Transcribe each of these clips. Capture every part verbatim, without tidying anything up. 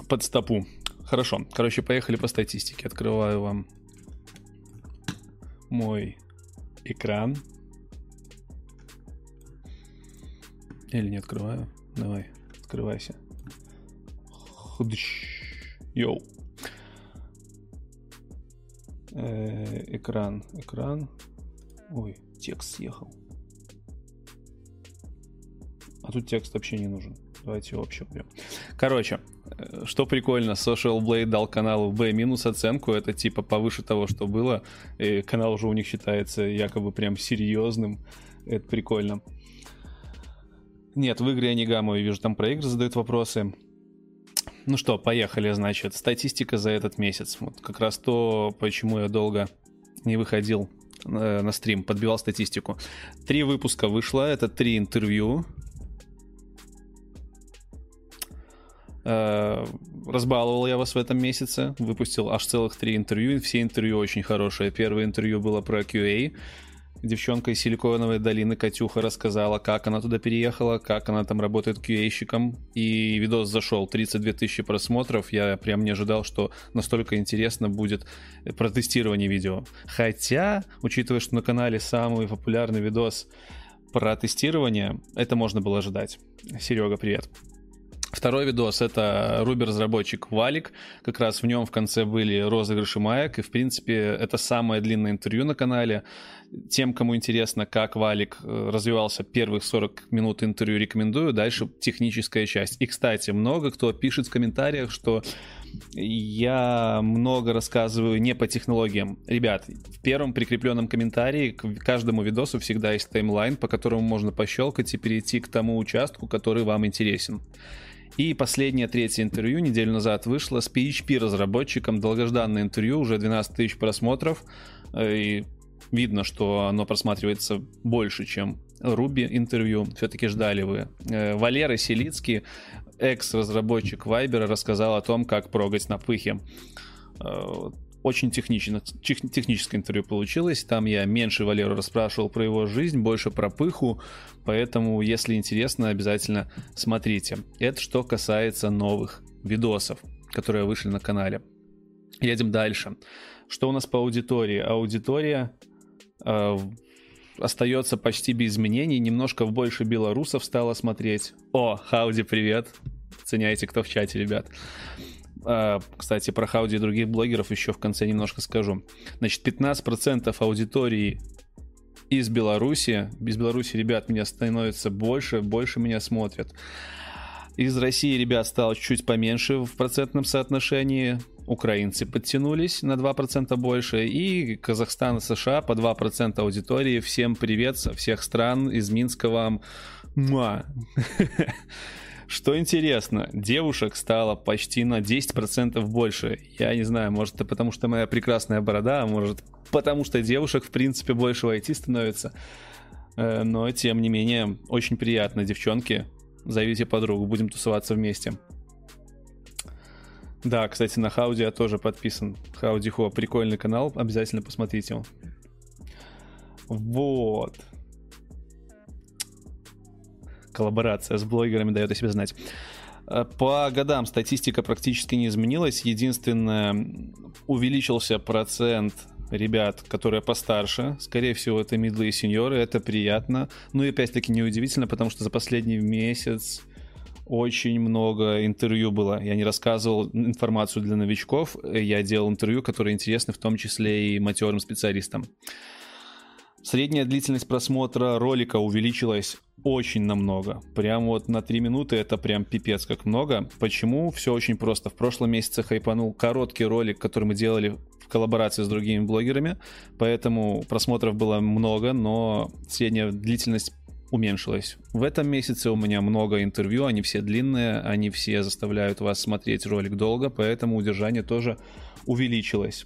под стопу. Хорошо. Короче, поехали по статистике. Открываю вам мой экран. Или не открываю? Давай, открывайся. Йоу. Э, экран, экран. Ой, текст съехал. А тут текст вообще не нужен. Давайте его вообще уберем. Короче, что прикольно, Social Blade дал каналу B- оценку. Это типа повыше того, что было. И канал уже у них считается якобы прям серьезным. Это прикольно. Нет, в игре я не гамаю, вижу, там про игры задают вопросы. Ну что, поехали, значит. Статистика за этот месяц. Вот как раз то, почему я долго не выходил э, на стрим, подбивал статистику. Три выпуска вышло, это три интервью. Э, разбаловал я вас в этом месяце. Выпустил аж целых три интервью. Все интервью очень хорошие. Первое интервью было про кью эй. Девчонка из Силиконовой долины, Катюха, рассказала, как она туда переехала, как она там работает кью эй-щиком. И видос зашел, тридцать две тысячи просмотров. Я прям не ожидал, что настолько интересно будет про тестирование видео. Хотя, учитывая, что на канале самый популярный видос про тестирование, это можно было ожидать. Серега, привет. Второй видос — это Руби-разработчик Валик. Как раз в нем в конце были розыгрыши маек. И, в принципе, это самое длинное интервью на канале. Тем, кому интересно, как Валик развивался первых сорок минут интервью, рекомендую. Дальше техническая часть. И, кстати, много кто пишет в комментариях, что я много рассказываю не по технологиям. Ребят, в первом прикрепленном комментарии к каждому видосу всегда есть таймлайн, по которому можно пощелкать и перейти к тому участку, который вам интересен. И последнее, третье интервью неделю назад вышло с пи эйч пи-разработчиком. Долгожданное интервью, уже двенадцать тысяч просмотров. И видно, что оно просматривается больше, чем Руби интервью. Все-таки ждали вы. Валера Селицкий, экс-разработчик Вайбера, рассказал о том, как прогать на пыхе. Очень технично, техническое интервью получилось. Там я меньше Валеру расспрашивал про его жизнь, больше про пыху. Поэтому, если интересно, обязательно смотрите. Это что касается новых видосов, которые вышли на канале. Едем дальше. Что у нас по аудитории? Аудитория э, остается почти без изменений. Немножко больше белорусов стало смотреть. О, Хауди, привет. Оценяйте, кто в чате, ребят. Кстати, про Хауди и других блогеров еще в конце немножко скажу. Значит, пятнадцать процентов аудитории из Беларуси. Без Беларуси, ребят, меня становится больше, больше меня смотрят. Из России, ребят, стало чуть поменьше в процентном соотношении. Украинцы подтянулись на два процента больше. И Казахстан и США по два процента аудитории. Всем привет со всех стран. Из Минска вам. Муа. Что интересно, девушек стало почти на десять процентов больше. Я не знаю, может это потому, что моя прекрасная борода, а может потому, что девушек в принципе больше в ай ти становится. Но тем не менее, очень приятно, девчонки. Зовите подругу, будем тусоваться вместе. Да, кстати, на Хауди я тоже подписан. Хауди Хо, прикольный канал, обязательно посмотрите его. Вот. Коллаборация с блогерами дает о себе знать. По годам статистика практически не изменилась. Единственное, увеличился процент ребят, которые постарше. Скорее всего, это мидлы и сеньоры. Это приятно. Ну и опять-таки неудивительно, потому что за последний месяц очень много интервью было. Я не рассказывал информацию для новичков. Я делал интервью, которые интересны в том числе и матерым специалистам. Средняя длительность просмотра ролика увеличилась очень намного. Прям вот на три минуты это прям пипец как много. Почему? Все очень просто. В прошлом месяце хайпанул короткий ролик, который мы делали в коллаборации с другими блогерами. Поэтому просмотров было много, но средняя длительность уменьшилась. В этом месяце у меня много интервью, они все длинные, они все заставляют вас смотреть ролик долго, поэтому удержание тоже увеличилось.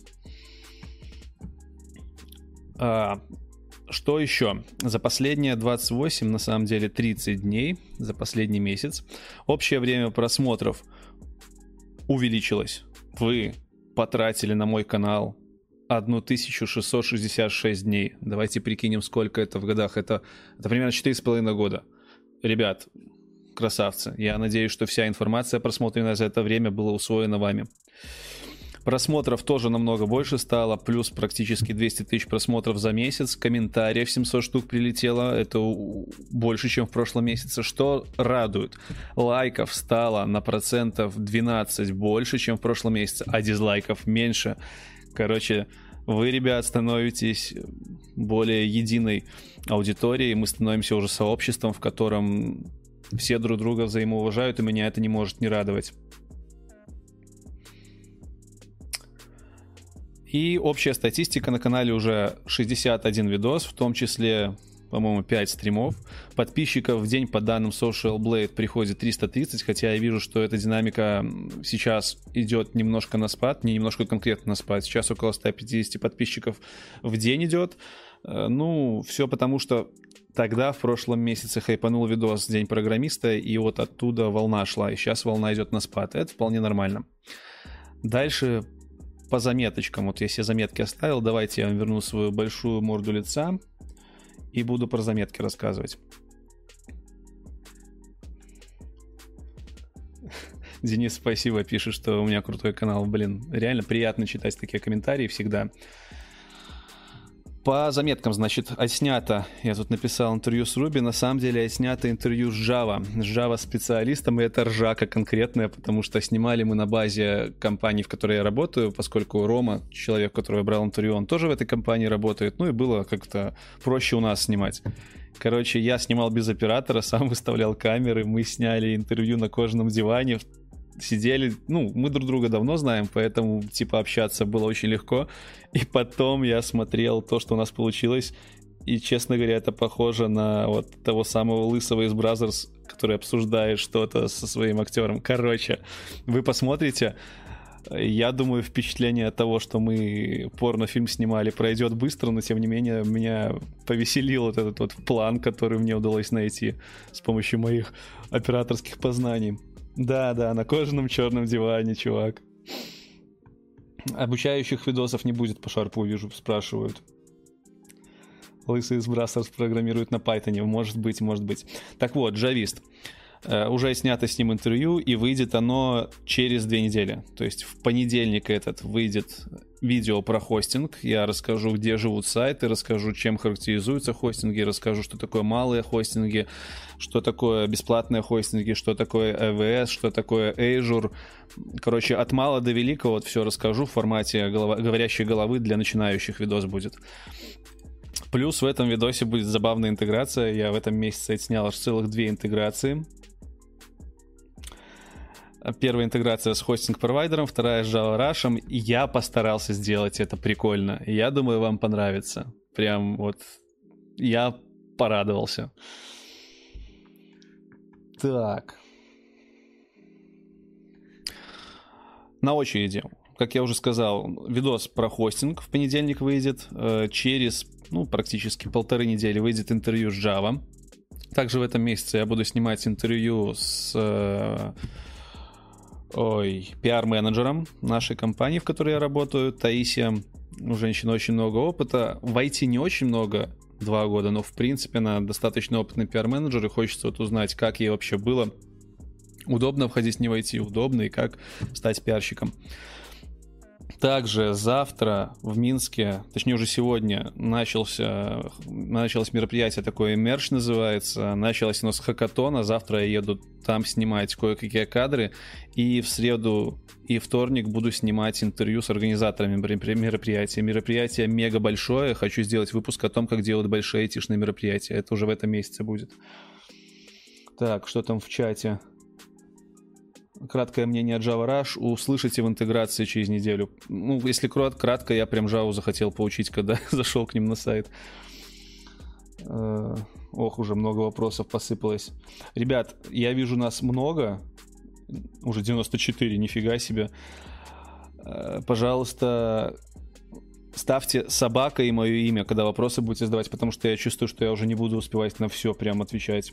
А, что еще? За последние двадцать восемь, на самом деле тридцать дней, за последний месяц, общее время просмотров увеличилось. Вы потратили на мой канал тысячу шестьсот шестьдесят шесть дней. Давайте прикинем, сколько это в годах. Это, это примерно четыре с половиной года. Ребят, красавцы. Я надеюсь, что вся информация, просмотренная за это время, была усвоена вами. Просмотров тоже намного больше стало, плюс практически двести тысяч просмотров за месяц, комментариев семьсот штук прилетело, это больше, чем в прошлом месяце, что радует. Лайков стало на процентов двенадцать больше, чем в прошлом месяце, а дизлайков меньше. Короче, вы, ребят, становитесь более единой аудиторией, мы становимся уже сообществом, в котором все друг друга взаимоуважают, и меня это не может не радовать. И общая статистика на канале уже шестьдесят один видос, в том числе, по-моему, пять стримов. Подписчиков в день по данным Social Blade приходит триста тридцать, хотя я вижу, что эта динамика сейчас идет немножко на спад, не немножко конкретно на спад. Сейчас около ста пятидесяти подписчиков в день идет. Ну, все потому, что тогда в прошлом месяце хайпанул видос «День программиста», и вот оттуда волна шла, и сейчас волна идет на спад. Это вполне нормально. Дальше по заметочкам. Вот я себе заметки оставил. Давайте я вам верну свою большую морду лица и буду про заметки рассказывать. Денис, спасибо, пишет, что у меня крутой канал. Блин, реально приятно читать такие комментарии всегда. По заметкам, значит, отснято, я тут написал интервью с Руби, на самом деле отснято интервью с Java, с Java-специалистом, и это ржака конкретная, потому что снимали мы на базе компании, в которой я работаю, поскольку Рома, человек, которого я брал интервью, он тоже в этой компании работает, ну и было как-то проще у нас снимать. Короче, я снимал без оператора, сам выставлял камеры, мы сняли интервью на кожаном диване, сидели, ну, мы друг друга давно знаем, поэтому, типа, общаться было очень легко. И потом я смотрел то, что у нас получилось, и, честно говоря, это похоже на вот того самого лысого из Бразерс, который обсуждает что-то со своим актером. Короче, вы посмотрите, я думаю, впечатление от того, что мы порнофильм снимали, пройдет быстро, но, тем не менее, меня повеселил вот этот вот план, который мне удалось найти с помощью моих операторских познаний. Да-да, на кожаном черном диване, чувак. Обучающих видосов не будет по шарпу, вижу, спрашивают. Лысый из Бразерс программирует на Python. Может быть, может быть. Так вот, джавист. Uh, уже снято с ним интервью, и выйдет оно через две недели. То есть в понедельник этот выйдет видео про хостинг. Я расскажу, где живут сайты, расскажу, чем характеризуются хостинги, расскажу, что такое малые хостинги, что такое бесплатные хостинги, что такое эй ви эс, что такое Azure. Короче, от мала до великого вот все расскажу в формате голова, говорящей головы для начинающих видос будет. Плюс в этом видосе будет забавная интеграция. Я в этом месяце отснял аж целых две интеграции. Первая интеграция с хостинг-провайдером, вторая с Java Rush. И я постарался сделать это прикольно. Я думаю, вам понравится. Прям вот я порадовался. Так. На очереди. Как я уже сказал, видос про хостинг в понедельник выйдет. Через, ну, практически полторы недели выйдет интервью с Java. Также в этом месяце я буду снимать интервью с... Ой, пиар-менеджером нашей компании, в которой я работаю, Таисия. У женщины очень много опыта. В ай ти не очень много, два года, но в принципе она достаточно опытный пиар-менеджер, и хочется вот узнать, как ей вообще было удобно входить не в ай ти, удобно, и как стать пиарщиком. Также завтра в Минске, точнее уже сегодня, начался, началось мероприятие такое, Merge называется, началось у нас хакатон, а завтра я еду там снимать кое-какие кадры, и в среду и вторник буду снимать интервью с организаторами мероприятия. Мероприятие мега большое, хочу сделать выпуск о том, как делать большие айтишные мероприятия, это уже в этом месяце будет. Так, что там в чате? Краткое мнение о Java Rush услышите в интеграции через неделю. Ну, если кратко, я прям Java захотел поучить, когда зашел к ним на сайт. Ох, уже много вопросов посыпалось. Ребят, я вижу нас много. Уже девяносто четыре, нифига себе. Пожалуйста, ставьте собака и мое имя, когда вопросы будете задавать, потому что я чувствую, что я уже не буду успевать на все прям отвечать.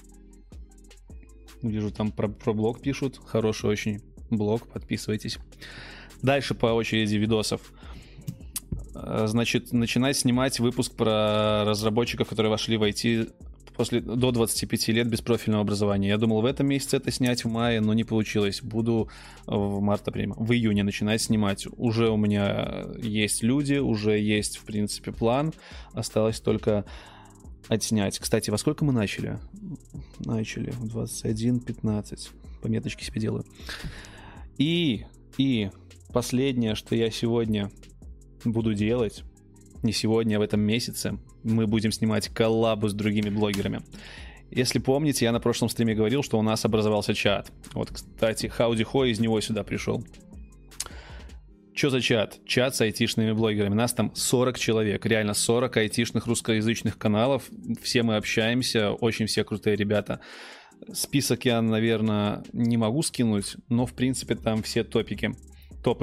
Вижу, там про, про блог пишут. Хороший очень блог, подписывайтесь. Дальше по очереди видосов. Значит, начинать снимать выпуск про разработчиков, которые вошли в ай ти после, до двадцати пяти лет без профильного образования. Я думал в этом месяце это снять, в мае, но не получилось. Буду в март-апреле, в июне начинать снимать. Уже у меня есть люди, уже есть, в принципе, план. Осталось только отснять. Кстати, во сколько мы начали? Начали в двадцать один пятнадцать. Пометочки себе делаю. И, и последнее, что я сегодня буду делать, не сегодня, а в этом месяце, мы будем снимать коллабу с другими блогерами. Если помните, я на прошлом стриме говорил, что у нас образовался чат. Вот, кстати, Хауди Хо из него сюда пришел. Что за чат? Чат с айтишными блогерами. Нас там сорок человек, реально сорок айтишных русскоязычных каналов. Все мы общаемся, очень все крутые ребята. Список я, наверное, не могу скинуть, но, в принципе, там все топики, топы.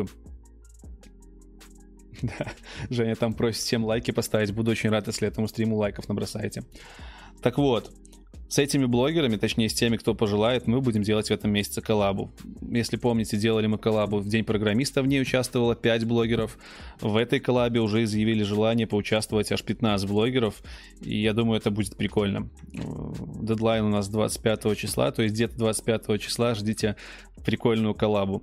Да, Женя там просит всем лайки поставить. Буду очень рад, если этому стриму лайков набросаете. Так вот, с этими блогерами, точнее с теми, кто пожелает, мы будем делать в этом месяце коллабу. Если помните, делали мы коллабу в День программиста, в ней участвовало пять блогеров. В этой коллабе уже изъявили желание поучаствовать аж пятнадцать блогеров, и я думаю, это будет прикольно. Дедлайн у нас двадцать пятого числа, то есть где-то двадцать пятого числа ждите прикольную коллабу.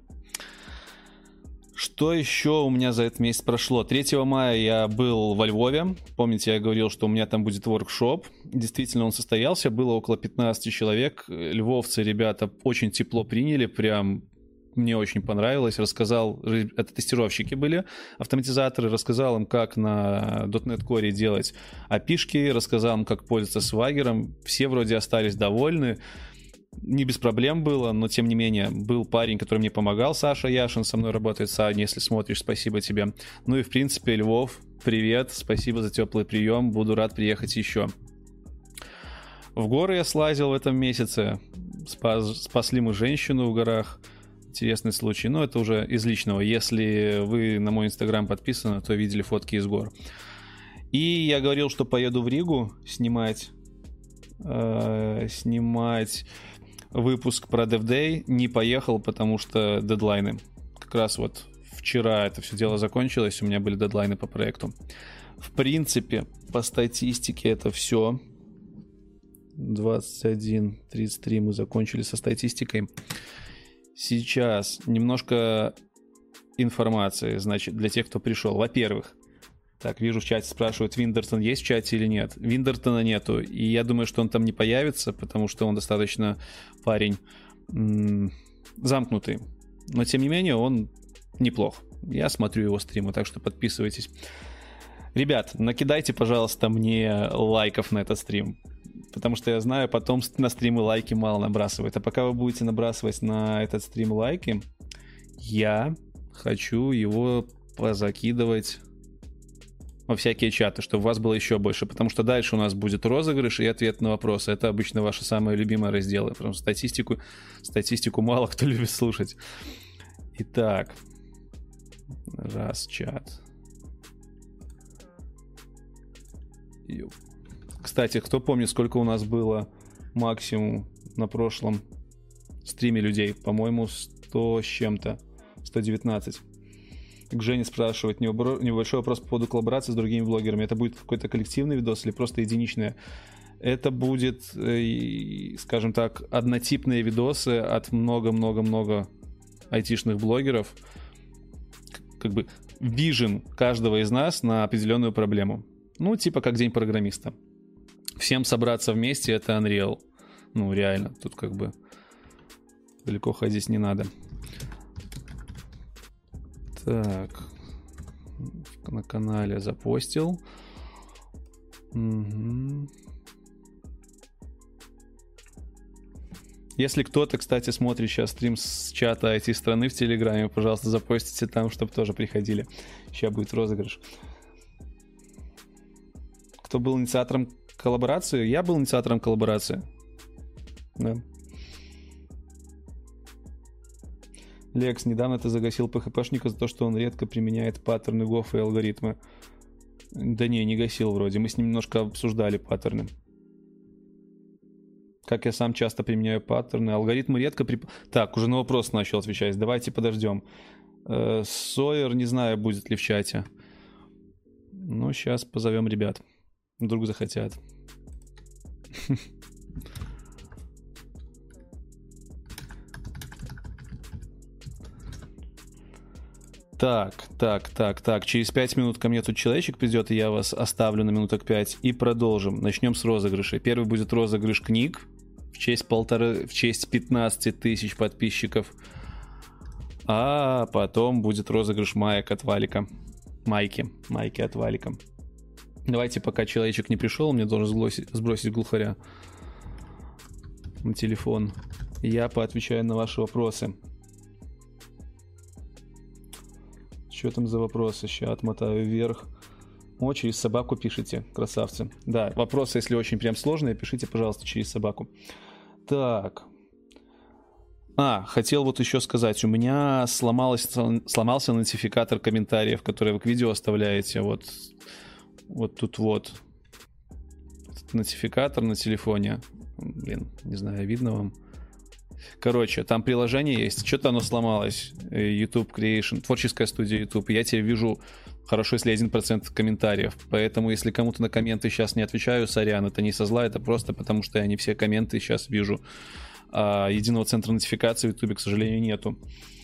Что еще у меня за этот месяц прошло? третьего мая я был во Львове. Помните, я говорил, что у меня там будет воркшоп. Действительно, он состоялся. Было около пятнадцати человек. Львовцы, ребята, очень тепло приняли. Прям мне очень понравилось. Рассказал, это тестировщики были, автоматизаторы. Рассказал им, как на .дот нет Core делать эй пи ай-шки. Рассказал им, как пользоваться Swagger. Все вроде остались довольны. Не без проблем было, но тем не менее был парень, который мне помогал, Саша Яшин, со мной работает. Саня, если смотришь, спасибо тебе. Ну и в принципе, Львов, привет, спасибо за теплый прием, буду рад приехать еще. В горы я слазил в этом месяце, спас, спасли мы женщину в горах, интересный случай, но это уже из личного. Если вы на мой инстаграм подписаны, то видели фотки из гор. И я говорил, что поеду в Ригу снимать э, снимать выпуск про DevDay, не поехал, потому что дедлайны. Как раз вот вчера это все дело закончилось, у меня были дедлайны по проекту. В принципе, по статистике это все. двадцать один тридцать три мы закончили со статистикой. Сейчас немножко информации, значит, для тех, кто пришел. Во-первых, так, вижу, в чате спрашивают, Виндертон есть в чате или нет. Виндертона нету, и я думаю, что он там не появится, потому что он достаточно парень м- замкнутый. Но, тем не менее, он неплох. Я смотрю его стримы, так что подписывайтесь. Ребят, накидайте, пожалуйста, мне лайков на этот стрим, потому что я знаю, потом на стримы лайки мало набрасывают. А пока вы будете набрасывать на этот стрим лайки, я хочу его позакидывать во всякие чаты, чтобы вас было еще больше, потому что дальше у нас будет розыгрыш и ответ на вопросы. Это обычно ваши самые любимые разделы, потому что статистику, статистику мало кто любит слушать. Итак, раз, чат. Кстати, кто помнит, сколько у нас было максимум на прошлом стриме людей? По-моему, сто с чем-то, сто девятнадцать. К Жене спрашивать, небольшой вопрос по поводу коллаборации с другими блогерами. Это будет какой-то коллективный видос или просто единичное? Это будет, скажем так, однотипные видосы от много-много-много айтишных блогеров. Как бы вижен каждого из нас на определенную проблему. Ну, типа как День программиста. Всем собраться вместе — это Unreal. Ну, реально, тут как бы далеко ходить не надо. Так, на канале запостил. Угу. Если кто-то, кстати, смотрит сейчас стрим с чата ай ти-страны в Телеграме, пожалуйста, запостите там, чтобы тоже приходили. Сейчас будет розыгрыш. Кто был инициатором коллаборации? Я был инициатором коллаборации. Да. Лекс, недавно ты загасил пэ хэ пэшника за то, что он редко применяет паттерны гоф и алгоритмы. Да не, не гасил вроде. Мы с ним немножко обсуждали паттерны. Как я сам часто применяю паттерны. Алгоритмы редко... При... Так, уже на вопрос начал отвечать. Давайте подождем. Сойер, не знаю, будет ли в чате. Но сейчас позовем ребят. Вдруг захотят. Так, так, так, так. Через пять минут ко мне тут человечек придет, и я вас оставлю на минуток пять. И продолжим. Начнем с розыгрыша. Первый будет розыгрыш книг в честь полторы, в честь пятнадцати тысяч подписчиков. А потом будет розыгрыш маек от Валика. Майки. Майки от Валика. Давайте, пока человечек не пришел, мне должен сбросить, сбросить глухаря на телефон. Я поотвечаю на ваши вопросы. Что там за вопросы? Сейчас отмотаю вверх. О, через собаку пишите, красавцы. Да, вопросы, если очень прям сложные, пишите, пожалуйста, через собаку. Так. А, хотел вот еще сказать. У меня сломалось, сломался нотификатор комментариев, которые вы к видео оставляете. Вот, вот тут вот. Нотификатор на телефоне. Блин, не знаю, видно вам? Короче, там приложение есть, что-то оно сломалось. YouTube Creation, творческая студия YouTube. Я тебе вижу хорошо, если один процент комментариев. Поэтому, если кому-то на комменты сейчас не отвечаю, сорян, это не со зла, это просто потому, что я не все комменты сейчас вижу. А единого центра нотификации в YouTube, к сожалению, нету.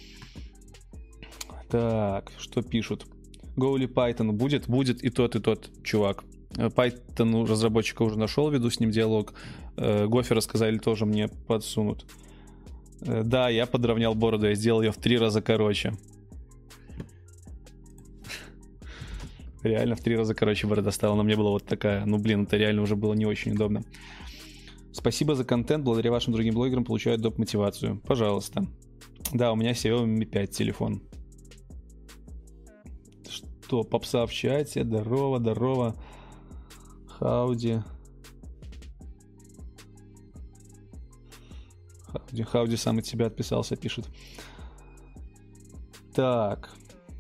Так, что пишут? Гоули Python будет? Будет и тот, и тот, чувак. Python разработчика уже нашел, веду с ним диалог. Гофера сказали, тоже мне подсунут. Да, я подровнял бороду, я сделал ее в три раза короче. Реально в три раза короче борода стала, она мне была вот такая. Ну блин, это реально уже было не очень удобно. Спасибо за контент, благодаря вашим другим блогерам получаю доп-мотивацию. Пожалуйста. Да, у меня Xiaomi ми пять телефон. Что, попса в чате, здорово, здорово. Хауди. Хауди, Хауди сам от себя отписался, пишет. Так.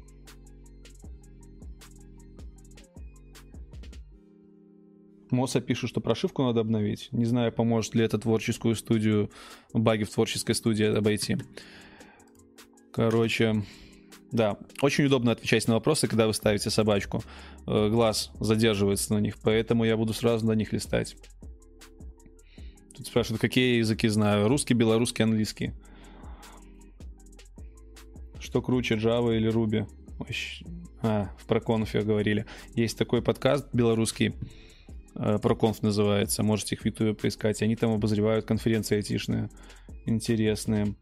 Моса пишет, что прошивку надо обновить. Не знаю, поможет ли это творческую студию, баги в творческой студии обойти. Короче, да, очень удобно отвечать на вопросы, когда вы ставите собачку. Глаз задерживается на них, поэтому я буду сразу на них листать. Тут спрашивают, какие языки знаю. Русский, белорусский, английский. Что круче, Java или Ruby? А, в ProConf говорили. Есть такой подкаст белорусский, ProConf называется. Можете их в YouTube поискать. Они там обозревают конференции айтишные. Интересные.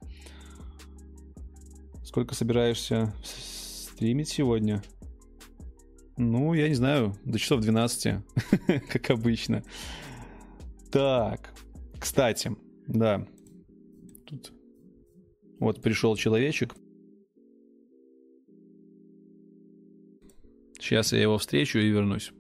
Сколько собираешься стримить сегодня? Ну, я не знаю. До часов двенадцати. Как обычно. Так. Кстати, да. Тут вот пришел человечек. Сейчас я его встречу и вернусь.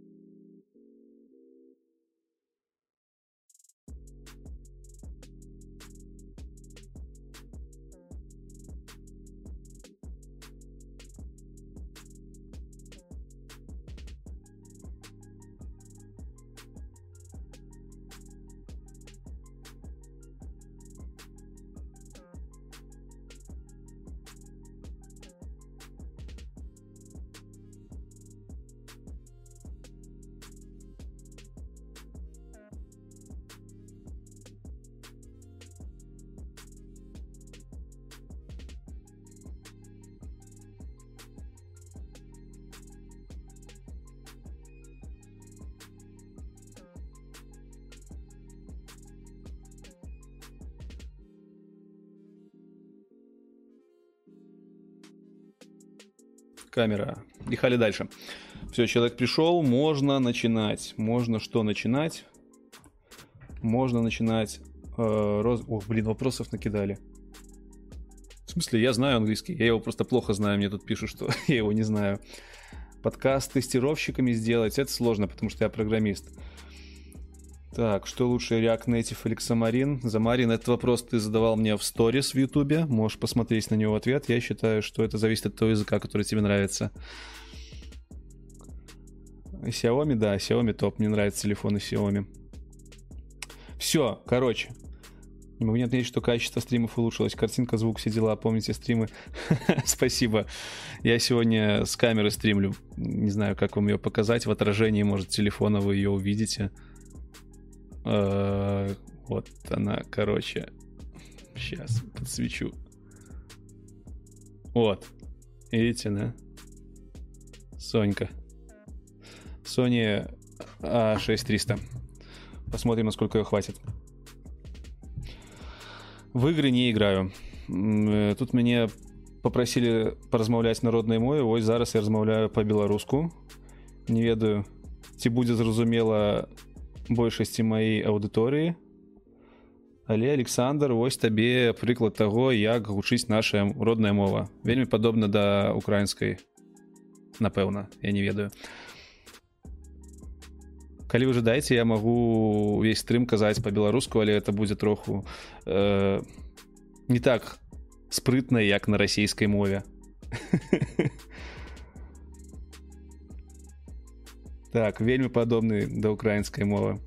Камера. Ехали дальше. Все, человек пришел, можно начинать. Можно что начинать? Можно начинать... Э, роз... Ох, блин, вопросов накидали. В смысле, я знаю английский. Я его просто плохо знаю. Мне тут пишут, что я его не знаю. Подкаст с тестировщиками сделать, это сложно, потому что я программист. Так, что лучше, React Native или Xamarin? Xamarin, этот вопрос ты задавал мне в сторис в Ютубе. Можешь посмотреть на него ответ. Я считаю, что это зависит от того языка, который тебе нравится. Xiaomi, да, Xiaomi топ. Мне нравятся телефоны Xiaomi. Все, короче. Не могу не отметить, что качество стримов улучшилось. Картинка, звук, все дела. Помните стримы? Спасибо. Я сегодня с камеры стримлю. Не знаю, как вам ее показать. В отражении, может, телефона вы ее увидите. Э, вот она, короче. Сейчас подсвечу. Вот. Видите, да? Сонька. Sony а шесть триста. Посмотрим, насколько ее хватит. В игры не играю. Тут меня попросили поразмаўляць народнай мове. Вось зараз я размаўляю па-беларуску. Не ведаю, ці будзе зразумела большасці маёй аўдыторыі. Але, Александр, вось табе прыклад таго, як гучыць наша родная мова. Вельмі падобна да украінскай. Напэўна, я не ведаю. Калі вы жадаеце, я магу увесь стрым казаць па-беларуску, але это будзе троху э, не так спрытна, як на расійскай мове. Так, вельмі падобны да украінскай мовы.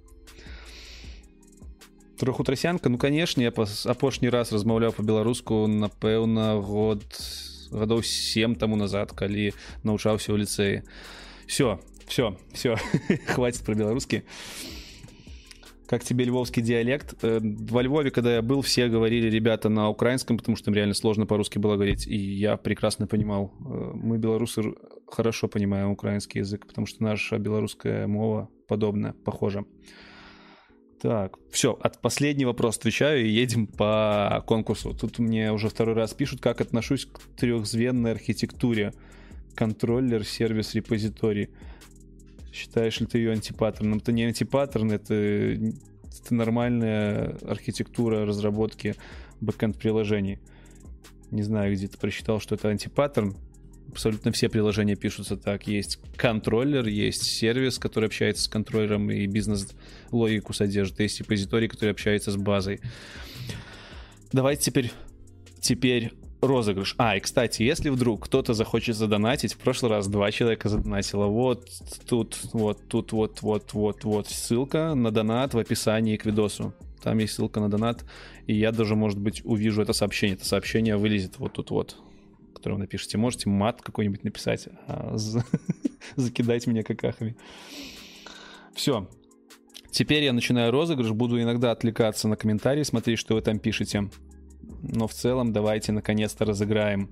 Троху трасянка, ну, канешне, я апошні раз размаўляў па-беларуску, напэўна, год гадоў сем таму назад, калі навучаўся ў ліцэі. Все, все, все, хватит про белорусский. Как тебе львовский диалект? Во Львове, когда я был, все говорили ребята на украинском, потому что им реально сложно по-русски было говорить, и я прекрасно понимал. Мы, белорусы, хорошо понимаем украинский язык, потому что наша белорусская мова подобная, похожа. Так, все, от последний вопрос отвечаю и едем по конкурсу. Тут мне уже второй раз пишут, как отношусь к трехзвенной архитектуре. Контроллер, сервис, репозиторий. Считаешь ли ты ее антипаттерном? Это не антипаттерн, это, это нормальная архитектура разработки бэкэнд-приложений. Не знаю, где ты прочитал, что это антипаттерн. Абсолютно все приложения пишутся так. Есть контроллер, есть сервис, который общается с контроллером и бизнес-логику содержит. Есть репозиторий, который общается с базой. Давайте теперь, теперь розыгрыш. А, и, кстати, если вдруг кто-то захочет задонатить, в прошлый раз два человека задонатило. Вот тут, вот тут, вот, вот, вот, вот ссылка на донат в описании к видосу. Там есть ссылка на донат, и я даже, может быть, увижу это сообщение. Это сообщение вылезет вот тут вот, которое вы напишите. Можете мат какой-нибудь написать, а закидать меня какахами. Все. Теперь я начинаю розыгрыш. Буду иногда отвлекаться на комментарии, смотреть, что вы там пишете. Но в целом давайте наконец-то разыграем.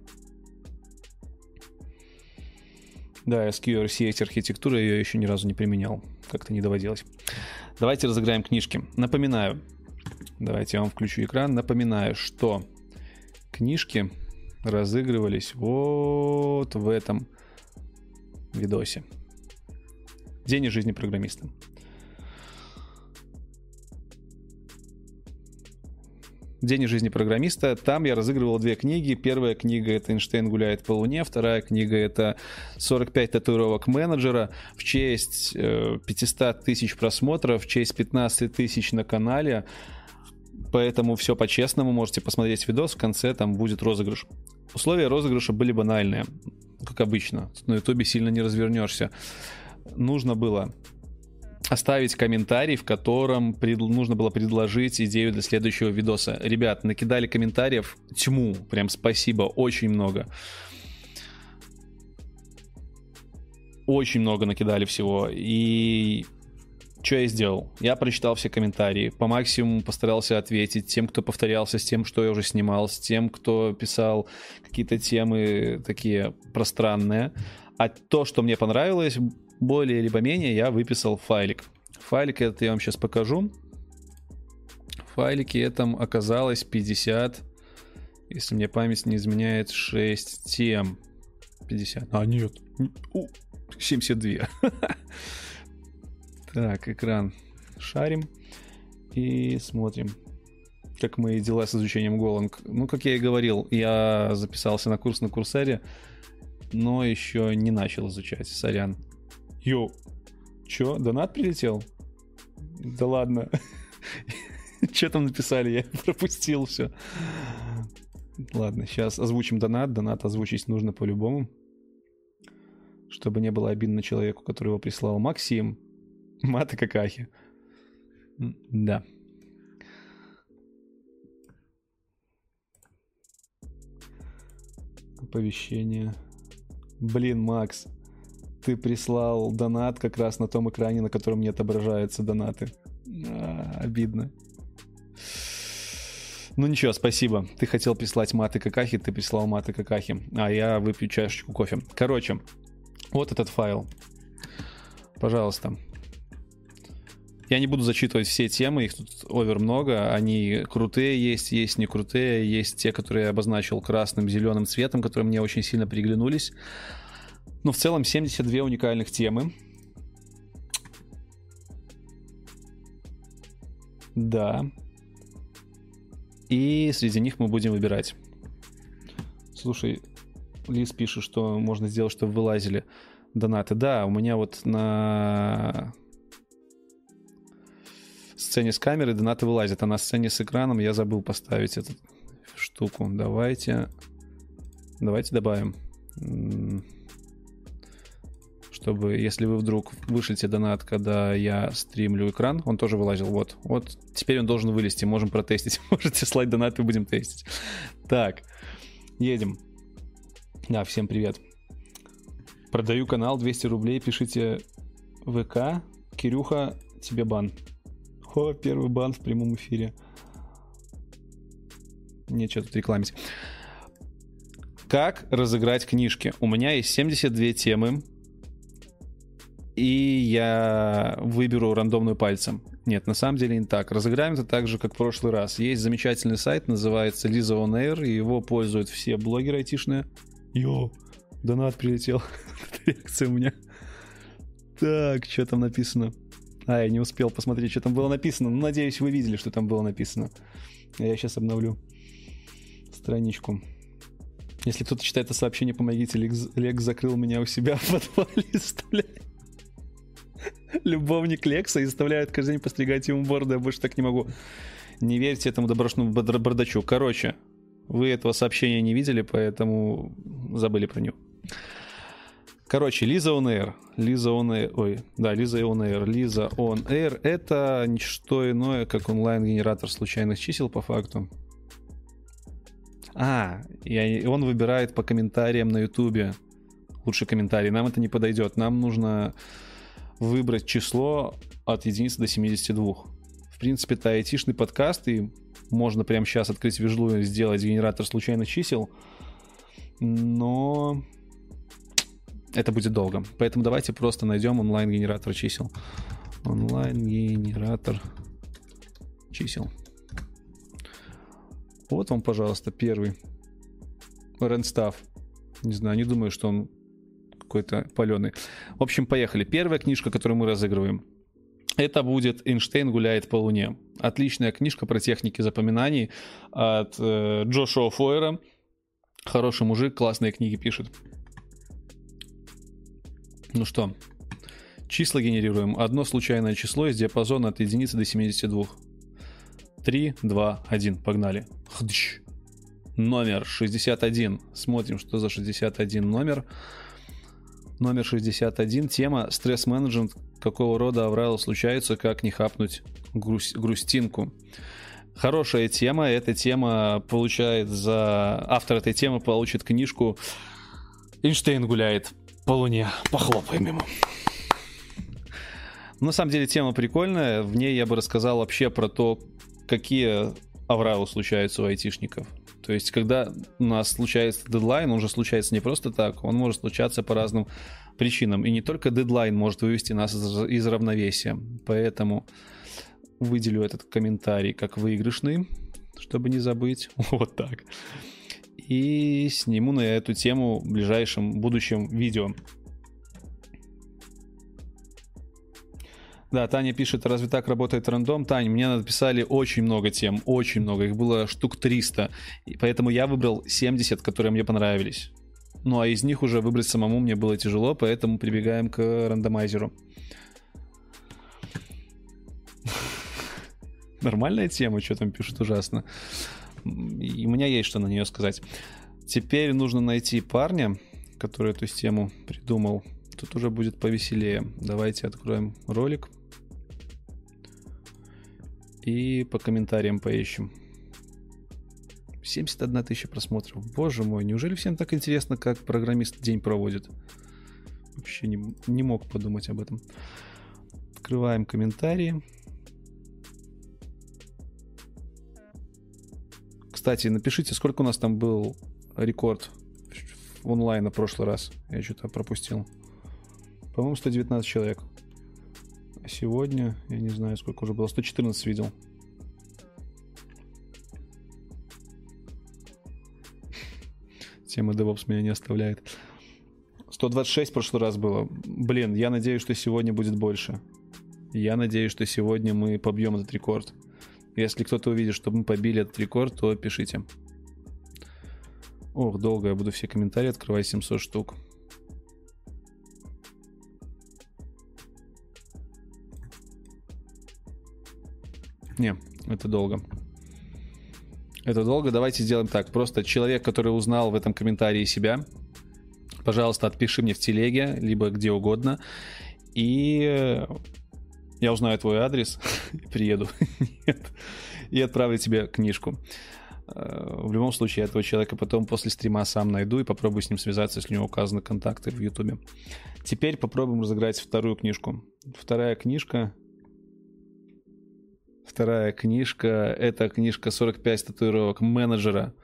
Да, эс кью ар си есть архитектура, я ее еще ни разу не применял. Как-то не доводилось. Давайте разыграем книжки. Напоминаю. Давайте я вам включу экран. Напоминаю, что книжки разыгрывались вот в этом видосе. День из жизни программиста. День из жизни программиста. Там я разыгрывал две книги. Первая книга — это «Эйнштейн гуляет по Луне». Вторая книга — это сорок пять татуировок менеджера. В честь э, пятьсот тысяч просмотров, в честь пятнадцать тысяч на канале. Поэтому все по-честному. Можете посмотреть видос. В конце там будет розыгрыш. Условия розыгрыша были банальные. Как обычно. На ютубе сильно не развернешься. Нужно было оставить комментарий, в котором пред... нужно было предложить идею для следующего видоса. Ребят, накидали комментариев тьму. Прям спасибо. Очень много. Очень много накидали всего. И что я сделал? Я прочитал все комментарии. По максимуму постарался ответить тем, кто повторялся с тем, что я уже снимал, с тем, кто писал какие-то темы такие пространные. А то, что мне понравилось, более либо менее, я выписал файлик. Файлик этот я вам сейчас покажу. В файлике этом оказалось пятьдесят, если мне память не изменяет, шесть тем. пятьдесят. А, нет. семьдесят два. Так, экран шарим и смотрим, как мои дела с изучением Голанг. Ну, как я и говорил, я записался на курс на Курсере, но еще не начал изучать. Сорян. Йоу, чё, донат прилетел? Да ладно. Что там написали? Я пропустил все. Ладно, сейчас озвучим донат. Донат озвучить нужно по-любому, чтобы не было обидно человеку, который его прислал. Максим. Маты какахи. Да. Оповещение. Блин, Макс, ты прислал донат как раз на том экране, на котором не отображаются донаты. Обидно. Ну ничего, спасибо. Ты хотел прислать маты какахи, ты прислал маты какахи. А я выпью чашечку кофе. Короче, вот этот файл. Пожалуйста. Я не буду зачитывать все темы, их тут овер много. Они крутые есть, есть не крутые. Есть те, которые я обозначил красным, зеленым цветом, которые мне очень сильно приглянулись. Но в целом семьдесят две уникальных темы. Да. И среди них мы будем выбирать. Слушай, Лиз пишет, что можно сделать, чтобы вылазили донаты. Да, у меня вот на сцене с камерой донаты вылазят, а на сцене с экраном я забыл поставить эту штуку. Давайте, давайте добавим. Чтобы, если вы вдруг вышлите донат, когда я стримлю экран, он тоже вылазил. Вот, вот теперь он должен вылезти, можем протестить. Можете слать донаты, будем тестить. Так, едем. Да, всем привет. Продаю канал, двести рублей, пишите ВК. Кирюха, тебе бан. О, первый бан в прямом эфире. Нечего тут рекламить. Как разыграть книжки? У меня есть семьдесят две темы. И я выберу рандомную пальцем. Нет, на самом деле не так. Разыграем это так же, как в прошлый раз. Есть замечательный сайт, называется Лиза On Air, и его пользуют все блогеры айтишные. Йоу, донат прилетел. Реакция у меня. Так, что там написано? А, я не успел посмотреть, что там было написано. Ну, надеюсь, вы видели, что там было написано. Я сейчас обновлю страничку. Если кто-то читает это сообщение, помогите. Лекс закрыл меня у себя в подвале. Любовник Лекса и заставляет каждый день постригать ему бороду. Я больше так не могу. Не верьте этому добротному бардачу. Короче, вы этого сообщения не видели, поэтому забыли про него. Короче, Лиза On Air. Лиза On Air. Ой, да, Лиза On Air. Лиза On Air — это не что иное, как онлайн-генератор случайных чисел по факту. А, и он выбирает по комментариям на Ютубе. Лучше комментарий. Нам это не подойдет. Нам нужно выбрать число от единицы до семидесяти двух. В принципе, это айтишный подкаст, и можно прямо сейчас открыть вижлу и сделать генератор случайных чисел, но это будет долго. Поэтому давайте просто найдем онлайн-генератор чисел. Онлайн-генератор чисел. Вот вам, пожалуйста, первый. Ренстав. Не знаю, не думаю, что он какой-то паленый. В общем, поехали. Первая книжка, которую мы разыгрываем, это будет «Эйнштейн гуляет по Луне». Отличная книжка про техники запоминаний от э, Джошуа Фойера. Хороший мужик, классные книги пишет. Ну что, числа генерируем. Одно случайное число из диапазона от единицы до семидесяти двух. три, два, один. Погнали. Хдыщ. Номер шестьдесят один. Смотрим, что за шестьдесят один номер. Номер шестьдесят один. Тема «Стресс-менеджмент. Какого рода авралы случаются, как не хапнуть грусть, грустинку». Хорошая тема. Эта тема получает за... Автор этой темы получит книжку «Эйнштейн гуляет по Луне». Похлопаем ему. На самом деле тема прикольная. В ней я бы рассказал вообще про то, какие авралы случаются у айтишников. То есть, когда у нас случается дедлайн, он же случается не просто так, он может случаться по разным причинам. И не только дедлайн может вывести нас из, из равновесия. Поэтому выделю этот комментарий как выигрышный, чтобы не забыть. Вот так. И сниму на эту тему в ближайшем будущем видео. Да, Таня пишет, разве так работает рандом? Тань, мне написали очень много тем, очень много, их было штук триста, и поэтому я выбрал семьдесят, которые мне понравились. Ну а из них уже выбрать самому мне было тяжело, поэтому прибегаем к рандомайзеру. Нормальная тема, что там пишут ужасно. И у меня есть что на нее сказать. Теперь нужно найти парня, который эту тему придумал. Тут уже будет повеселее. Давайте откроем ролик. И по комментариям поищем. семьдесят одна тысяча просмотров. Боже мой, неужели всем так интересно, как программист день проводит? Вообще не, не мог подумать об этом. Открываем комментарии. Кстати, напишите, сколько у нас там был рекорд онлайн на прошлый раз. Я что-то пропустил. По-моему, сто девятнадцать человек. А сегодня, я не знаю, сколько уже было. сто четырнадцать видел. Тема DevOps меня не оставляет. сто двадцать шесть в прошлый раз было. Блин, я надеюсь, что сегодня будет больше. Я надеюсь, что сегодня мы побьем этот рекорд. Если кто-то увидит, что мы побили этот рекорд, то пишите. Ох, долго я буду все комментарии открывать, семьсот штук. Не, это долго. Это долго. Давайте сделаем так. Просто человек, который узнал в этом комментарии себя, пожалуйста, отпиши мне в телеге, либо где угодно. И я узнаю твой адрес и приеду. Нет. И отправлю тебе книжку. В любом случае, я этого человека потом после стрима сам найду и попробую с ним связаться, если у него указаны контакты в Ютубе. Теперь попробуем разыграть вторую книжку. Вторая книжка... Вторая книжка, это книжка сорок пять татуировок менеджера.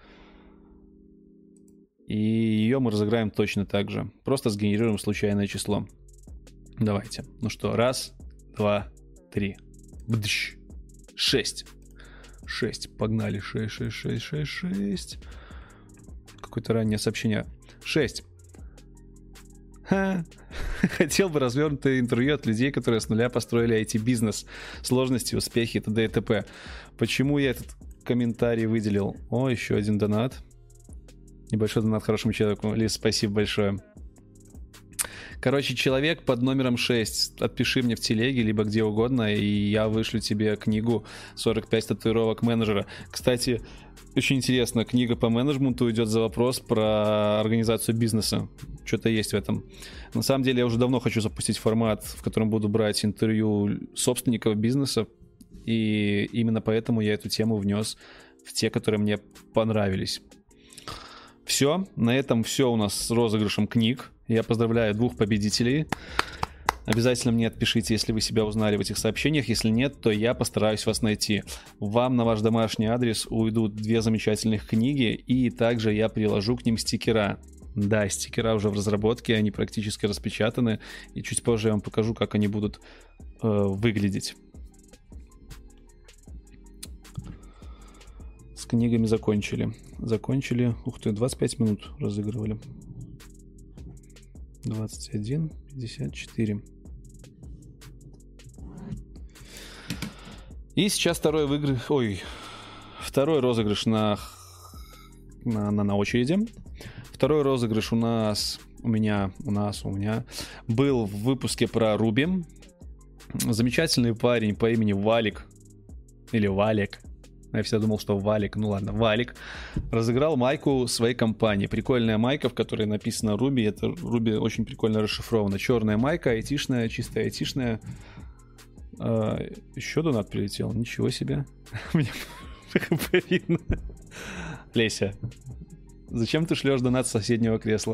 И ее мы разыграем точно так же. Просто сгенерируем случайное число. Давайте. Ну что, раз, два, три. Бдыщ. Шесть. Шесть. Погнали. Шесть, шесть, шесть, шесть, шесть. Какое-то раннее сообщение. Шесть. Ха. Хотел бы развернутое интервью от людей, которые с нуля построили ай ти-бизнес. Сложности, успехи, т.д. и т.п. Почему я этот комментарий выделил? О, еще один донат. Небольшой донат хорошему человеку. Лиз, спасибо большое. Короче, человек под номером шесть. Отпиши мне в телеге, либо где угодно, и я вышлю тебе книгу сорок пять татуировок менеджера. Кстати, очень интересно, книга по менеджменту идет за вопрос про организацию бизнеса. Что-то есть в этом. На самом деле, я уже давно хочу запустить формат, в котором буду брать интервью собственников бизнеса, и именно поэтому я эту тему внес в те, которые мне понравились. Все, на этом все у нас с розыгрышем книг. Я поздравляю двух победителей. Обязательно мне отпишите, если вы себя узнали в этих сообщениях. Если нет, то я постараюсь вас найти. Вам на ваш домашний адрес уйдут две замечательных книги, и также я приложу к ним стикера. Да, стикера уже в разработке, они практически распечатаны, и чуть позже я вам покажу, как они будут э, выглядеть. С книгами закончили. Закончили. Ух ты, двадцать пять минут разыгрывали. двадцать один пятьдесят четыре. И сейчас второй выигрыш, ой, второй розыгрыш на, на, на, на очереди. Второй розыгрыш у нас, у меня, у нас, у меня был в выпуске про Руби. Замечательный парень по имени Валик, или Валик. Я всегда думал, что Валик, ну ладно, Валик, разыграл майку своей компании. Прикольная майка, в которой написано Руби. Это Руби очень прикольно расшифровано. Черная майка, айтишная, чистая айтишная. А, еще донат прилетел. Ничего себе. Мне видно. Леся, зачем ты шлешь донат с соседнего кресла?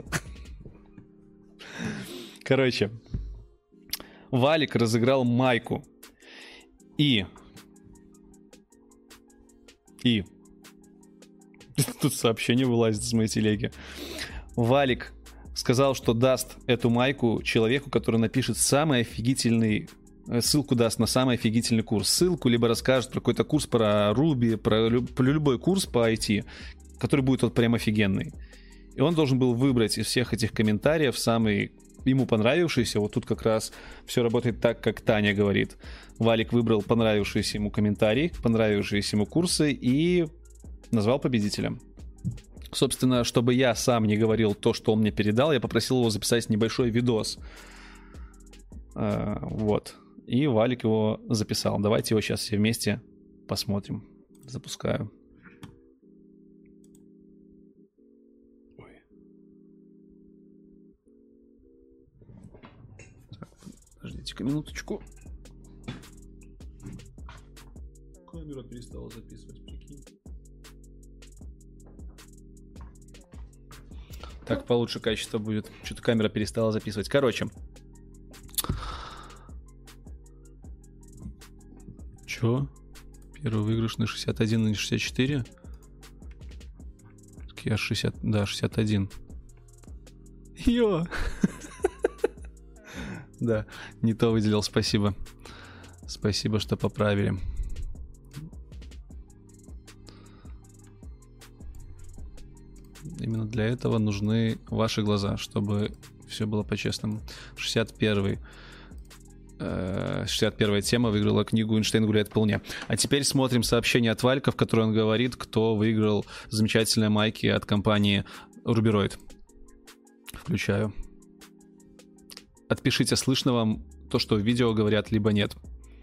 Короче, Валик разыграл майку. И... И... Тут сообщение вылазит из моей телеги. Валик сказал, что даст эту майку человеку, который напишет самый офигительный... Ссылку даст на самый офигительный курс. Ссылку, либо расскажет про какой-то курс про Ruby, про, люб... про любой курс по ай ти, который будет вот прям офигенный. И он должен был выбрать из всех этих комментариев самый ему понравившийся. Вот тут как раз все работает так, как Таня говорит. Валик выбрал понравившийся ему комментарий, понравившиеся ему курсы и назвал победителем. Собственно, чтобы я сам не говорил то, что он мне передал, я попросил его записать небольшой видос. А, вот. И Валик его записал. Давайте его сейчас все вместе посмотрим. Запускаю. Ой. Так, подождите-ка минуточку. Камера перестала записывать, прикинь. Так получше качество будет. Что-то камера перестала записывать. Короче. Чё? Первый выигрыш на шестьдесят один и на шестьдесят четыре? я шестьдесят, да, шестьдесят один. Йо! Да, не то выделил, спасибо. Спасибо, что поправили. Именно для этого нужны ваши глаза, чтобы все было по-честному. шестьдесят первый. шестьдесят первая тема выиграла книгу «Эйнштейн гуляет по луне». А теперь смотрим сообщение от Валька, в котором он говорит, кто выиграл замечательные майки от компании Ruberoid. Включаю. Отпишите, слышно вам то, что в видео говорят, либо нет.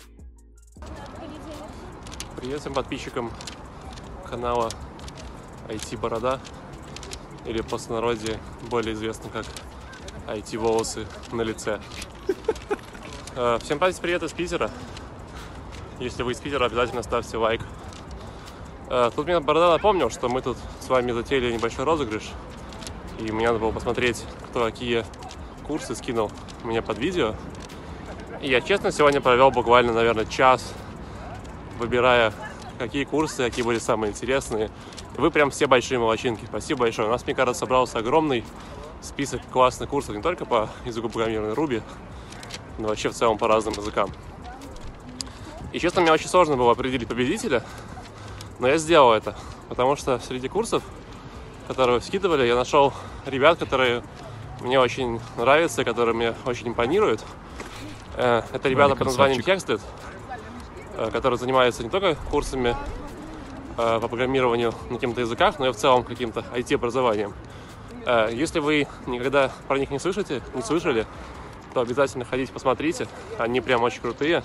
Привет всем подписчикам канала ай ти Борода, или в простонародье более известно как ай ти Волосы на лице. Всем привет из Питера. Если вы из Питера, обязательно ставьте лайк. Тут мне Борода напомнил, что мы тут с вами затеяли небольшой розыгрыш, и мне надо было посмотреть, кто какие курсы скинул мне под видео. И я, честно, сегодня провел буквально, наверное, час, выбирая, какие курсы, какие были самые интересные. Вы прям все большие молодчинки. Спасибо большое. У нас, мне кажется, собрался огромный список классных курсов не только по языку программирования Ruby, но вообще в целом по разным языкам. И, честно, мне очень сложно было определить победителя, но я сделал это, потому что среди курсов, которые вы скидывали, я нашел ребят, которые мне очень нравятся, которые мне очень импонируют. Это ребята под названием Hexlet, которые занимаются не только курсами по программированию на каких-то языках, но и в целом каким-то ай ти-образованием. Если вы никогда про них не слышите, не слышали, то обязательно ходите, посмотрите. Они прям очень крутые.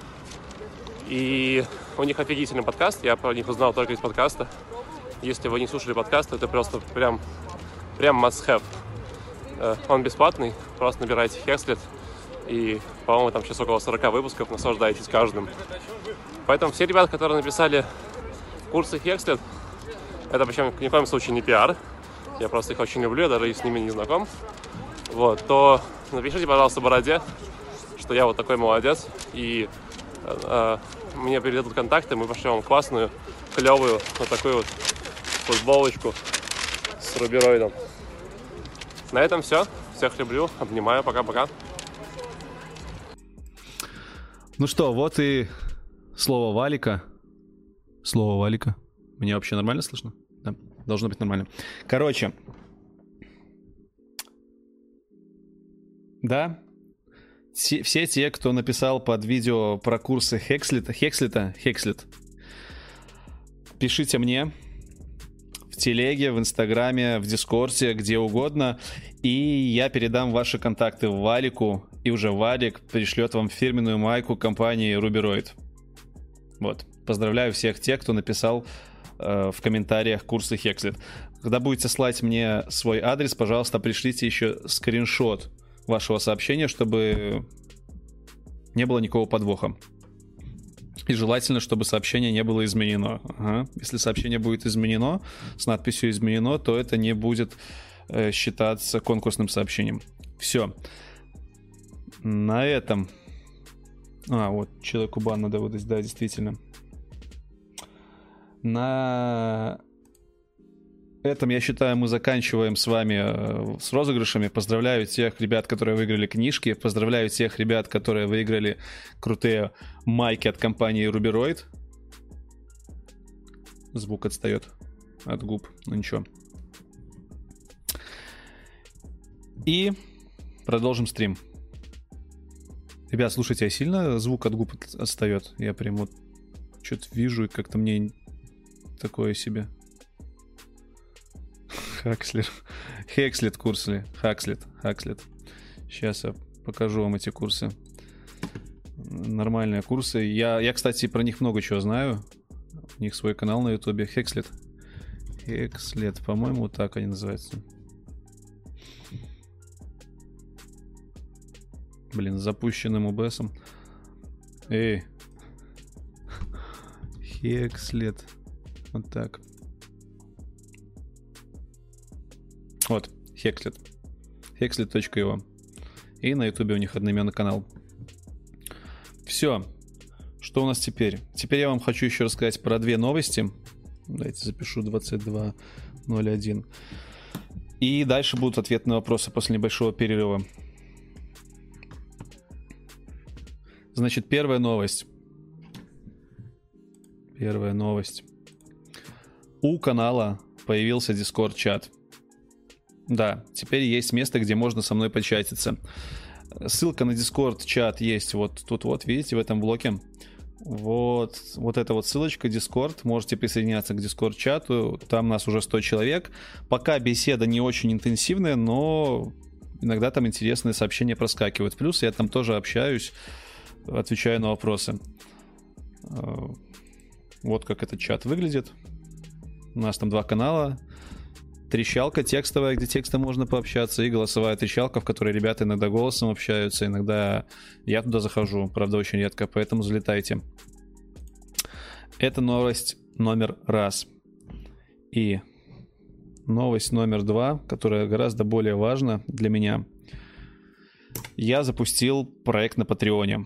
И у них офигительный подкаст. Я про них узнал только из подкаста. Если вы не слушали подкаст, это просто прям, прям must-have. Он бесплатный. Просто набирайте Hexlet. И, по-моему, там сейчас около сорок выпусков. Наслаждайтесь каждым. Поэтому все ребята, которые написали курсы Hexlet, это причем ни в коем случае не пиар. Я просто их очень люблю, я даже и с ними не знаком. Вот, то напишите, пожалуйста, Бороде, что я вот такой молодец, и э, мне передадут контакты, мы пошлем вам классную, клевую, вот такую вот футболочку с Ruberoid. На этом все. Всех люблю, обнимаю, пока-пока. Ну что, вот и слово Валика. Слово Валика. Мне вообще нормально слышно? Да, должно быть нормально. Короче. Да. Все, все те, кто написал под видео про курсы Hexlet, Hexlet, Hexlet, пишите мне в телеге, в инстаграме, в дискорде, где угодно, и я передам ваши контакты Валику, и уже Валик пришлет вам фирменную майку компании Ruberoid. Вот. Поздравляю всех тех, кто написал э, в комментариях курсы Hexlet. Когда будете слать мне свой адрес, пожалуйста, пришлите еще скриншот вашего сообщения, чтобы не было никакого подвоха. И желательно, чтобы сообщение не было изменено. Ага. Если сообщение будет изменено, с надписью «изменено», то это не будет э, считаться конкурсным сообщением. Все. На этом... А, вот, человеку бан надо выдать, да, действительно. На этом, я считаю, мы заканчиваем с вами с розыгрышами. Поздравляю тех ребят, которые выиграли книжки. Поздравляю тех ребят, которые выиграли крутые майки от компании Ruberoid. Звук отстает от губ, ну ничего. И продолжим стрим. Ребят, слушайте, а сильно звук от губ отстает? Я прям вот что-то вижу, и как-то мне такое себе. Хакслер. Hexlet курсы. Hexlet. Hexlet. Сейчас я покажу вам эти курсы. Нормальные курсы. Я, я, кстати, про них много чего знаю. У них свой канал на ютубе. Hexlet. Hexlet. По-моему, вот так они называются. Блин, с запущенным о бэ эс. Эй. Hexlet. Вот так. Вот, Hexlet. Hexlet точка ай о. И на ютубе у них одноименный канал. Все. Что у нас теперь? Теперь я вам хочу еще рассказать про две новости. Давайте запишу двадцать два ноль один. И дальше будут ответы на вопросы после небольшого перерыва. Значит, первая новость. Первая новость. У канала появился Discord-чат. Да, теперь есть место, где можно со мной початиться. Ссылка на Discord-чат есть вот тут вот, видите, в этом блоке. Вот, вот эта вот ссылочка Discord. Можете присоединяться к Discord-чату. Там нас уже сто человек. Пока беседа не очень интенсивная, но иногда там интересные сообщения проскакивают. Плюс я там тоже общаюсь, отвечаю на вопросы. Вот как этот чат выглядит. У нас там два канала. Трещалка текстовая, где текстом можно пообщаться, и голосовая трещалка, в которой ребята иногда голосом общаются, иногда я туда захожу, правда очень редко, поэтому залетайте. Это новость номер раз. И новость номер два, которая гораздо более важна для меня. Я запустил проект на Патреоне.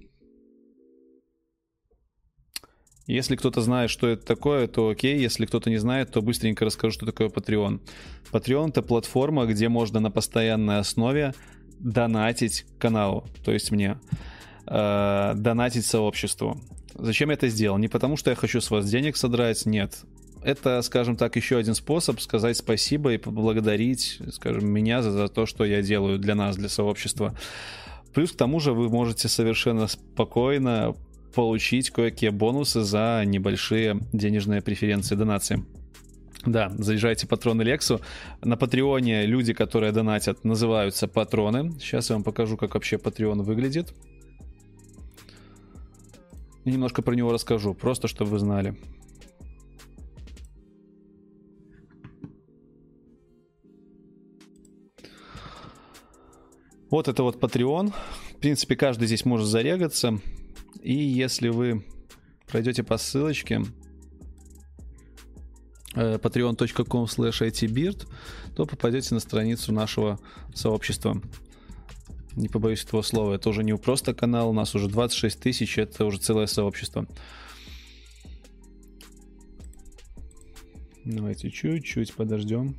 Если кто-то знает, что это такое, то окей. Если кто-то не знает, то быстренько расскажу, что такое Patreon. Patreon — это платформа, где можно на постоянной основе донатить каналу, то есть мне, э, донатить сообществу. Зачем я это сделал? Не потому, что я хочу с вас денег содрать, нет. Это, скажем так, еще один способ сказать спасибо и поблагодарить, скажем, меня за, за то, что я делаю для нас, для сообщества. Плюс к тому же вы можете совершенно спокойно получить кое-какие бонусы за небольшие денежные преференции, донации. Да, заезжайте патроны Лексу. На Патреоне люди, которые донатят, называются патроны. Сейчас я вам покажу, как вообще Патреон выглядит. И немножко про него расскажу, просто чтобы вы знали. Вот это вот Patreon. В принципе, каждый здесь может зарегаться. И если вы пройдете по ссылочке patreon точка com слэш ай ти бирд, то попадете на страницу нашего сообщества. Не побоюсь этого слова, это уже не просто канал, у нас уже двадцать шесть тысяч, это уже целое сообщество. Давайте чуть-чуть подождем.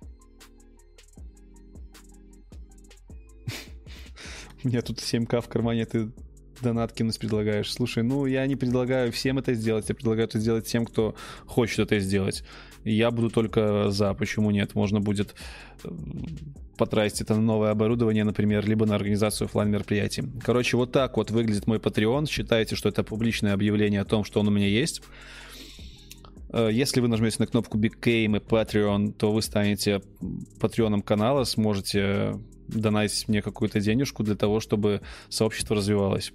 У меня тут семь ка в кармане, ты донат кинуть предлагаешь. Слушай, ну я не предлагаю всем это сделать, я предлагаю это сделать тем, кто хочет это сделать. И я буду только за, почему нет? Можно будет потратить это на новое оборудование, например, либо на организацию офлайн-мероприятий. Короче, вот так вот выглядит мой Patreon. Считайте, что это публичное объявление о том, что он у меня есть. Если вы нажмете на кнопку Became и Patreon, то вы станете патреоном канала, сможете донатить мне какую-то денежку для того, чтобы сообщество развивалось.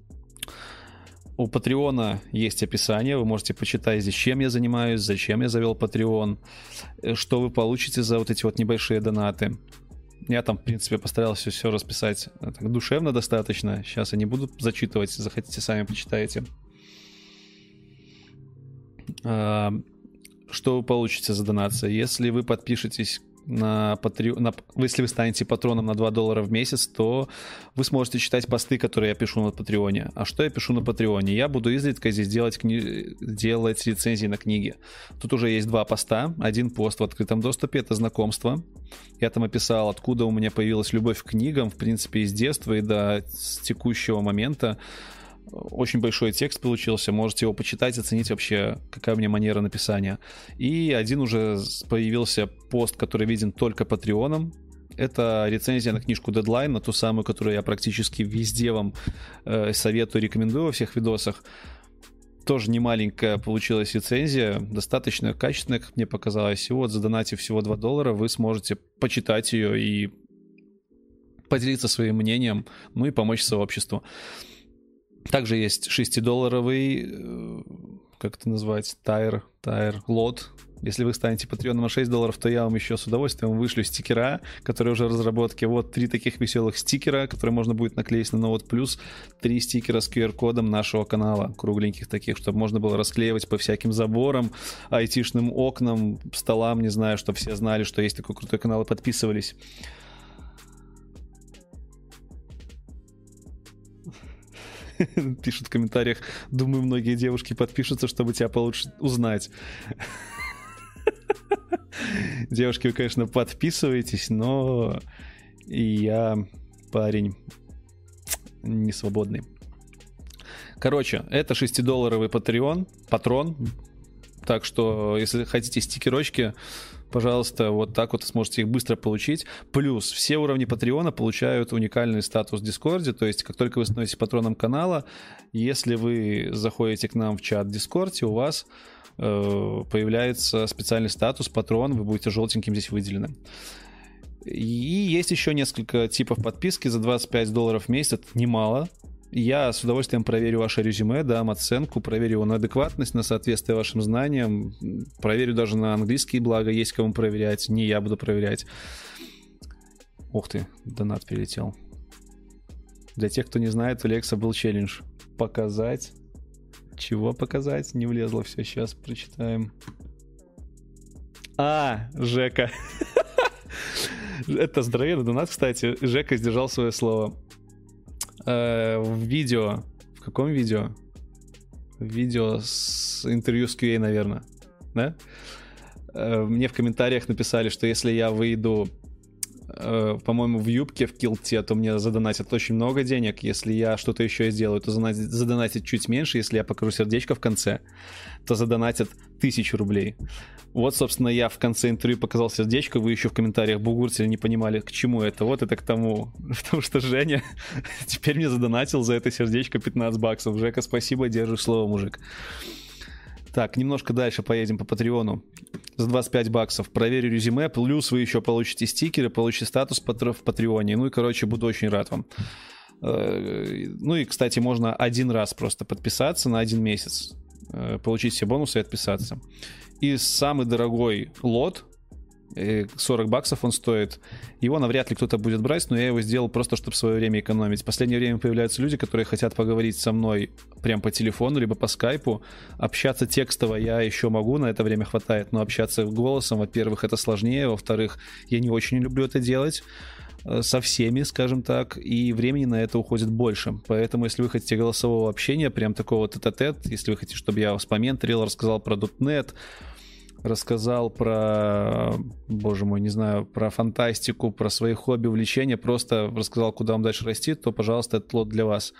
У Патреона есть описание, вы можете почитать здесь, чем я занимаюсь, зачем я завел Patreon, что вы получите за вот эти вот небольшие донаты. Я там, в принципе, постарался все расписать так душевно достаточно. Сейчас я не буду зачитывать, захотите, сами почитаете. Что вы получите за донацию? Если вы подпишетесь на Patreon, на, если вы станете патроном на два доллара в месяц, то вы сможете читать посты, которые я пишу на Патреоне. А что я пишу на Патреоне? Я буду изредка здесь делать, кни... делать рецензии на книги. Тут уже есть два поста. Один пост в открытом доступе — это знакомство. Я там описал, откуда у меня появилась любовь к книгам, в принципе, из детства и до текущего момента. Очень большой текст получился, можете его почитать, оценить вообще, какая у меня манера написания. И один уже появился пост, который виден только Патреоном. Это рецензия на книжку Deadline, на ту самую, которую я практически везде вам э, советую, рекомендую во всех видосах. Тоже не маленькая получилась рецензия, достаточно качественная, как мне показалось. И вот, задонатив всего два доллара, вы сможете почитать ее и поделиться своим мнением, ну и помочь сообществу. Также есть шестидолларовый, как это назвать, тайр, тайр, лот. Если вы станете патреоном на шесть долларов, то я вам еще с удовольствием вышлю стикера, которые уже в разработке. Вот три таких веселых стикера, которые можно будет наклеить на ноут, плюс три стикера с ку ар-кодом нашего канала, кругленьких таких, чтобы можно было расклеивать по всяким заборам, айтишным окнам, столам, не знаю, чтобы все знали, что есть такой крутой канал и подписывались. Пишут в комментариях: думаю, многие девушки подпишутся, чтобы тебя получше узнать. Девушки, вы, конечно, подписываетесь, но я парень не свободный. Короче, это шестидолларовый Patreon, патрон. Так что, если хотите стикерочки, пожалуйста, вот так вот сможете их быстро получить. Плюс все уровни Патреона получают уникальный статус в Дискорде. То есть, как только вы становитесь патроном канала, если вы заходите к нам в чат в Дискорде, у вас э, появляется специальный статус патрон, вы будете желтеньким здесь выделены. И есть еще несколько типов подписки за двадцать пять долларов в месяц, немало. Я с удовольствием проверю ваше резюме, дам оценку, проверю его на адекватность, на соответствие вашим знаниям, проверю даже на английский, благо есть кому проверять, не я буду проверять. Ух ты, донат прилетел. Для тех, кто не знает, у Лекса был челлендж показать. Чего показать? Не влезло все, сейчас прочитаем. А, Жека. Это здоровенный донат, кстати. Жека сдержал свое слово. В видео. В каком видео? В видео с интервью с кью эй, наверное. Да? Мне в комментариях написали, что если я выйду, по-моему, в юбке в килте, то мне задонатят очень много денег. Если я что-то еще сделаю, то задонатят чуть меньше. Если я покажу сердечко в конце, то задонатят тысячу рублей. Вот, собственно, я в конце интервью показал сердечко, вы еще в комментариях бугуртили, не понимали, к чему это. Вот это к тому, потому что Женя теперь мне задонатил за это сердечко пятнадцать баксов. Жека, спасибо, держишь слово, мужик. Так, немножко дальше поедем по Патреону. За двадцать пять баксов проверю резюме, плюс вы еще получите стикеры, получите статус в Патреоне. Ну и, короче, буду очень рад вам. Ну и, кстати, можно один раз просто подписаться на один месяц, получить все бонусы и отписаться. И самый дорогой лот, сорок баксов он стоит, его навряд ли кто-то будет брать, но я его сделал просто, чтобы свое время экономить. В последнее время появляются люди, которые хотят поговорить со мной прям по телефону, либо по скайпу. Общаться текстово я еще могу, на это время хватает, но общаться голосом, во-первых, это сложнее, во-вторых, я не очень люблю это делать со всеми, скажем так, и времени на это уходит больше. Поэтому, если вы хотите голосового общения, прям такого тет-а-тет, если вы хотите, чтобы я вас поменторил, рассказал про .дот нет, рассказал про, боже мой, не знаю, про фантастику, про свои хобби, увлечения, просто рассказал, куда вам дальше расти, то, пожалуйста, этот лот для вас.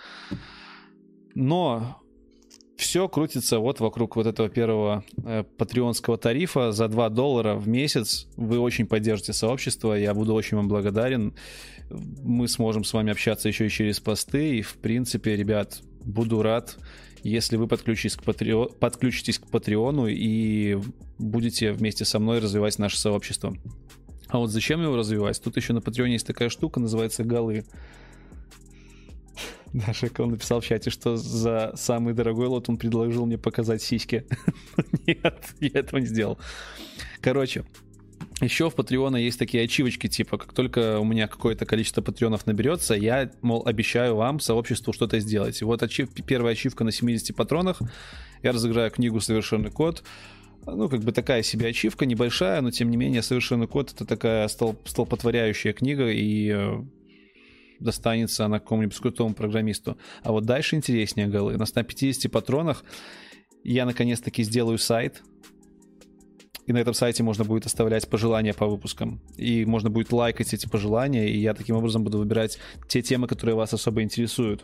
Но все крутится вот вокруг вот этого первого э, патреонского тарифа за два доллара в месяц. Вы очень поддержите сообщество, я буду очень вам благодарен. Мы сможем с вами общаться еще и через посты, и, в принципе, ребят, буду рад, если вы подключитесь к, патрео... подключитесь к Патреону и будете вместе со мной развивать наше сообщество. А вот зачем его развивать? Тут еще на Патреоне есть такая штука, называется голы. Даша, он написал в чате, что за самый дорогой лот он предложил мне показать сиськи. Нет, я этого не сделал. Короче, еще в Патреона есть такие ачивочки, типа, как только у меня какое-то количество патреонов наберется, я, мол, обещаю вам, сообществу, что-то сделать. И вот ачив, первая ачивка на семидесяти патронах. Я разыграю книгу «Совершенный код». Ну, как бы такая себе ачивка, небольшая, но тем не менее «Совершенный код» — это такая столп, столпотворяющая книга, и достанется она какому-нибудь крутому программисту. А вот дальше интереснее голы. На ста пятидесяти патронах я наконец-таки сделаю сайт, и на этом сайте можно будет оставлять пожелания по выпускам, и можно будет лайкать эти пожелания, и я таким образом буду выбирать те темы, которые вас особо интересуют.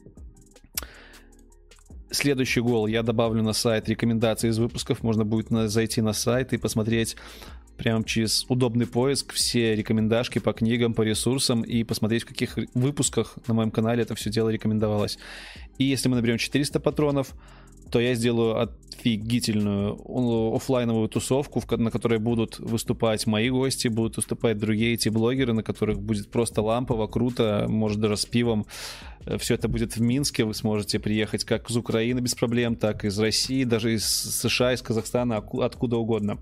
Следующий гол я добавлю на сайт рекомендации из выпусков. Можно будет на, зайти на сайт и посмотреть прямо через удобный поиск все рекомендашки по книгам, по ресурсам, и посмотреть, в каких выпусках на моем канале это все дело рекомендовалось. И если мы наберем четыреста патронов, то я сделаю офигительную офлайновую тусовку, на которой будут выступать мои гости, будут выступать другие эти блогеры, на которых будет просто лампово, круто, может даже с пивом. Все это будет в Минске, вы сможете приехать как из Украины без проблем, так и из России, даже из США, из Казахстана, откуда угодно.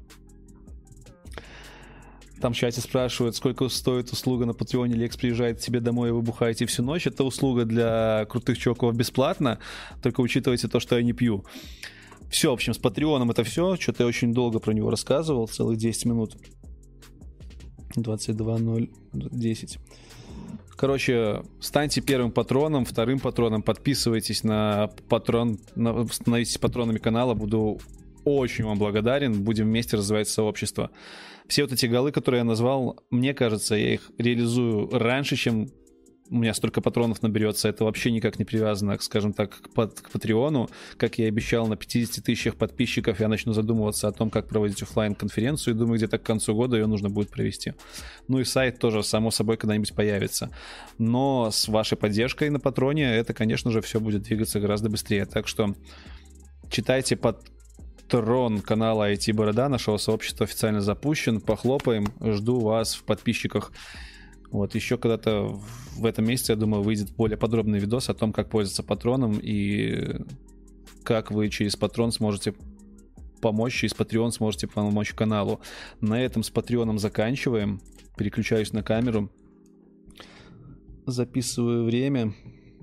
Там в чате спрашивают, сколько стоит услуга на Патреоне. Лекс приезжает к тебе домой, и вы бухаете всю ночь. Это услуга для крутых чуваков бесплатно, только учитывайте то, что я не пью. Все, в общем, с Патреоном это все. Что-то я очень долго про него рассказывал, целых десять минут. двадцать два ноль десять. Короче, станьте первым патроном, вторым патроном, подписывайтесь на патрон, на, становитесь патронами канала. Буду очень вам благодарен. Будем вместе развивать сообщество. Все вот эти голы, которые я назвал, мне кажется, я их реализую раньше, чем у меня столько патронов наберется. Это вообще никак не привязано, скажем так, к, пат- к Патреону. Как я и обещал, на пятидесяти тысячах подписчиков я начну задумываться о том, как проводить офлайн-конференцию. И думаю, где-то к концу года ее нужно будет провести. Ну и сайт тоже, само собой, когда-нибудь появится. Но с вашей поддержкой на Патроне это, конечно же, все будет двигаться гораздо быстрее. Так что читайте Патрон канала ай ти Борода. Нашего сообщества официально запущен. Похлопаем. Жду вас в подписчиках. Вот, еще когда-то в этом месяце, я думаю, выйдет более подробный видос о том, как пользоваться Патроном и как вы через Патрон сможете помочь, через Patreon сможете помочь каналу. На этом с Патреоном заканчиваем. Переключаюсь на камеру. Записываю время.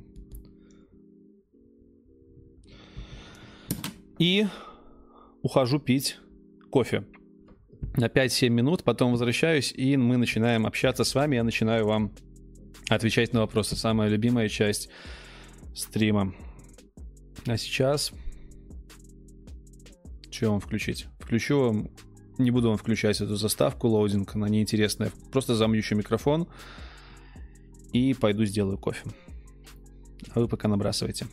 И ухожу пить кофе. На пять-семь минут, потом возвращаюсь, и мы начинаем общаться с вами. Я начинаю вам отвечать на вопросы. Самая любимая часть стрима. А сейчас... Что вам включить? Включу вам... Не буду вам включать эту заставку, лоудинг, она неинтересная. Просто замьючу микрофон и пойду сделаю кофе. А вы пока набрасывайте.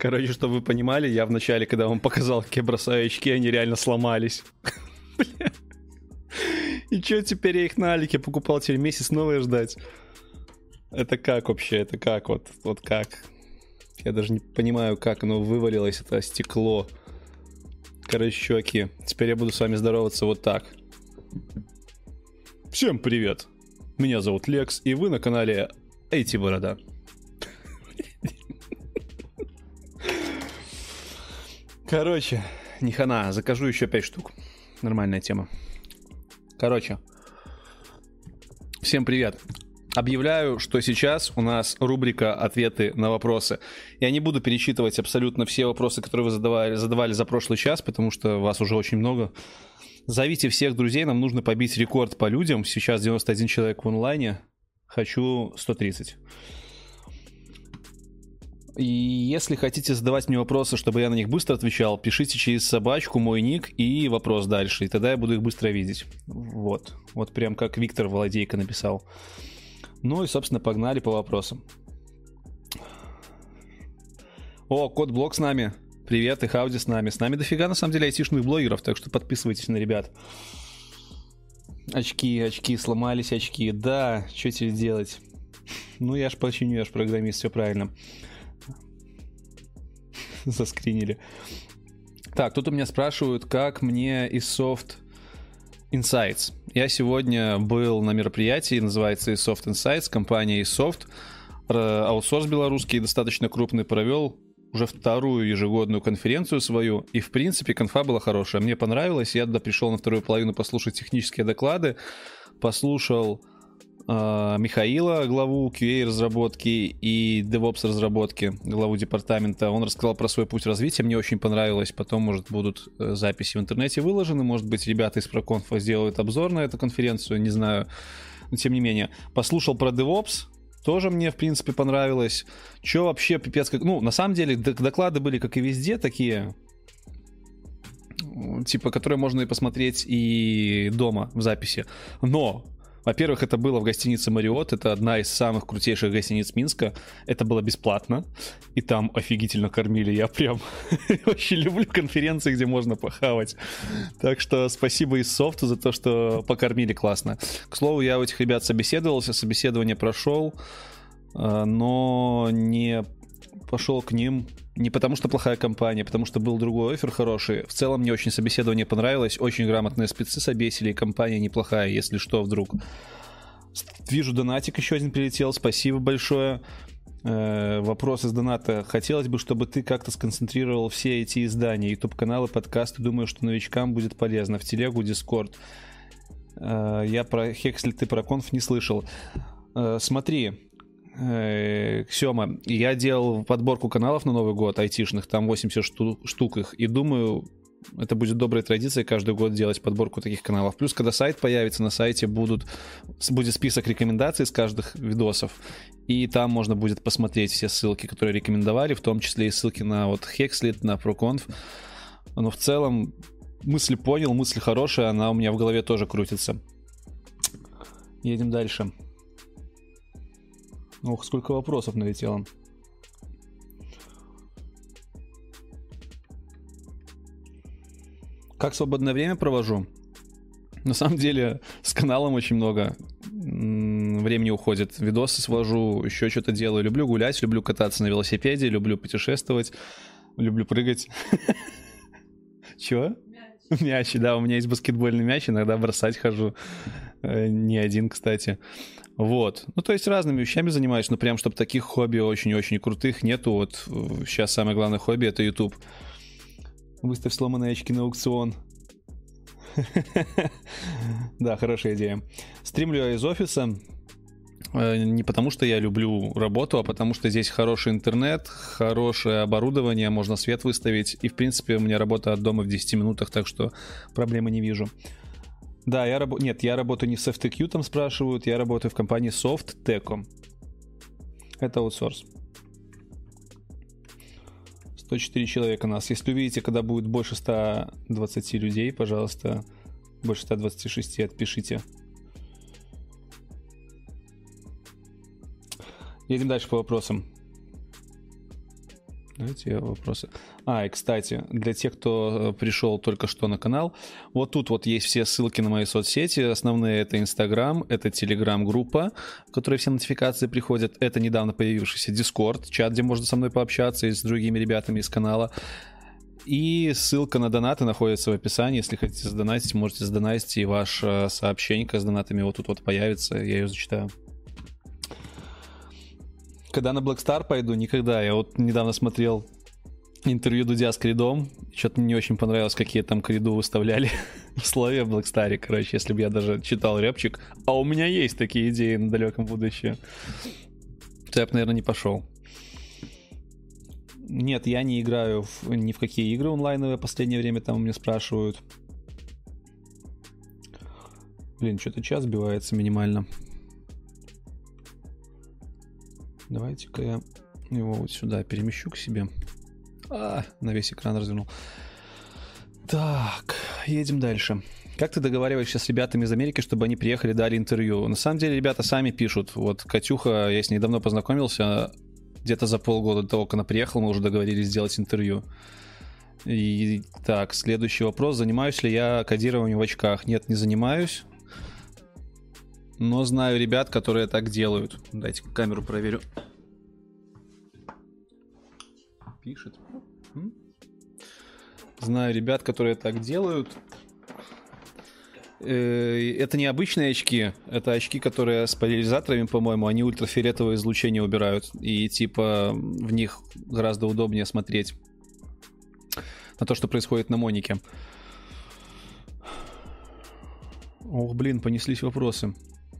Короче, чтобы вы понимали, я вначале, когда вам показал, как я бросаю очки, они реально сломались. И чё теперь я их на Алике покупал, теперь месяц новые ждать? Это как вообще? Это как? Вот, вот как? Я даже не понимаю, как оно вывалилось, это стекло. Короче, чуваки, теперь я буду с вами здороваться вот так. Всем привет! Меня зовут Лекс, и вы на канале ай ти Борода. Короче, ни хана, закажу еще пять штук. Нормальная тема. Короче, всем привет. Объявляю, что сейчас у нас рубрика «Ответы на вопросы». Я не буду перечитывать абсолютно все вопросы, которые вы задавали, задавали за прошлый час, потому что вас уже очень много. Зовите всех друзей, нам нужно побить рекорд по людям. Сейчас девяносто один человек в онлайне. Хочу сто тридцать. И если хотите задавать мне вопросы, чтобы я на них быстро отвечал, пишите через собачку мой ник и вопрос дальше. И тогда я буду их быстро видеть. Вот. Вот прям как Виктор Володейко написал. Ну и, собственно, погнали по вопросам. О, Кот Блок с нами. Привет, и Хауди с нами. С нами дофига, на самом деле, айтишных блогеров, так что подписывайтесь на ребят. Очки, очки, сломались очки. Да, что теперь делать? Ну, я ж починю, я ж программист, все правильно. Заскринили. Так, тут у меня спрашивают, как мне iSoft Insights. Я сегодня был на мероприятии, называется iSoft Insights, компания iSoft, аутсорс белорусский, достаточно крупный, провел уже вторую ежегодную конференцию свою, и в принципе конфа была хорошая, мне понравилось, я туда пришел на вторую половину послушать технические доклады, послушал э, Михаила, главу кью эй разработки и DevOps разработки, главу департамента. Он рассказал про свой путь развития, мне очень понравилось. Потом, может, будут записи в интернете выложены, может быть, ребята из Проконфа сделают обзор на эту конференцию, не знаю, но тем не менее. Послушал про DevOps, тоже мне, в принципе, понравилось. Че вообще, пипец, как... Ну, на самом деле, доклады были, как и везде, такие... Типа, которые можно и посмотреть и дома в записи. Но... Во-первых, это было в гостинице Marriott, это одна из самых крутейших гостиниц Минска, это было бесплатно, и там офигительно кормили, я прям очень люблю конференции, где можно похавать, так что спасибо iSoft за то, что покормили классно. К слову, я у этих ребят собеседовался, собеседование прошел, но не пошел к ним не потому, что плохая компания, потому что был другой оффер хороший. В целом мне очень собеседование понравилось, очень грамотные спецы собесили, и компания неплохая, если что, вдруг. Вижу, донатик еще один прилетел, спасибо большое. Э, вопрос из доната. Хотелось бы, чтобы ты как-то сконцентрировал все эти издания, YouTube-каналы, подкасты. Думаю, что новичкам будет полезно. В телегу, Discord. Э, я про Хексли, ты про конф не слышал. Э, смотри... Ксёма, я делал подборку каналов на Новый год айтишных, там восемьдесят шту- штук их, и думаю, это будет доброй традицией каждый год делать подборку таких каналов. Плюс, когда сайт появится, на сайте будут, будет список рекомендаций с каждых видосов, и там можно будет посмотреть все ссылки, которые рекомендовали, в том числе и ссылки на вот Hexlit, на ProConf. Но в целом мысль понял, мысль хорошая, она у меня в голове тоже крутится. Едем дальше. Ох, сколько вопросов налетело. Как свободное время провожу? На самом деле, с каналом очень много времени уходит. Видосы свожу, еще что-то делаю. Люблю гулять, люблю кататься на велосипеде, люблю путешествовать, люблю прыгать. Чего? Мяч. Мяч, да, у меня есть баскетбольный мяч, иногда бросать хожу. Не один, кстати. Вот. Ну, то есть разными вещами занимаюсь, но прям, чтобы таких хобби очень-очень крутых нету. Вот сейчас самое главное хобби — это YouTube. Выставь сломанные очки на аукцион. Да, хорошая идея. Стримлю я из офиса. Не потому, что я люблю работу, а потому, что здесь хороший интернет, хорошее оборудование, можно свет выставить. И, в принципе, у меня работа от дома в десяти минутах, так что проблемы не вижу. Да, я работаю... Нет, я работаю не в SoftTQ, там спрашивают. Я работаю в компании SoftTeco. Это аутсорс. сто четыре человека у нас. Если увидите, когда будет больше ста двадцати людей, пожалуйста, больше ста двадцати шести, отпишите. Едем дальше по вопросам. Давайте вопросы. А, и кстати, для тех, кто пришел только что на канал, вот тут вот есть все ссылки на мои соцсети. Основные — это Инстаграм, это Телеграм-группа, в которой все нотификации приходят. Это недавно появившийся Дискорд, чат, где можно со мной пообщаться и с другими ребятами из канала. И ссылка на донаты находится в описании. Если хотите задонатить, можете задонатить, и ваше сообщение с донатами вот тут вот появится. Я ее зачитаю. Когда на Black Star пойду? Никогда. Я вот недавно смотрел интервью Дудя с Кридом. Что-то мне не очень понравилось, какие там Криду выставляли условия в Black Star. Короче, если бы я даже читал рэпчик, а у меня есть такие идеи на далеком будущем, то я бы, наверное, не пошел. Нет, я не играю в, ни в какие игры онлайновые. В последнее время там у меня спрашивают. Блин, что-то час сбивается минимально. Давайте-ка я его вот сюда перемещу к себе. А, на весь экран развернул. Так, едем дальше. Как ты договариваешься с ребятами из Америки, чтобы они приехали, дали интервью? На самом деле ребята сами пишут. Вот Катюха, я с ней давно познакомился. Где-то за полгода до того, как она приехала, мы уже договорились сделать интервью. И так, следующий вопрос. Занимаюсь ли я кодированием в очках? Нет, не занимаюсь. Но знаю ребят, которые так делают. Дайте камеру проверю. Пишет. Знаю ребят, которые так делают. Это не обычные очки. Это очки, которые с поляризаторами, по-моему. Они ультрафиолетовое излучение убирают. И типа в них гораздо удобнее смотреть на то, что происходит на монике. Ох, блин, понеслись вопросы.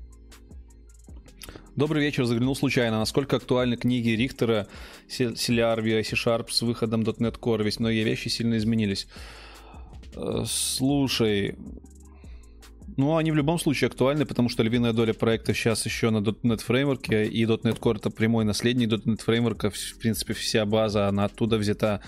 Добрый вечер, заглянул случайно. Насколько актуальны книги Рихтера, Силярвия, C-Sharp с выходом .дот нет Core? Ведь многие вещи сильно изменились. Слушай, ну они в любом случае актуальны, потому что львиная доля проектов сейчас еще на .дот нет фреймворке, и .дот нет Core — это прямой наследник .дот нет фреймворка. В принципе, вся база, она оттуда взята.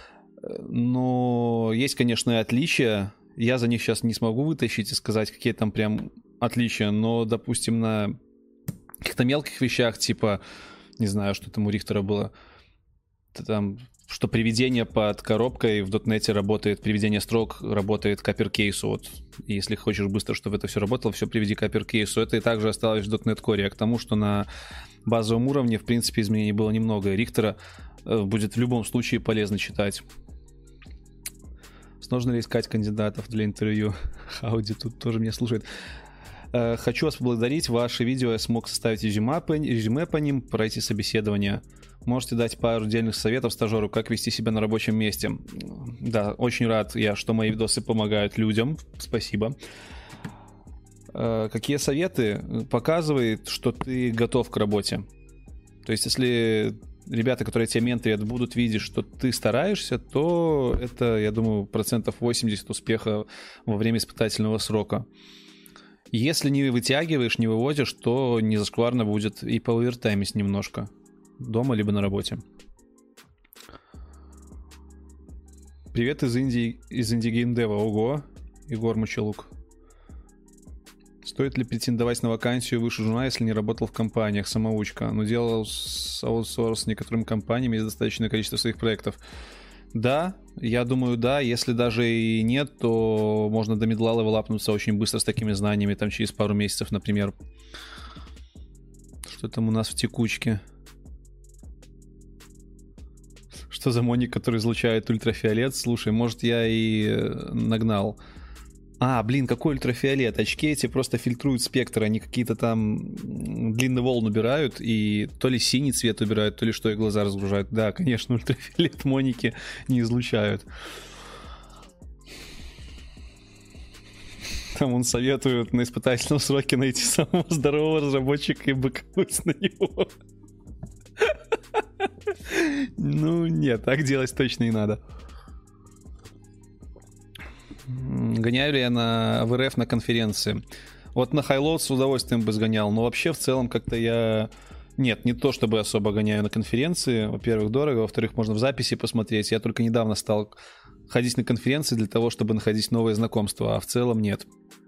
Но есть, конечно, и отличия. Я за них сейчас не смогу вытащить и сказать, какие там прям отличия, но, допустим, на каких-то мелких вещах, типа, не знаю, что там у Рихтера было, там, что приведение под коробкой в .дот нет работает, приведение строк работает к uppercase. Вот. И если хочешь быстро, чтобы это все работало, все приведи к uppercase. Это и также осталось в .дот нет Core. А к тому, что на базовом уровне, в принципе, изменений было немного. Рихтера будет в любом случае полезно читать. Сложно ли искать кандидатов для интервью? Хауди тут тоже меня слушает. Хочу вас поблагодарить. Ваше видео я смог составить резюме по, резюме по ним, пройти собеседование. Можете дать пару отдельных советов стажеру, как вести себя на рабочем месте. Да, очень рад я, что мои видосы помогают людям. Спасибо. Какие советы? Показывает, что ты готов к работе. То есть, если ребята, которые тебя менторят, будут видеть, что ты стараешься, то это, я думаю, процентов восемьдесят успеха во время испытательного срока. Если не вытягиваешь, не выводишь, то незашкварно будет и поувертаймить немножко. Дома либо на работе. Привет из Индии, из Indie Game Dev. Ого, Егор Мочелук. Стоит ли претендовать на вакансию выше жуна, если не работал в компаниях? Самоучка. Но делал аутсорс с некоторыми компаниями, есть достаточное количество своих проектов. Да, я думаю, да. Если даже и нет, то можно до мидла левелапнуться очень быстро с такими знаниями, там через пару месяцев, например. Что там у нас в текучке? Что за моник, который излучает ультрафиолет? Слушай, может, я и нагнал. А, блин, какой ультрафиолет? Очки эти просто фильтруют спектр, они какие-то там длинный волн убирают, и то ли синий цвет убирают, то ли что, и глаза разгружают. Да, конечно, ультрафиолет моники не излучают. Там он советует на испытательном сроке найти самого здорового разработчика и бэкнуть на него. Ну, нет, так делать точно не надо. Гоняю ли я на в эр эф на конференции? Вот на Highload с удовольствием бы сгонял, но вообще в целом как-то я... Нет, не то чтобы особо гоняю на конференции. Во-первых, дорого, во-вторых, можно в записи посмотреть. Я только недавно стал ходить на конференции для того, чтобы находить новые знакомства, а в целом нет.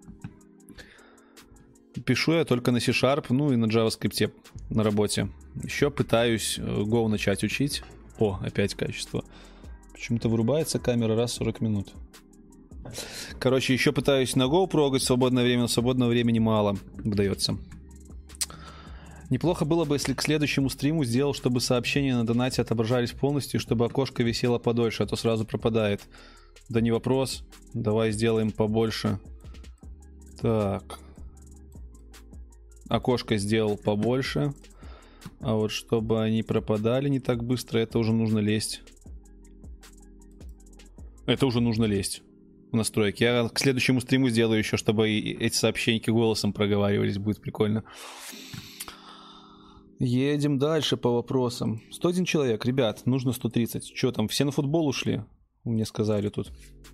Пишу я только на C-Sharp, ну и на JavaScript на работе. Еще пытаюсь Go начать учить. О, опять качество. Почему-то вырубается камера раз в сорок минут. Короче, еще пытаюсь на GoPro прогать в свободное время, но свободного времени мало выдается. Неплохо было бы, если к следующему стриму сделал, чтобы сообщения на донате отображались полностью, чтобы окошко висело подольше, а то сразу пропадает. Да не вопрос. Давай сделаем побольше. Так. Окошко сделал побольше. А вот чтобы они пропадали не так быстро, это уже нужно лезть. Это уже нужно лезть в настройки. Я к следующему стриму сделаю еще, чтобы эти сообщения голосом проговаривались. Будет прикольно. Едем дальше по вопросам. сто один человек. Ребят, нужно сто тридцать. Что там, все на футбол ушли? Мне сказали тут.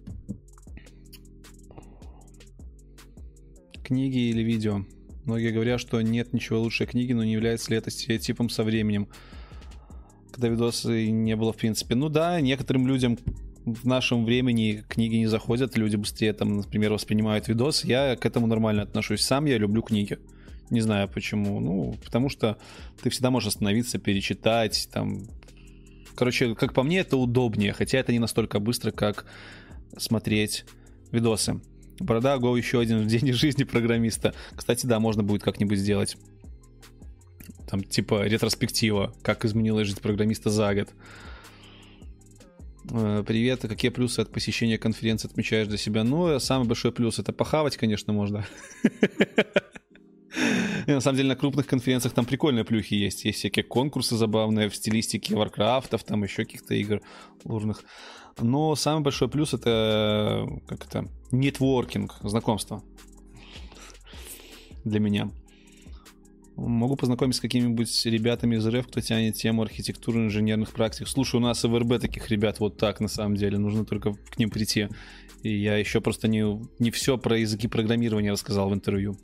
Книги или видео? Многие говорят, что нет ничего лучше книги, но не является ли это стереотипом со временем? Когда видосы не было в принципе. Ну да, некоторым людям в нашем времени книги не заходят. Люди быстрее там, например, воспринимают видос. Я к этому нормально отношусь. Сам я люблю книги. Не знаю почему. Ну, потому что ты всегда можешь остановиться, перечитать. Там. Короче, как по мне, это удобнее. Хотя это не настолько быстро, как смотреть видосы. Борода, го, еще один день из жизни программиста. Кстати, да, можно будет как-нибудь сделать. Там типа ретроспектива. Как изменилась жизнь программиста за год. Привет, а какие плюсы от посещения конференции отмечаешь для себя? Ну, самый большой плюс — это похавать, конечно, можно. И на самом деле на крупных конференциях там прикольные плюхи есть. Есть всякие конкурсы забавные в стилистике варкрафтов, там еще каких-то игр лурных. Но самый большой плюс — это как это нетворкинг, знакомство для меня. Могу познакомиться с какими-нибудь ребятами из РФ, кто тянет тему архитектуры инженерных практик. Слушай, у нас в РБ таких ребят вот так на самом деле. Нужно только к ним прийти. И я еще просто не, не все про языки программирования рассказал в интервью.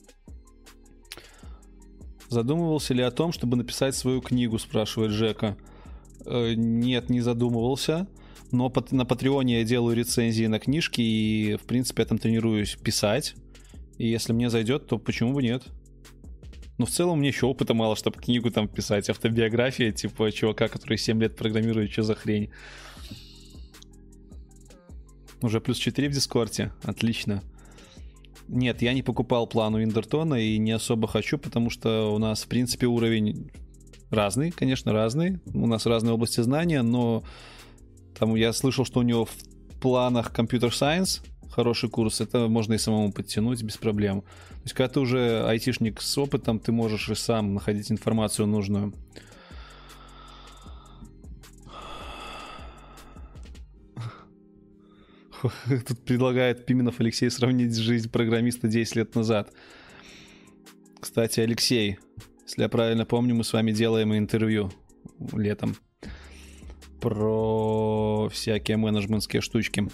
Задумывался ли о том, чтобы написать свою книгу, спрашивает Жека. Э, нет, не задумывался. Но на Патреоне я делаю рецензии на книжки и, в принципе, я там тренируюсь писать. И если мне зайдет, то почему бы нет? Но в целом мне еще опыта мало, чтобы книгу там писать. Автобиография, типа чувака, который семь лет программирует, что за хрень. Уже плюс четыре в Дискорде. Отлично. Нет, я не покупал план у Виндертона и не особо хочу, потому что у нас, в принципе, уровень разный, конечно, разный. У нас разные области знания, но там я слышал, что у него в планах Computer Science хороший курс, это можно и самому подтянуть без проблем. То есть, когда ты уже айтишник с опытом, ты можешь и сам находить информацию нужную. Тут предлагает Пименов Алексей сравнить жизнь программиста десять лет назад. Кстати, Алексей, если я правильно помню, мы с вами делаем интервью летом про всякие менеджментские штучки.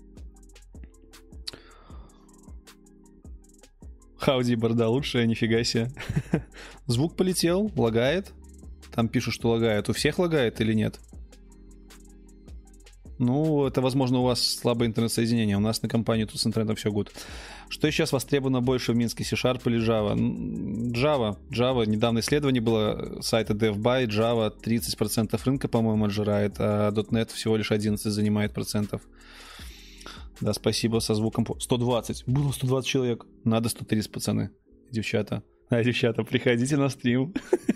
Хауди, борда лучшая, нифига себе. Звук полетел, лагает. Там пишут, что лагает. У всех лагает или нет? Ну, это, возможно, у вас слабое интернет-соединение. У нас на компании тут с интернетом все good. Что сейчас востребовано больше в Минске, C-Sharp или Java? Java. Java. Недавно исследование было сайта DevBuy. Java тридцать процентов рынка, по-моему, отжирает, а .дот нет всего лишь одиннадцать процентов занимает процентов. Да, спасибо, со звуком... сто двадцать. Было сто двадцать человек. Надо сто тридцать, пацаны. Девчата. А, девчата, приходите на стрим.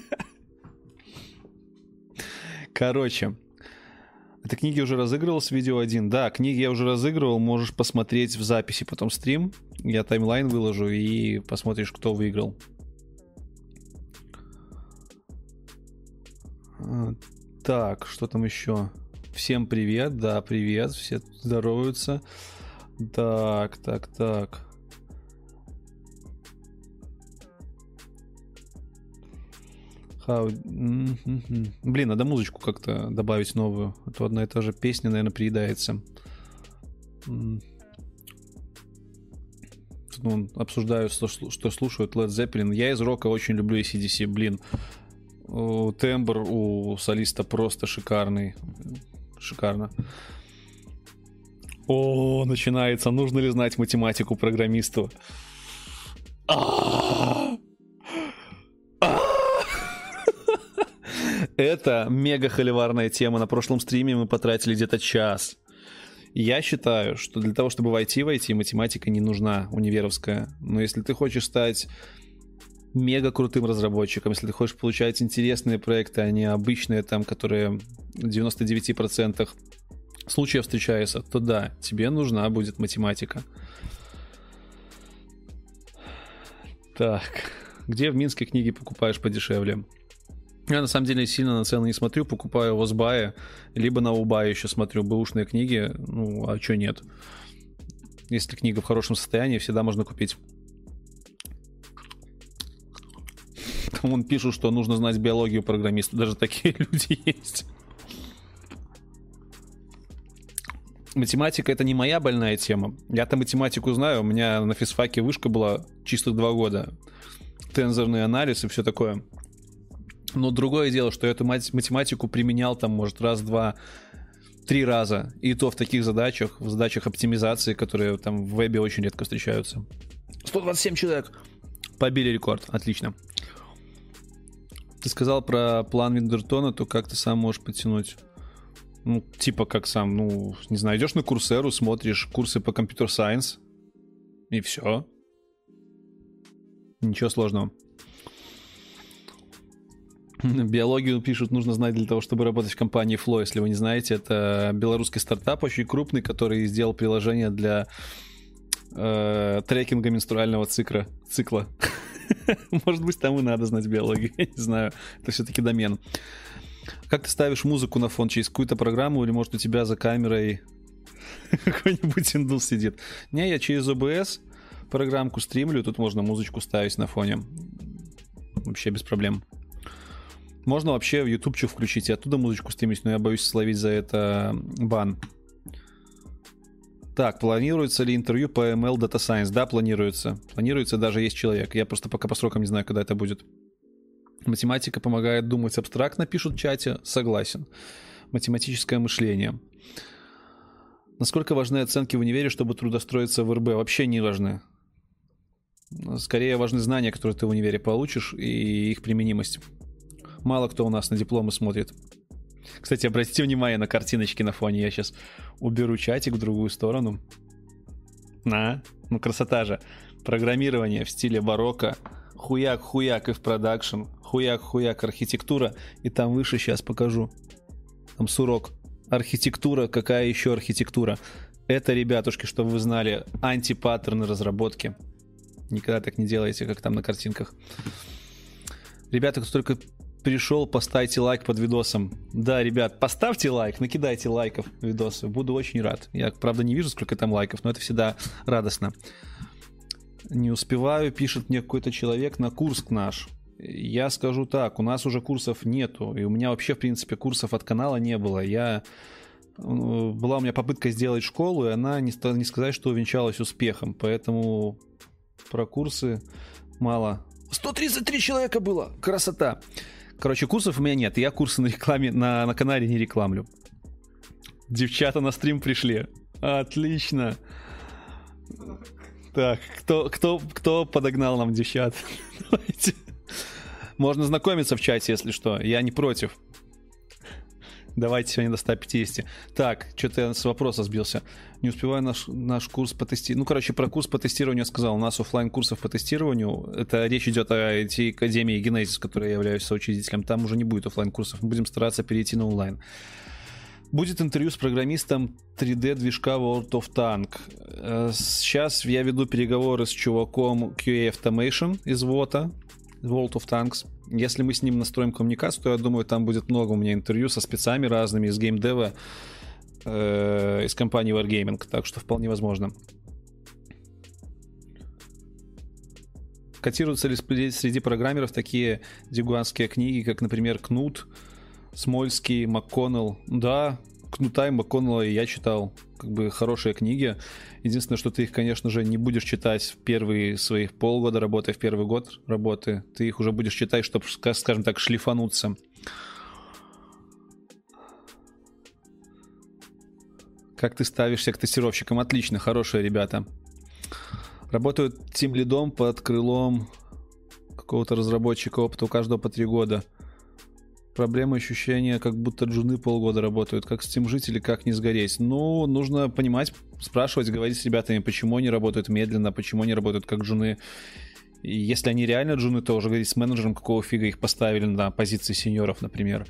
Короче... Эта книга уже разыгрывалась в видео один. Да, книги я уже разыгрывал. Можешь посмотреть в записи потом стрим. Я таймлайн выложу и посмотришь, кто выиграл. Так, что там еще? Всем привет. Да, привет. Все здороваются. Так, так, так. How... Mm-hmm. Блин, надо музычку как-то добавить новую. А то одна и та же песня, наверное, приедается. Mm. Тут, ну, обсуждаю, что, что слушают Led Zeppelin. Я из рока очень люблю эй си ди си. Блин, тембр у солиста просто шикарный. Шикарно. О, начинается. Нужно ли знать математику программисту? Это мега холиварная тема. На прошлом стриме мы потратили где-то час. Я считаю, что для того, чтобы войти в ай ти, математика не нужна, универовская. Но если ты хочешь стать мега крутым разработчиком, если ты хочешь получать интересные проекты, а не обычные, там, которые в девяноста девяти процентах случаев встречаются, то да, тебе нужна будет математика. Так, где в Минске книги покупаешь подешевле? Я на самом деле сильно на цены не смотрю, покупаю в Озбае, либо на Убае еще смотрю бэушные книги, ну а что нет? Если книга в хорошем состоянии, всегда можно купить. Там он пишет, что нужно знать биологию программиста, даже такие люди есть. Математика — это не моя больная тема. Я-то математику знаю, у меня на физфаке вышка была чистых два года. Тензорный анализ и все такое. Но другое дело, что я эту математику применял там, может, раз, два, три раза. И то в таких задачах, в задачах оптимизации, которые там в вебе очень редко встречаются. сто двадцать семь человек. Побили рекорд. Отлично. Ты сказал про план Виндертона, то как ты сам можешь подтянуть? Ну, типа как сам, ну, не знаю, идешь на Курсеру, смотришь курсы по компьютер-сайенс, и все. Ничего сложного. Биологию, пишут, нужно знать для того, чтобы работать в компании Flow. Если вы не знаете, это белорусский стартап очень крупный, который сделал приложение для э, трекинга менструального цикла. цикла. Может быть, там и надо знать биологию, я не знаю. Это все-таки домен. Как ты ставишь музыку на фон? Через какую-то программу или, может, у тебя за камерой какой-нибудь индус сидит? Не, я через о бэ эс программку стримлю, тут можно музычку ставить на фоне. Вообще без проблем. Можно вообще в ютубчик включить и оттуда музычку стримить, но я боюсь словить за это бан. Так, планируется ли интервью по эм эл Data Science? Да, планируется. Планируется, даже есть человек. Я просто пока по срокам не знаю, когда это будет. Математика помогает думать абстрактно, пишут в чате. Согласен. Математическое мышление. Насколько важны оценки в универе, чтобы трудоустроиться в эр бэ? Вообще не важны. Скорее важны знания, которые ты в универе получишь, и их применимость. Мало кто у нас на дипломы смотрит. Кстати, обратите внимание на картиночки на фоне. Я сейчас уберу чатик в другую сторону. На, ну красота же. Программирование в стиле барокко. Хуяк-хуяк и в продакшн. Хуяк-хуяк архитектура. И там выше сейчас покажу. Там сурок. Архитектура. Какая еще архитектура? Это, ребятушки, чтобы вы знали, антипаттерны разработки. Никогда так не делайте, как там на картинках. Ребята, кто только пришел, поставьте лайк под видосом. Да, ребят, поставьте лайк, накидайте лайков в видосы. Буду очень рад. Я, правда, не вижу, сколько там лайков, но это всегда радостно. Не успеваю, пишет мне какой-то человек на курс наш. Я скажу так, у нас уже курсов нету. И у меня вообще, в принципе, курсов от канала не было. Я... Была у меня попытка сделать школу, и она, не, не сказать, что увенчалась успехом. Поэтому про курсы мало. сто тридцать три человека было! Красота! Короче, курсов у меня нет. Я курсы на рекламе на, на канале не рекламлю. Девчата на стрим пришли. Отлично. Так, кто, кто, кто подогнал нам девчат? Давайте. Можно знакомиться в чате, если что. Я не против. Давайте сегодня до ста пятидесяти. Так, что-то я с вопроса сбился. Не успеваю наш, наш курс по тестированию. Ну, короче, про курс по тестированию я сказал. У нас офлайн курсов по тестированию. Это речь идет о ай ти-академии Genesis, которой я являюсь соучредителем. Там уже не будет офлайн курсов. Мы будем стараться перейти на онлайн. Будет интервью с программистом три дэ-движка World of Tank. Сейчас я веду переговоры с чуваком кью эй Automation из ВОТа, World of Tanks. Если мы с ним настроим коммуникацию, то я думаю, там будет много у меня интервью со спецами разными из геймдева, э, из компании Wargaming, так что вполне возможно. Котируются ли среди программеров такие дигуанские книги, как, например, Кнут, Смольский, МакКоннелл? Да, Кнута и МакКоннелла я читал. Как бы хорошие книги. Единственное, что ты их, конечно же, не будешь читать в первые своих полгода работы, в первый год работы. Ты их уже будешь читать, чтобы, скажем так, шлифануться. Как ты ставишься к тестировщикам? Отлично, хорошие ребята. Работают тимлидом под крылом какого-то разработчика, опыта у каждого по три года. Проблема ощущения, как будто джуны полгода работают. Как с этим жить или как не сгореть? Ну, нужно понимать, спрашивать, говорить с ребятами, почему они работают медленно, почему они работают как джуны. И если они реально джуны, то уже говорить с менеджером, какого фига их поставили на позиции сеньоров, например.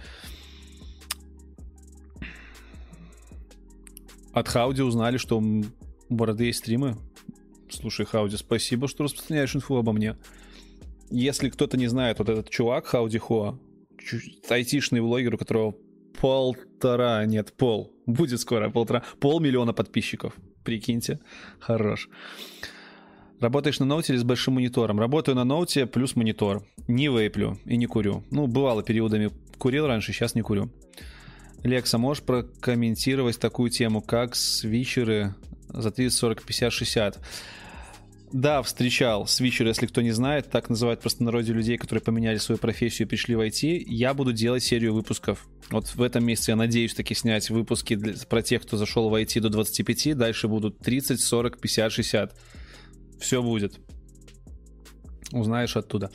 От Хауди узнали, что у Бороды есть стримы. Слушай, Хауди, спасибо, что распространяешь инфу обо мне. Если кто-то не знает, вот этот чувак, Хауди Хоа, айтишный блогер, у которого полтора, нет, пол, будет скоро полтора, полмиллиона подписчиков. Прикиньте, хорош. Работаешь на ноуте или с большим монитором? Работаю на ноуте плюс монитор. Не вейплю и не курю. Ну, бывало периодами курил раньше, сейчас не курю. Лекса, можешь прокомментировать такую тему, как свитчеры за тридцать, сорок, пятьдесят, шестьдесят? Да, встречал свитчеры, если кто не знает, так называют в простонародье людей, которые поменяли свою профессию и пришли в ай ти. Я буду делать серию выпусков. Вот в этом месяце я надеюсь таки снять выпуски для, про тех, кто зашел в ай ти до двадцати пяти. Дальше будут тридцать, сорок, пятьдесят, шестьдесят. Все будет. Узнаешь оттуда.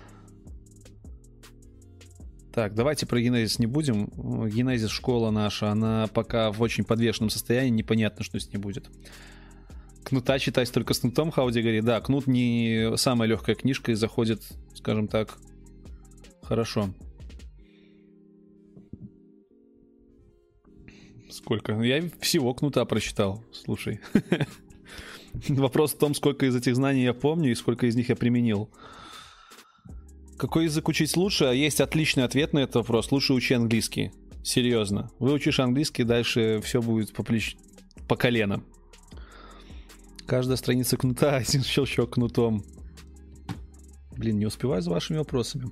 Так, давайте про Генезис не будем. Генезис, школа наша, она пока в очень подвешенном состоянии, непонятно, что с ней будет. Кнута читать только с кнутом, Хауди говорит. Да, кнут не самая легкая книжка и заходит, скажем так, хорошо. Сколько? Я всего кнута прочитал, слушай. Вопрос в том, сколько из этих знаний я помню и сколько из них я применил. Какой язык учить лучше? Есть отличный ответ на этот вопрос. Лучше учи английский. Серьезно. Выучишь английский, дальше все будет по, плеч... по колено. Каждая страница кнута, один щелчок кнутом. Блин, не успеваю за вашими вопросами.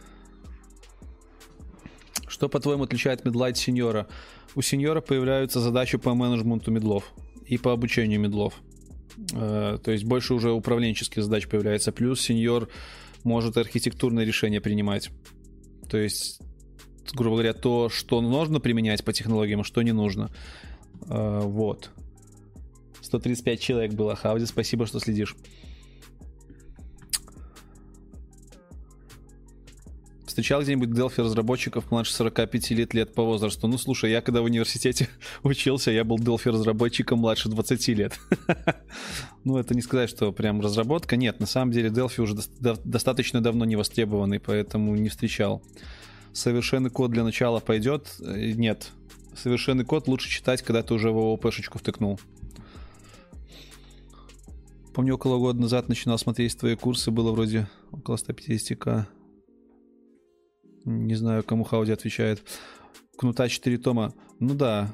Что, по-твоему, отличает мидлайт сеньора? У сеньора появляются задачи по менеджменту мидлов и по обучению мидлов. Э, то есть больше уже управленческих задач появляется. Плюс сеньор может архитектурные решения принимать. То есть, грубо говоря, то, что нужно применять по технологиям, а что не нужно. Э, вот. сто тридцать пять человек было. Хауди, спасибо, что следишь. Встречал где-нибудь Delphi разработчиков младше сорока пяти лет, лет по возрасту? Ну, слушай, я когда в университете учился, я был Delphi разработчиком младше двадцати лет. Ну, это не сказать, что прям разработка. Нет, на самом деле Delphi уже до- достаточно давно не востребованный, поэтому не встречал. Совершенный код для начала пойдет? Нет. Совершенный код лучше читать, когда ты уже в ООП-шечку втыкнул. Помню, около года назад начинал смотреть твои курсы, было вроде около ста пятидесяти тысяч. Не знаю, кому Хауди отвечает. Кнута четыре тома. Ну да,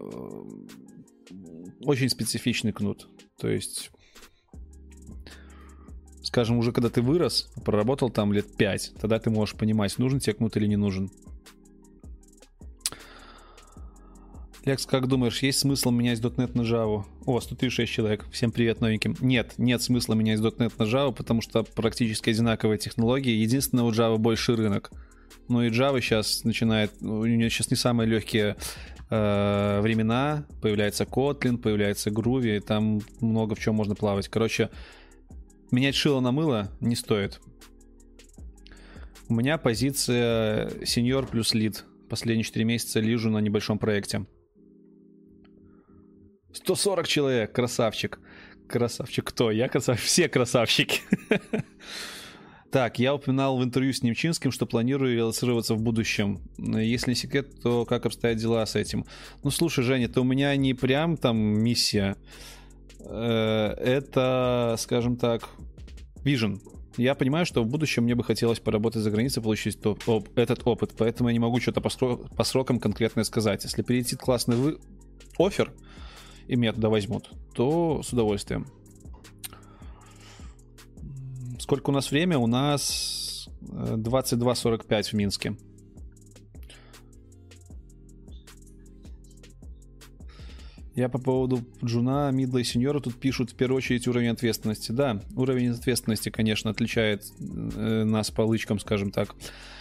очень специфичный кнут. То есть, скажем, уже когда ты вырос, проработал там лет пять, тогда ты можешь понимать, нужен тебе кнут или не нужен. Лекс, как думаешь, есть смысл менять .дот нет на Java? О, сто тридцать шесть человек. Всем привет новеньким. Нет, нет смысла менять .дот нет на Java, потому что практически одинаковые технологии. Единственное, у Java больше рынок. Ну и Java сейчас начинает... У нее сейчас не самые легкие э, времена. Появляется Kotlin, появляется Groovy. Там много в чем можно плавать. Короче, менять шило на мыло не стоит. У меня позиция senior плюс lead. Последние четыре месяца лижу на небольшом проекте. сто сорок человек, красавчик. Красавчик кто? Я красавчик? Все красавчики. Так, я упоминал в интервью с Немчинским, что планирую релацироваться в будущем. Если не секрет, то как обстоят дела с этим? Ну, слушай, Женя, это у меня не прям там миссия. Это, скажем так, вижен. Я понимаю, что в будущем мне бы хотелось поработать за границей, получить топ, оп, этот опыт, поэтому я не могу что-то по, срок, по срокам конкретное сказать. Если прилетит классный вы... оффер, и меня туда возьмут, то с удовольствием. Сколько у нас время? У нас двадцать два сорок пять в Минске. Я по поводу джуна, мидла и сеньора тут пишут в первую очередь уровень ответственности. Да, уровень ответственности, конечно, отличает э, нас по лычкам, скажем так.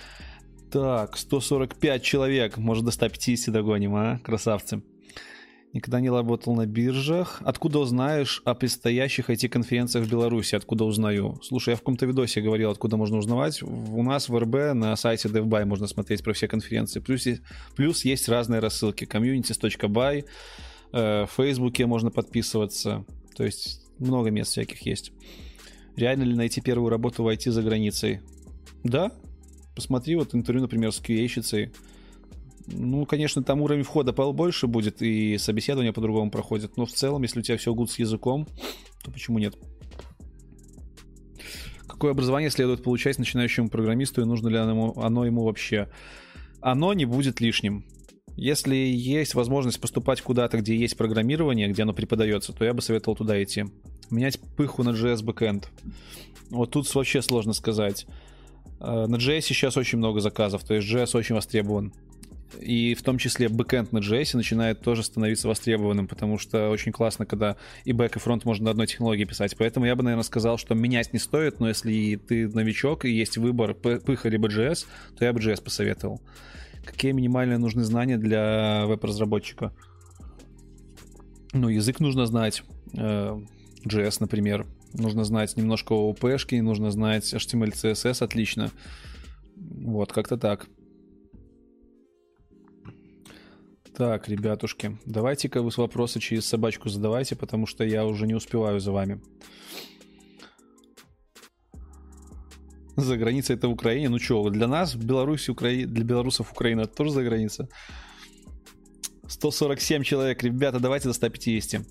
Так, сто сорок пять человек. Может, до ста пятидесяти догоним, а? Красавцы. Никогда не работал на биржах. Откуда узнаешь о предстоящих ай ти-конференциях в Беларуси? Откуда узнаю? Слушай, я в каком-то видосе говорил, откуда можно узнавать. У нас в эр бэ на сайте DevBuy можно смотреть про все конференции. Плюс, плюс есть разные рассылки. communities точка by, в Фейсбуке можно подписываться. То есть много мест всяких есть. Реально ли найти первую работу в ай ти за границей? Да. Посмотри вот интервью, например, с кью эй-щицей. Ну, конечно, там уровень входа побольше будет, и собеседование по-другому проходит. Но в целом, если у тебя все гуд с языком, то почему нет? Какое образование следует получать начинающему программисту, и нужно ли оно, оно ему вообще? Оно не будет лишним. Если есть возможность поступать куда-то, где есть программирование, где оно преподается, то я бы советовал туда идти. Менять пыху на джей эс бэкэнд. Вот тут вообще сложно сказать. На джей эс сейчас очень много заказов, то есть джей эс очень востребован. И в том числе бэкэнд на джей эс начинает тоже становиться востребованным, потому что очень классно, когда и бэк, и фронт можно на одной технологии писать. Поэтому я бы, наверное, сказал, что менять не стоит, но если ты новичок и есть выбор пыха либо джей эс, то я бы джей эс посоветовал. Какие минимальные нужны знания для веб-разработчика? Ну, язык нужно знать, джей эс, например. Нужно знать немножко о о пи-шки, нужно знать эйч ти эм эль, си эс эс отлично. Вот, как-то так. Так, ребятушки, давайте-ка вы вопросы через собачку задавайте, потому что я уже не успеваю за вами. За границей это в Украине? Ну что, для нас, в Беларуси, Укра... для белорусов Украина это тоже за граница? сто сорок семь человек, ребята, давайте до ста пятидесяти.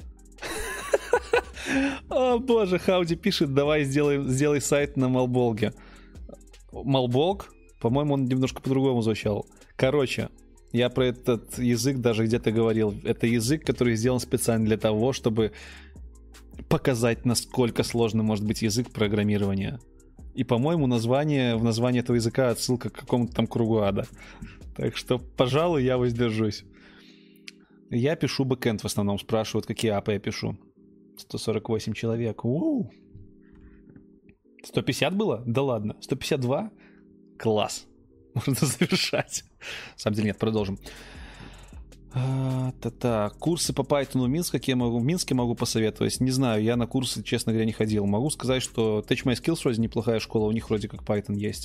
О боже, Хауди пишет, давай сделай, сделай сайт на Малболге. Малболг? По-моему, он немножко по-другому звучал. Короче, я про этот язык даже где-то говорил. Это язык, который сделан специально для того, чтобы показать, насколько сложным может быть язык программирования. И, по-моему, название, в названии этого языка отсылка к какому-то там кругу ада. Так что, пожалуй, я воздержусь. Я пишу бэкэнд в основном. Спрашивают, какие апы я пишу. сто сорок восемь человек. У-у-у. сто пятьдесят было? Да ладно. сто пятьдесят два? Класс. Можно завершать. На самом деле нет, продолжим. А, та-та. Курсы по Python в Минске, какие могу, в Минске могу посоветовать. Не знаю, я на курсы, честно говоря, не ходил. Могу сказать, что Teach My Skills вроде неплохая школа, у них вроде как Python есть.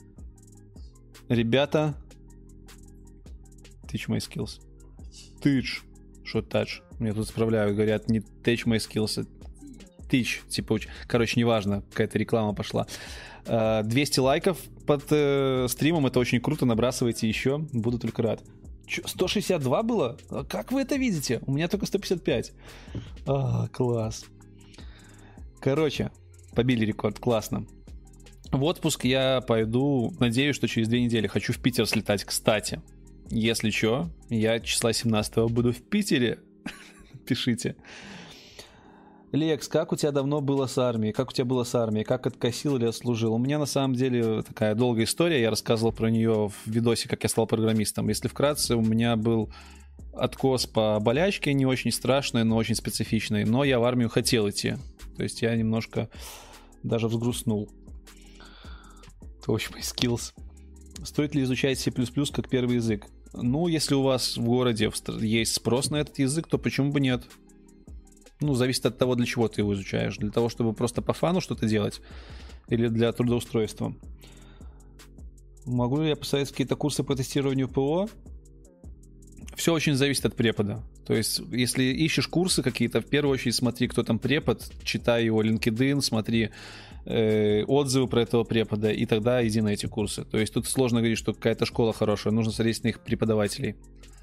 Ребята, Teach My Skills. Teach. Что touch? Меня тут справляют, говорят, не Teach My Skills, а Teach. Типа, короче, неважно, какая-то реклама пошла. двести лайков под э, стримом, это очень круто, набрасывайте еще, буду только рад. Чё, сто шестьдесят два было? Как вы это видите? У меня только сто пятьдесят пять. А, класс. Короче, побили рекорд, классно. В отпуск я пойду, надеюсь, что через две недели. Хочу в Питер слетать, кстати. Если что, я числа семнадцатого буду в Питере. Пишите. Лекс, как у тебя давно было с армией? Как у тебя было с армией? Как откосил или отслужил? У меня на самом деле такая долгая история. Я рассказывал про нее в видосе, как я стал программистом. Если вкратце, у меня был откос по болячке, не очень страшный, но очень специфичный. Но я в армию хотел идти. То есть я немножко даже взгрустнул. Touch My Skills. Стоит ли изучать C++ как первый язык? Ну, если у вас в городе есть спрос на этот язык, то почему бы нет? Ну, зависит от того, для чего ты его изучаешь. Для того, чтобы просто по фану что-то делать, или для трудоустройства. Могу ли я посоветовать какие-то курсы по тестированию ПО? Все очень зависит от препода. То есть, если ищешь курсы какие-то, в первую очередь смотри, кто там препод, читай его LinkedIn, смотри э, отзывы про этого препода, и тогда иди на эти курсы. То есть, тут сложно говорить, что какая-то школа хорошая, нужно смотреть на их преподавателей.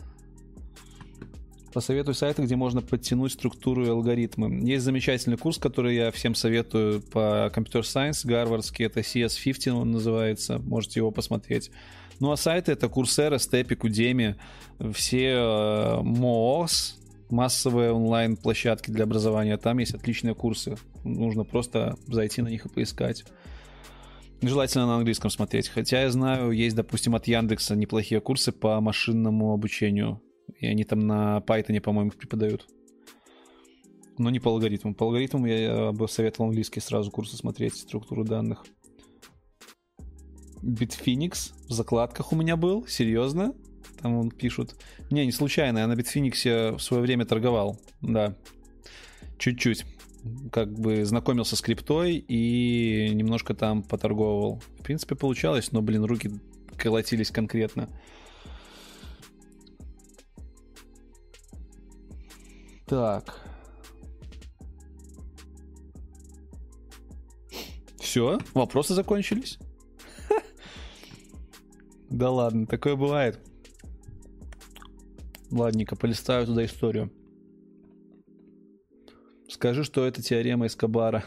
Посоветуй сайты, где можно подтянуть структуру и алгоритмы. Есть замечательный курс, который я всем советую по Computer Science, гарвардский, это си эс пятьдесят он называется, можете его посмотреть. Ну а сайты это Coursera, Stepik, Udemy, все э, МООС, массовые онлайн-площадки для образования, там есть отличные курсы, нужно просто зайти на них и поискать. Желательно на английском смотреть, хотя я знаю, есть, допустим, от Яндекса неплохие курсы по машинному обучению. И они там на Python, по-моему, преподают. Но не по алгоритмам. По алгоритмам я бы советовал английский сразу курсы смотреть, структуру данных. Bitfinex в закладках у меня был. Серьезно? Там он пишут. Не, не случайно, я на Bitfinex в свое время торговал. Да. Чуть-чуть. Как бы знакомился с криптой и немножко там поторговывал. В принципе, получалось, но, блин, руки колотились конкретно. Так. Все, вопросы закончились. Да ладно, такое бывает. Ладненько, полистаю туда историю. Скажи, что это теорема Эскобара.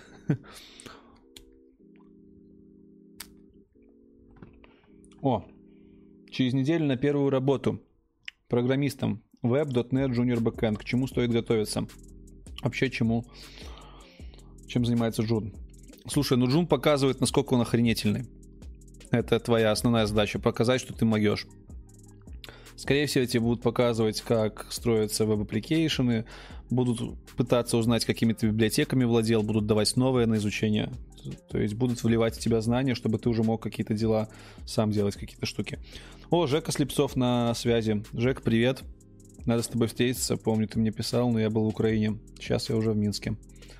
О, через неделю на первую работу программистом Web точка нет Junior Backend. К чему стоит готовиться? Вообще, чему? Чем занимается Джун? Слушай, ну Джун показывает, насколько он охренительный. Это твоя основная задача, показать, что ты могешь. Скорее всего, тебе будут показывать, как строятся веб-аппликейшены, будут пытаться узнать, какими ты библиотеками владел, будут давать новые на изучение. То есть будут вливать в тебя знания, чтобы ты уже мог какие-то дела сам делать, какие-то штуки. О, Жека Слепцов на связи. Жек, привет. Надо с тобой встретиться. Помню, ты мне писал, но я был в Украине. Сейчас я уже в Минске.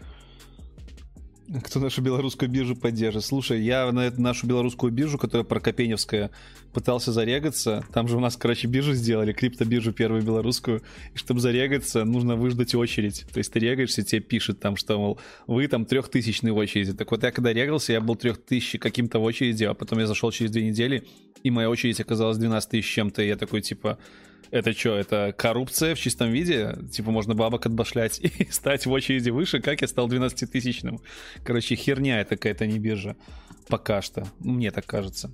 Кто нашу белорусскую биржу поддержит? Слушай, я на эту нашу белорусскую биржу, которая Прокопеневская, пытался зарегаться. Там же у нас, короче, биржу сделали, криптобиржу первую белорусскую. И чтобы зарегаться, нужно выждать очередь. То есть ты регаешься, тебе пишет там, что, мол, вы там трехтысячные в очереди. Так вот я когда регался, я был трехтысячный каким-то в очереди, а потом я зашел через две недели, и моя очередь оказалась двенадцать тысяч чем-то. И я такой, типа... Это что, это коррупция в чистом виде? Типа можно бабок отбашлять и стать в очереди выше? Как я стал двенадцатитысячным? Короче, херня это какая-то, не биржа. Пока что. Мне так кажется.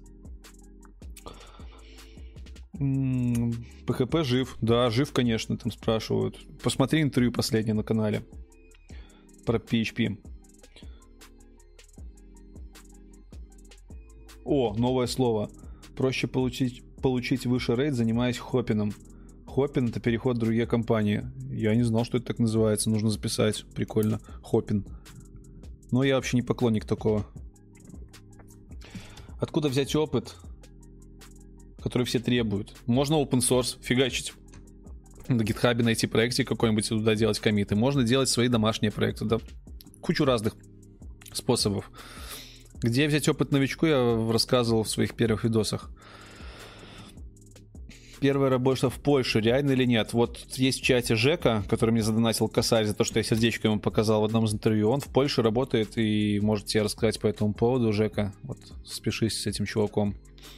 пэ ха пэ жив. Да, жив, конечно, там спрашивают. Посмотри интервью последнее на канале. Про пи эйч пи. О, новое слово. Проще получить... получить выше рейд, занимаясь хоппином. Хоппин — это переход в другие компании. Я не знал, что это так называется. Нужно записать. Прикольно. Хоппин. Но я вообще не поклонник такого. Откуда взять опыт, который все требуют? Можно open source фигачить. На GitHub найти проектик какой-нибудь, туда делать коммиты. Можно делать свои домашние проекты. Да, кучу разных способов. Где взять опыт новичку, я рассказывал в своих первых видосах. Первая работа в Польше, реально или нет? Вот есть в чате Жека, который мне задонатил косарь за то, что я сердечко ему показал в одном из интервью. Он в Польше работает и может тебе рассказать по этому поводу, Жека. Вот спешись с этим чуваком.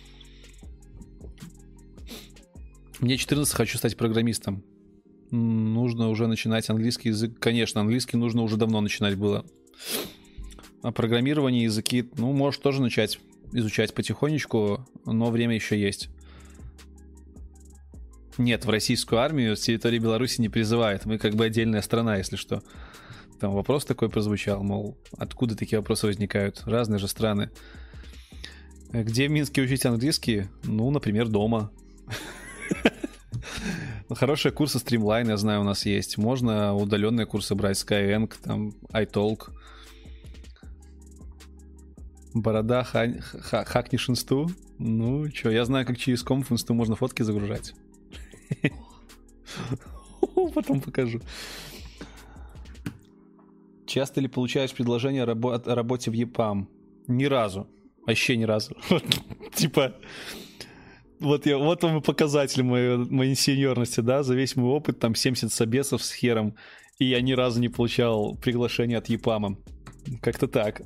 Мне четырнадцать, хочу стать программистом. Нужно уже начинать английский язык. Конечно, английский нужно уже давно начинать было. А программирование, языки, ну, можешь тоже начать изучать потихонечку, но время еще есть. Нет, в российскую армию с территории Беларуси не призывают. Мы как бы отдельная страна, если что. Там вопрос такой прозвучал, мол, откуда такие вопросы возникают? Разные же страны. Где в Минске учить английский? Ну, например, дома. Хорошие курсы Streamline, я знаю, у нас есть. Можно удаленные курсы брать, Skyeng, там, iTalk. Борода, хакнешь инсту? Ну, что, я знаю, как через комп в инсту можно фотки загружать. Потом покажу. Часто ли получаешь предложение о работе в ЕПАМ? Ни разу. Вообще ни разу. Типа, вот я, вот вам и показатель моей, моей сеньорности, да, за весь мой опыт, там семьдесят собесов с хером, и я ни разу не получал приглашение от ЕПАМа. Как-то так.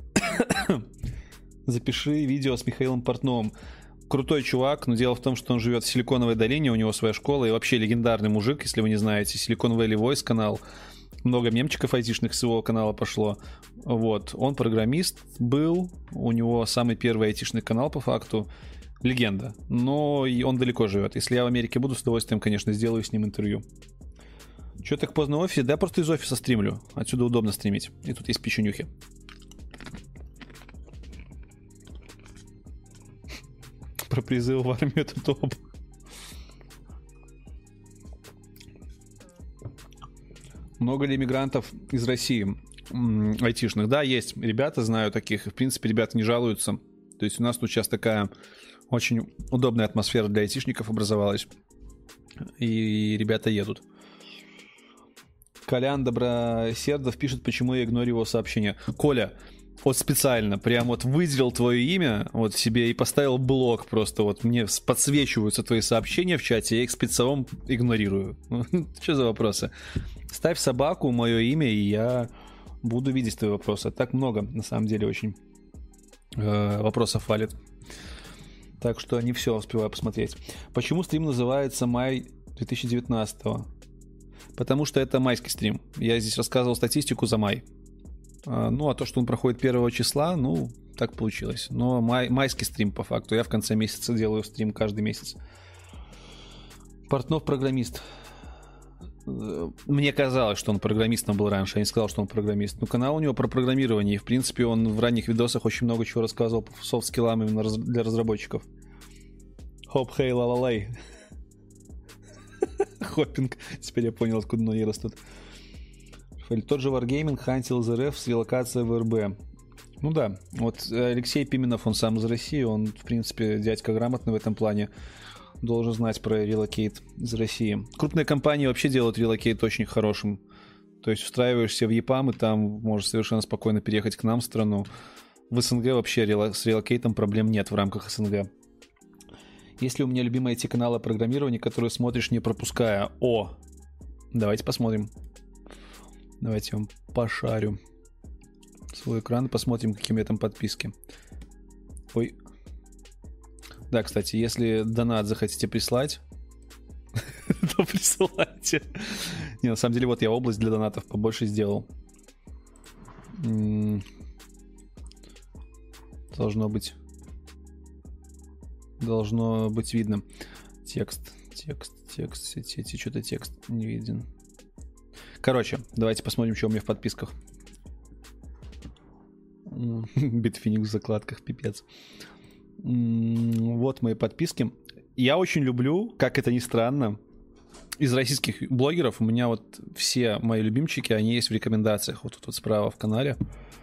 Запиши видео с Михаилом Портновым. Крутой чувак, но дело в том, что он живет в Силиконовой долине, у него своя школа, и вообще легендарный мужик, если вы не знаете. Silicon Valley Voice канал. Много мемчиков айтишных с его канала пошло. Вот. Он программист был, у него самый первый айтишный канал по факту. Легенда. Но и он далеко живет. Если я в Америке буду, с удовольствием, конечно, сделаю с ним интервью. Че так поздно в офисе? Да я просто из офиса стримлю. Отсюда удобно стримить. И тут есть печенюхи. Про призыв в армию это топ. Много ли иммигрантов из России м- айтишных? Да, есть. Ребята, знаю таких. В принципе, ребята не жалуются. То есть у нас тут сейчас такая очень удобная атмосфера для айтишников образовалась. И ребята едут. Колян Добросердов пишет, почему я игнорю его сообщения. Коля, вот специально прям вот выделил твое имя вот себе и поставил блок просто. Вот мне подсвечиваются твои сообщения в чате, я их спецовом игнорирую. Что за вопросы? Ставь собаку, мое имя, и я буду видеть твои вопросы. Так много, на самом деле, очень э, вопросов валит. Так что не все успеваю посмотреть. Почему стрим называется «Май две тысячи девятнадцатого»? Потому что это майский стрим. Я здесь рассказывал статистику за май. А, ну, а то, что он проходит первого числа, ну, так получилось. Но май, майский стрим, по факту. Я в конце месяца делаю стрим каждый месяц. Портнов программист. Мне казалось, что он программистом был раньше. Я не сказал, что он программист. Но канал у него про программирование. И, в принципе, он в ранних видосах очень много чего рассказывал по софт-скиллам именно для разработчиков. Хоп, хей, ла-ла-лей. Хоппинг. Теперь я понял, откуда ноги растут. Тот же Wargaming, Хантил из РФ с релокацией в РБ. Ну да, вот Алексей Пименов, он сам из России, он, в принципе, дядька грамотный в этом плане. Должен знать про релокейт из России. Крупные компании вообще делают релокейт очень хорошим. То есть устраиваешься в ЕПАМ, и там можешь совершенно спокойно переехать к нам в страну. В СНГ вообще с релокейтом проблем нет в рамках СНГ. Есть ли у меня любимые ай ти-каналы программирования, которые смотришь не пропуская? О! Давайте посмотрим. Давайте я вам пошарю свой экран и посмотрим, какие у меня там подписки. Ой. Да, кстати, если донат захотите прислать, то присылайте. Не, на самом деле, вот я область для донатов побольше сделал. Должно быть... Должно быть видно. Текст, текст, текст, сети, что-то текст не виден. Короче, давайте посмотрим, что у меня в подписках. Битфиник в закладках, пипец. Вот мои подписки. Я очень люблю, как это ни странно, из российских блогеров у меня вот все мои любимчики, они есть в рекомендациях. Вот тут вот справа в канале.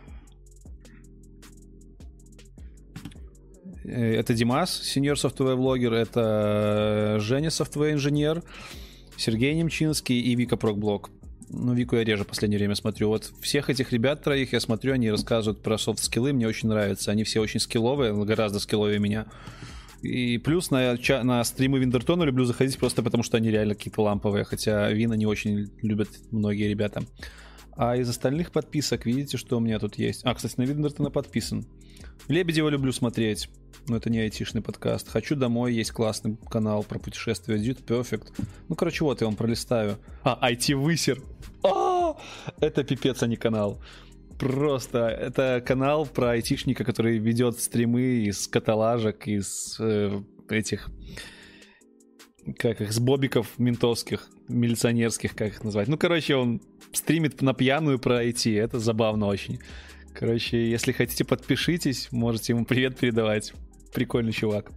Это Димас, senior software блогер, это Женя, software инженер, Сергей Немчинский и Вика Прокблог. Ну, Вику я реже в последнее время смотрю. Вот всех этих ребят троих я смотрю, они рассказывают про софт-скиллы, мне очень нравится. Они все очень скилловые, гораздо скилловее меня. И плюс на, на стримы Виндертона люблю заходить просто потому, что они реально какие-то ламповые, хотя Вина не очень любят многие ребята. А из остальных подписок, видите, что у меня тут есть? А, кстати, на Виндертона подписан. Лебедева люблю смотреть, но это не айтишный подкаст. Хочу домой, есть классный канал про путешествия, Dude Perfect. Ну, короче, вот я вам пролистаю. А, ай ти-высер. А, это пипец, а не канал. Просто это канал про айтишника, который ведет стримы из каталажек, из э, этих... Как их, с бобиков ментовских, милиционерских, как их назвать. Ну, короче, он стримит на пьяную про ай ти. Это забавно очень. Короче, если хотите, подпишитесь. Можете ему привет передавать. Прикольный чувак.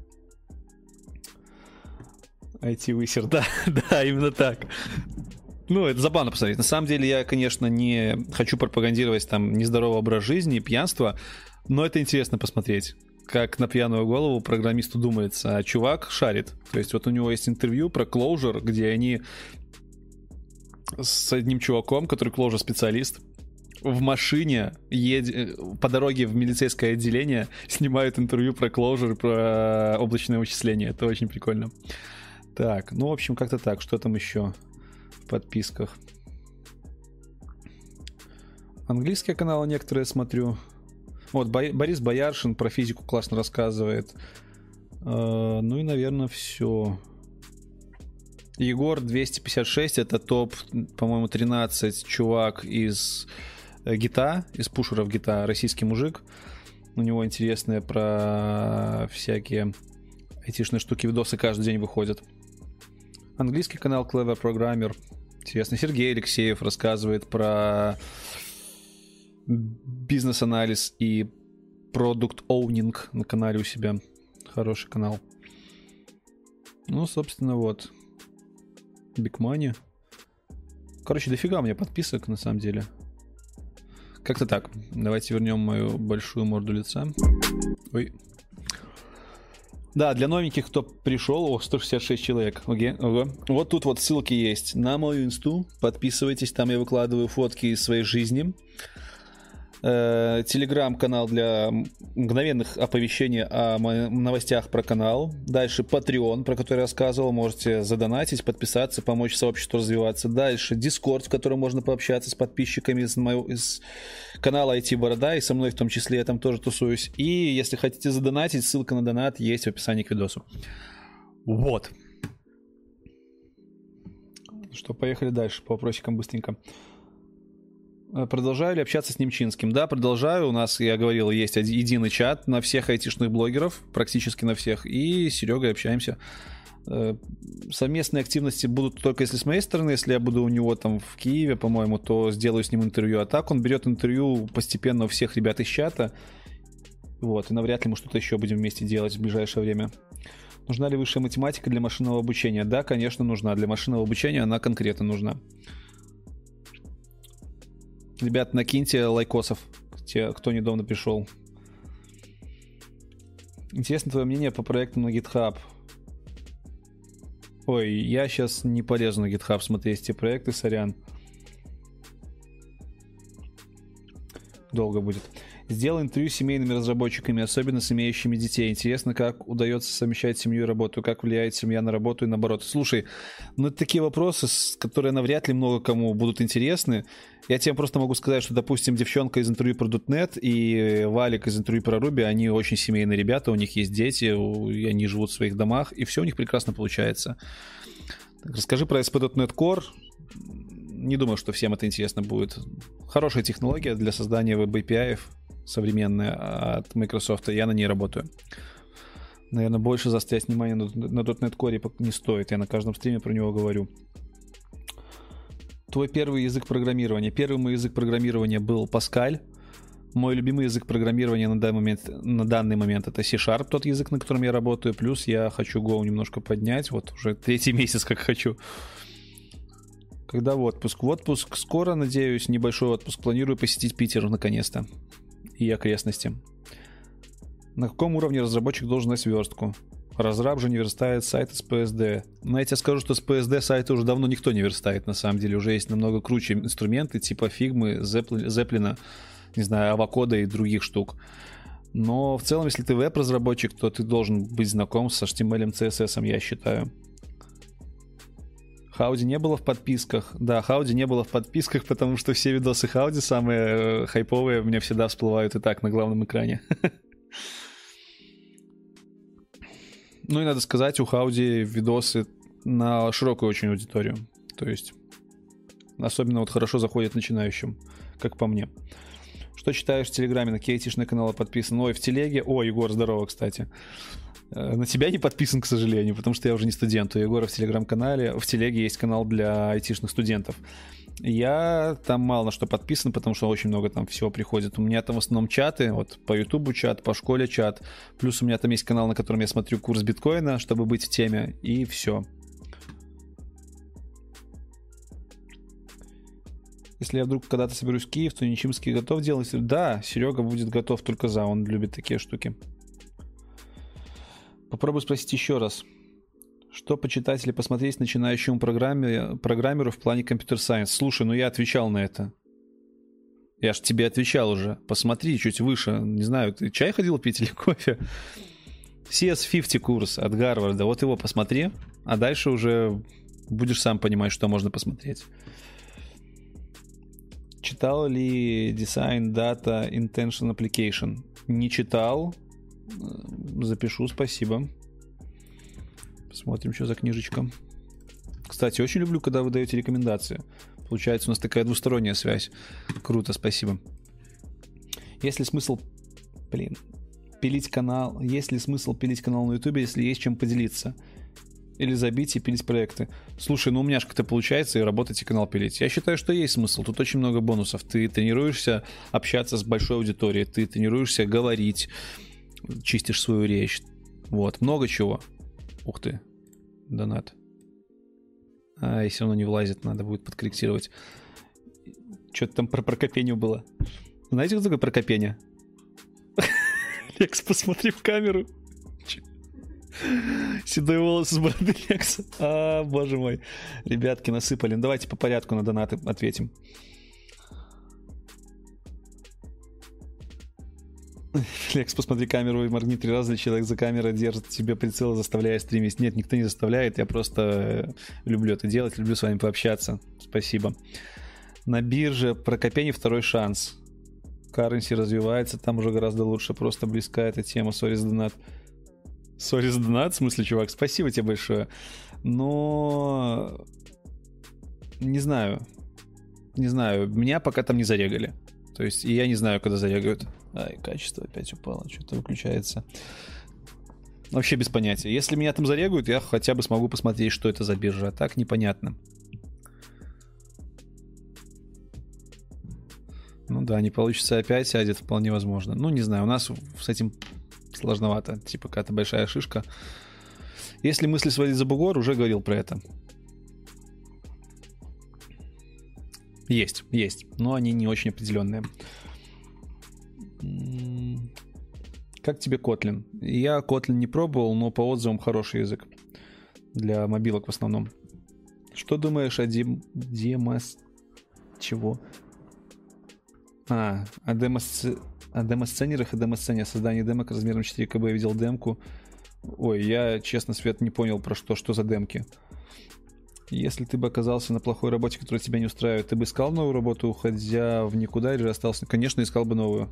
ай ти-высер, да, да, именно так. Ну, это забавно посмотреть. На самом деле, я, конечно, не хочу пропагандировать там нездоровый образ жизни и пьянство, но это интересно посмотреть. Как на пьяную голову программисту думается, а чувак шарит. То есть вот у него есть интервью про Clojure, где они с одним чуваком, который Clojure специалист, в машине едет, по дороге в милицейское отделение снимают интервью про Clojure, про облачное вычисление. Это очень прикольно. Так, ну, в общем, как-то так. Что там еще в подписках? Английские каналы некоторые смотрю. Вот, Борис Бояршин про физику классно рассказывает. Ну и, наверное, все. Егор двести пятьдесят шесть, это топ, по-моему, тринадцать чувак из гита, из пушеров гита, российский мужик. У него интересные про всякие айтишные штуки, видосы каждый день выходят. Английский канал Clever Programmer. Интересно. Сергей Алексеев рассказывает про бизнес-анализ и продукт-оунинг на канале у себя. Хороший канал. Ну, собственно, вот. Big Money. Короче, дофига у меня подписок, на самом деле. Как-то так. Давайте вернем мою большую морду лица. Ой. Да, для новеньких, кто пришел, о, сто шестьдесят шесть человек. Окей, ого. Вот тут вот ссылки есть на мою инсту. Подписывайтесь, там я выкладываю фотки из своей жизни. Телеграм-канал для мгновенных оповещений о новостях про канал. Дальше Patreon, про который я рассказывал. Можете задонатить, подписаться, помочь сообществу развиваться. Дальше Discord, в котором можно пообщаться с подписчиками из, моего, из канала ай ти Борода, и со мной в том числе, я там тоже тусуюсь. И если хотите задонатить, ссылка на донат есть в описании к видосу. Вот. Что, поехали дальше по вопросикам быстренько. Продолжаю ли общаться с Немчинским? Да, продолжаю. У нас, я говорил, есть один, единый чат на всех айтишных блогеров, практически на всех. И с Серегой общаемся. Совместные активности будут только если с моей стороны. Если я буду у него там в Киеве, по-моему, то сделаю с ним интервью. А так он берет интервью постепенно у всех ребят из чата. Вот, и навряд ли мы что-то еще будем вместе делать в ближайшее время. Нужна ли высшая математика для машинного обучения? Да, конечно, нужна. Для машинного обучения она конкретно нужна. Ребят, накиньте лайкосов, те, кто недавно пришел. Интересно твое мнение по проекту на GitHub. Ой, я сейчас не полезу на GitHub смотреть эти проекты, сорян. Долго будет. Сделал интервью с семейными разработчиками, особенно с имеющими детей. Интересно, как удается совмещать семью и работу, как влияет семья на работу и наоборот. Слушай, ну это такие вопросы, которые навряд ли много кому будут интересны. Я тебе просто могу сказать, что, допустим, девчонка из интервью про .дот нет и Валик из интервью про Ruby, они очень семейные ребята, у них есть дети, и они живут в своих домах, и все у них прекрасно получается. Так, расскажи про эс пи точка нет Core. Не думаю, что всем это интересно будет. Хорошая технология для создания веб-эй пи ай современная от Microsoft, я на ней работаю. Наверное, больше заострять внимание на, на .дот нет Core не стоит, я на каждом стриме про него говорю. Твой первый язык программирования. Первый мой язык программирования был Pascal. Мой любимый язык программирования на данный момент, на данный момент это C-Sharp, тот язык, на котором я работаю. Плюс я хочу Go немножко поднять. Вот уже третий месяц как хочу. Когда в отпуск? В отпуск скоро, надеюсь, небольшой отпуск. Планирую посетить Питер наконец-то. И окрестности. На каком уровне разработчик должен знать верстку? Разраб же не верстает сайты с пи эс ди. Но я тебе скажу, что с пи эс ди сайты уже давно никто не верстает, на самом деле. Уже есть намного круче инструменты, типа Figma, Zeplin, не знаю, Avocado и других штук. Но в целом, если ты веб-разработчик, то ты должен быть знаком с эйч ти эм эл, си эс эс, я считаю. Хауди не было в подписках. Да, Хауди не было в подписках, потому что все видосы Хауди самые хайповые мне всегда всплывают и так на главном экране. Ну и надо сказать, у Хауди видосы на широкую очень аудиторию. То есть особенно вот хорошо заходят начинающим, как по мне. Что читаешь в Телеграме? На какие айтишные каналы подписан? Ой, в Телеге... Ой, Егор, здорово, кстати. На тебя не подписан, к сожалению, потому что я уже не студент. У Егора в Телеграм-канале, в Телеге есть канал для айтишных студентов. Я там мало на что подписан, потому что очень много там всего приходит. У меня там в основном чаты, вот по Ютубу чат, по школе чат. Плюс у меня там есть канал, на котором я смотрю курс биткоина, чтобы быть в теме, и все. Если я вдруг когда-то соберусь в Киев, то Немчинский готов делать? Да, Серега будет готов только за, он любит такие штуки. Попробую спросить еще раз. Что почитать или посмотреть начинающему программе, программеру в плане компьютер-сайенс? Слушай, ну я отвечал на это. Я ж тебе отвечал уже. Посмотри чуть выше. Не знаю, ты чай ходил пить или кофе? си эс пятьдесят курс от Гарварда. Вот его посмотри. А дальше уже будешь сам понимать, что можно посмотреть. Читал ли Design Data Intention Application? Не читал. Запишу, спасибо. Посмотрим, что за книжечка. Кстати, очень люблю, когда вы даете рекомендации. Получается, у нас такая двусторонняя связь. Круто, спасибо. Есть ли смысл... Блин. Пилить канал... Есть ли смысл пилить канал на Ютубе, если есть чем поделиться? Или забить и пилить проекты? Слушай, ну у меня же как-то получается и работать, и канал пилить. Я считаю, что есть смысл. Тут очень много бонусов. Ты тренируешься общаться с большой аудиторией. Ты тренируешься говорить. Чистишь свою речь. Вот, много чего. Ух ты, донат. А, и все равно не влазит, надо будет подкорректировать. Что-то там про Прокопению было. Знаете, кто такой Прокопеня? Лекс, посмотри в камеру. Седой волос с бороды Лекса. А, боже мой. Ребятки, насыпали. Ну, давайте по порядку на донаты ответим. Лекс, посмотри камеру и моргни три раза, человек за камерой держит тебе прицел, заставляя стримить. Нет, никто не заставляет, я просто люблю это делать, люблю с вами пообщаться. Спасибо. На бирже Прокопени второй шанс. Currency развивается, там уже гораздо лучше, просто близка эта тема. Сори за донат. Сори за донат, в смысле, чувак, спасибо тебе большое. Но... Не знаю. Не знаю, меня пока там не зарегали. То есть, и я не знаю, когда зарегают. Ай, качество опять упало, что-то выключается. Вообще без понятия. Если меня там зарегают, я хотя бы смогу посмотреть, что это за биржа. А так непонятно. Ну да, не получится опять, сядет, вполне возможно. Ну, не знаю, у нас с этим сложновато. Типа какая-то большая шишка. Если мысли сводить за бугор, уже говорил про это. Есть, есть. Но они не очень определенные. Как тебе Kotlin? Я Kotlin не пробовал, но по отзывам хороший язык. Для мобилок в основном. Что думаешь о дем... демос... Чего? А, о демос... о демосценерах и демосцене. О создании демок размером четыре кей би. Я видел демку. Ой, я, честно, Свет, не понял, про что, что за демки. Если ты бы оказался на плохой работе, которая тебя не устраивает, ты бы искал новую работу, уходя в никуда, или же остался? Конечно, искал бы новую.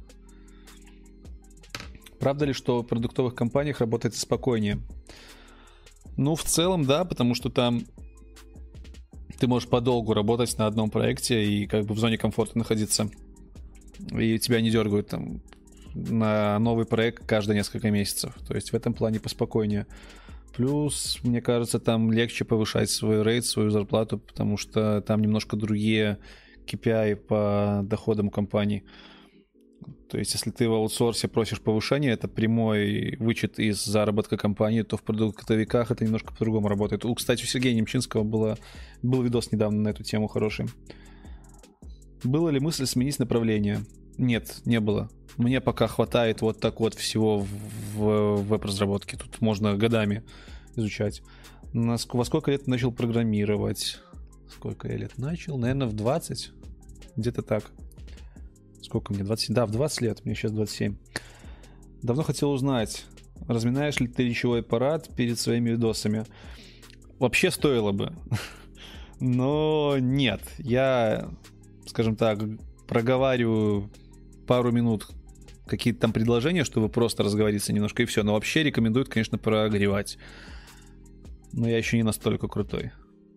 Правда ли, что в продуктовых компаниях работает спокойнее? Ну, в целом, да, потому что там ты можешь подолгу работать на одном проекте и как бы в зоне комфорта находиться. И тебя не дергают там на новый проект каждые несколько месяцев. То есть в этом плане поспокойнее. Плюс, мне кажется, там легче повышать свой рейт, свою зарплату, потому что там немножко другие кей пи ай по доходам компании. То есть, если ты в аутсорсе просишь повышения, это прямой вычет из заработка компании, то в продуктовиках это немножко по-другому работает. У, кстати, у Сергея Немчинского было, был видос недавно на эту тему хороший. Было ли мысль сменить направление? Нет, не было. Мне пока хватает вот так вот всего в, в веб-разработке. Тут можно годами изучать. На, во сколько лет начал программировать? Сколько я лет начал? Наверное, в двадцать. Где-то так. Сколько мне? двадцать? Да, в двадцать лет. Мне сейчас двадцать семь. Давно хотел узнать, разминаешь ли ты речевой аппарат перед своими видосами? Вообще стоило бы. Но нет. Я, скажем так, проговариваю пару минут какие-то там предложения, чтобы просто разговориться немножко и все. Но вообще рекомендуют, конечно, прогревать. Но я еще не настолько крутой.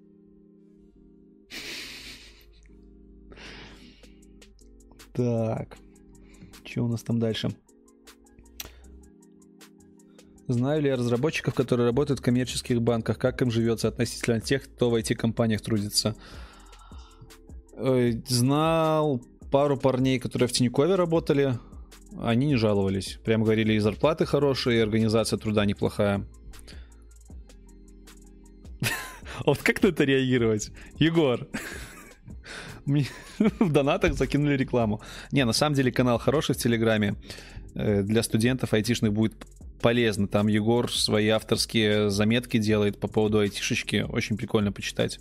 Так. Что у нас там дальше? Знаю ли я разработчиков, которые работают в коммерческих банках? Как им живется относительно тех, кто в ай ти-компаниях трудится? Знал пару парней, которые в Тинькове работали. Они не жаловались. Прям говорили, и зарплаты хорошие, и организация труда неплохая. А вот как на это реагировать? Егор, мне в донатах закинули рекламу. Не, на самом деле канал хороший в Телеграме. Для студентов айтишных будет полезно. Там Егор свои авторские заметки делает по поводу айтишечки. Очень прикольно почитать.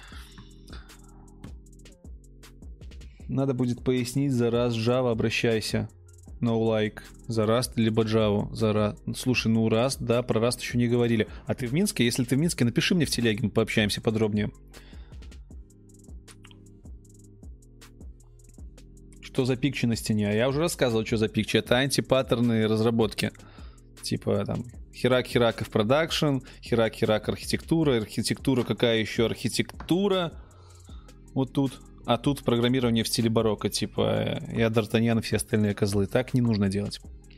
Надо будет пояснить, за раз Java обращайся. No like. За Rust либо Java. За Rust. Слушай, ну Rust, да, про Rust еще не говорили. А ты в Минске? Если ты в Минске, напиши мне в телеге, мы пообщаемся подробнее. Что за пикчи на стене? Я уже рассказывал, что за пикчи. Это антипаттерные разработки. Типа там херак-херак в продакшн, херак-херак архитектура, архитектура какая еще архитектура. Вот тут. А тут программирование в стиле барокко, типа я Д'Артаньян и все остальные козлы. Так не нужно делать.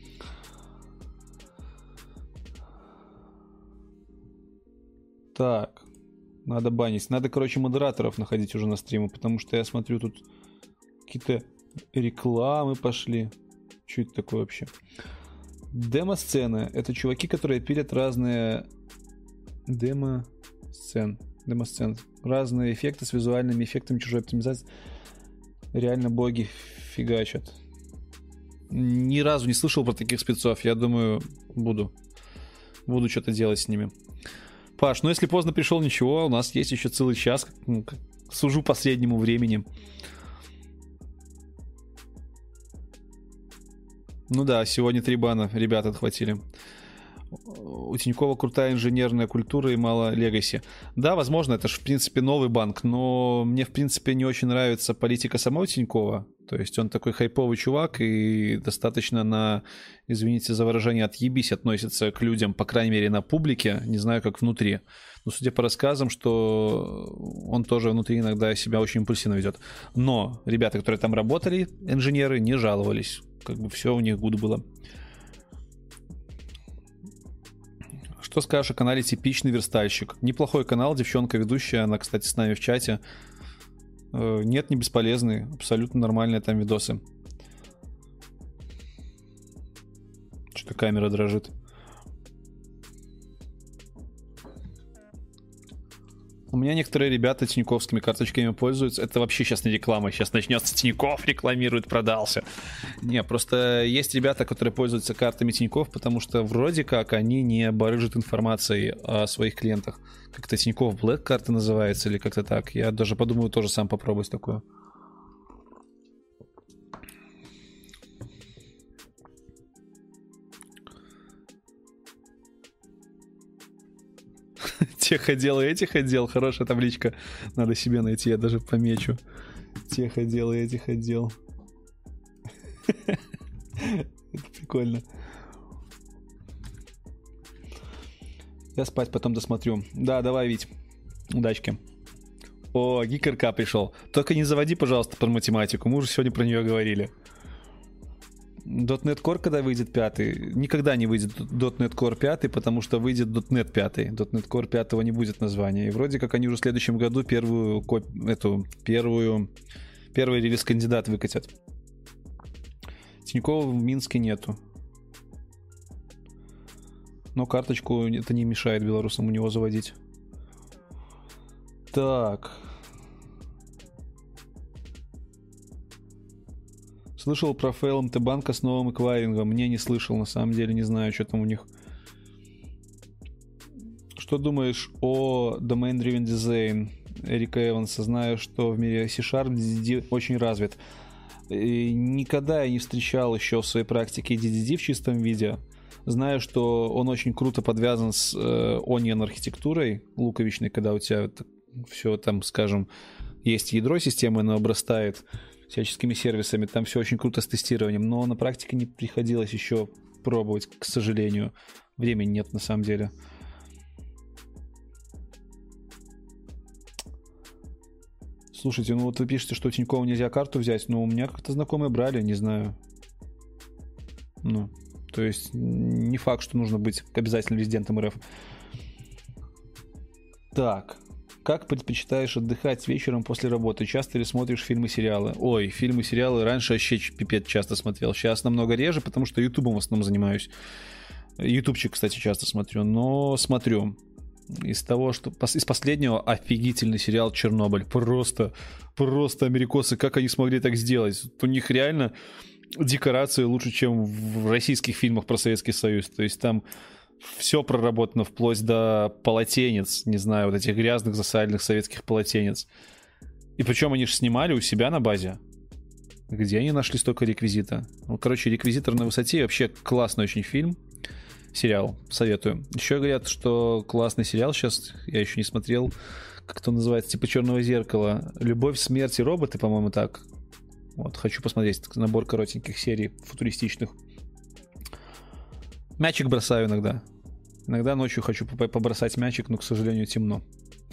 Так. Надо банить. Надо, короче, модераторов находить уже на стриму, потому что я смотрю, тут какие-то рекламы пошли. Что это такое вообще? Демо-сцены. Это чуваки, которые пилят разные демо-сцен. Демо-сцен. Разные эффекты с визуальными эффектами чужой оптимизации. Реально боги фигачат. Ни разу не слышал про таких спецов. Я думаю, буду. Буду что-то делать с ними. Паш, ну если поздно пришел, ничего, у нас есть еще целый час. Ну, сужу по среднему времени. Ну да, сегодня три бана ребята отхватили. У Тинькова крутая инженерная культура и мало легаси. Да, возможно, это же, в принципе, новый банк, но мне, в принципе, не очень нравится политика самого Тинькова. То есть он такой хайповый чувак и достаточно на, извините за выражение, отъебись относится к людям, по крайней мере, на публике, не знаю, как внутри. Но судя по рассказам, что он тоже внутри иногда себя очень импульсивно ведет. Но ребята, которые там работали, инженеры, не жаловались. Как бы все у них гуд было. Что скажешь о канале «Типичный верстальщик»? Неплохой канал, девчонка ведущая, она, кстати, с нами в чате. Нет, не бесполезный, абсолютно нормальные там видосы. Что-то камера дрожит. У меня некоторые ребята тиньковскими карточками пользуются. Это вообще сейчас не реклама. Сейчас начнется Тинькофф рекламирует, продался. Не, просто есть ребята, которые пользуются картами Тинькофф, потому что вроде как они не барыжат информацией о своих клиентах. Как-то Тинькофф Black карта называется или как-то так. Я даже подумаю тоже сам попробовать такое. Тех отдел и этих отдел. Хорошая табличка. Надо себе найти, я даже помечу. Тех отдел и этих отдел. Это прикольно. Я спать потом досмотрю. Да, давай, Вить. Удачки. О, Гикерка пришел. Только не заводи, пожалуйста, про математику. Мы уже сегодня про нее говорили. .дот нет Core когда выйдет пятый? Никогда не выйдет .дот нет Core пятый, потому что выйдет .дот нет пятый. .дот нет Core пятого не будет названия. И вроде как они уже в следующем году первую, эту, первую, первый релиз кандидат выкатят. Тинькова в Минске нету. Но карточку это не мешает белорусам у него заводить. Так. Слышал про фейл эм тэ банка с новым эквайрингом. Мне не слышал, на самом деле, не знаю, что там у них. Что думаешь о Domain Driven Design Эрика Эванса? Знаю, что в мире C-Sharp ди ди ди очень развит. И никогда я не встречал еще в своей практике ди ди ди в чистом виде. Знаю, что он очень круто подвязан с э, Onion архитектурой луковичной, когда у тебя все там, скажем, есть ядро системы, но обрастает всяческими сервисами. Там все очень круто с тестированием, но на практике не приходилось еще пробовать, к сожалению. Времени нет, на самом деле. Слушайте, ну вот вы пишете, что у Тинькова нельзя карту взять, но у меня как-то знакомые брали, не знаю. Ну, то есть не факт, что нужно быть обязательно резидентом эр эф. Так. Как предпочитаешь отдыхать вечером после работы? Часто ли смотришь фильмы, сериалы? Ой, фильмы, сериалы раньше вообще пипец часто смотрел. Сейчас намного реже, потому что ютубом в основном занимаюсь. Ютубчик, кстати, часто смотрю, но смотрю. Из того, что... Из последнего офигительный сериал «Чернобыль». Просто, просто америкосы, как они смогли так сделать? У них реально декорации лучше, чем в российских фильмах про Советский Союз. То есть там все проработано вплоть до полотенец, не знаю, вот этих грязных засальных советских полотенец. И причем они же снимали у себя на базе. Где они нашли столько реквизита? Ну, короче, «Реквизитор на высоте» вообще классный очень фильм. Сериал, советую. Еще говорят, что классный сериал сейчас, я еще не смотрел, как это называется, типа «Черного зеркала». «Любовь, смерть и роботы», по-моему, так. Вот, хочу посмотреть набор коротеньких серий, футуристичных. Мячик бросаю иногда. Иногда ночью хочу побросать мячик, но, к сожалению, темно.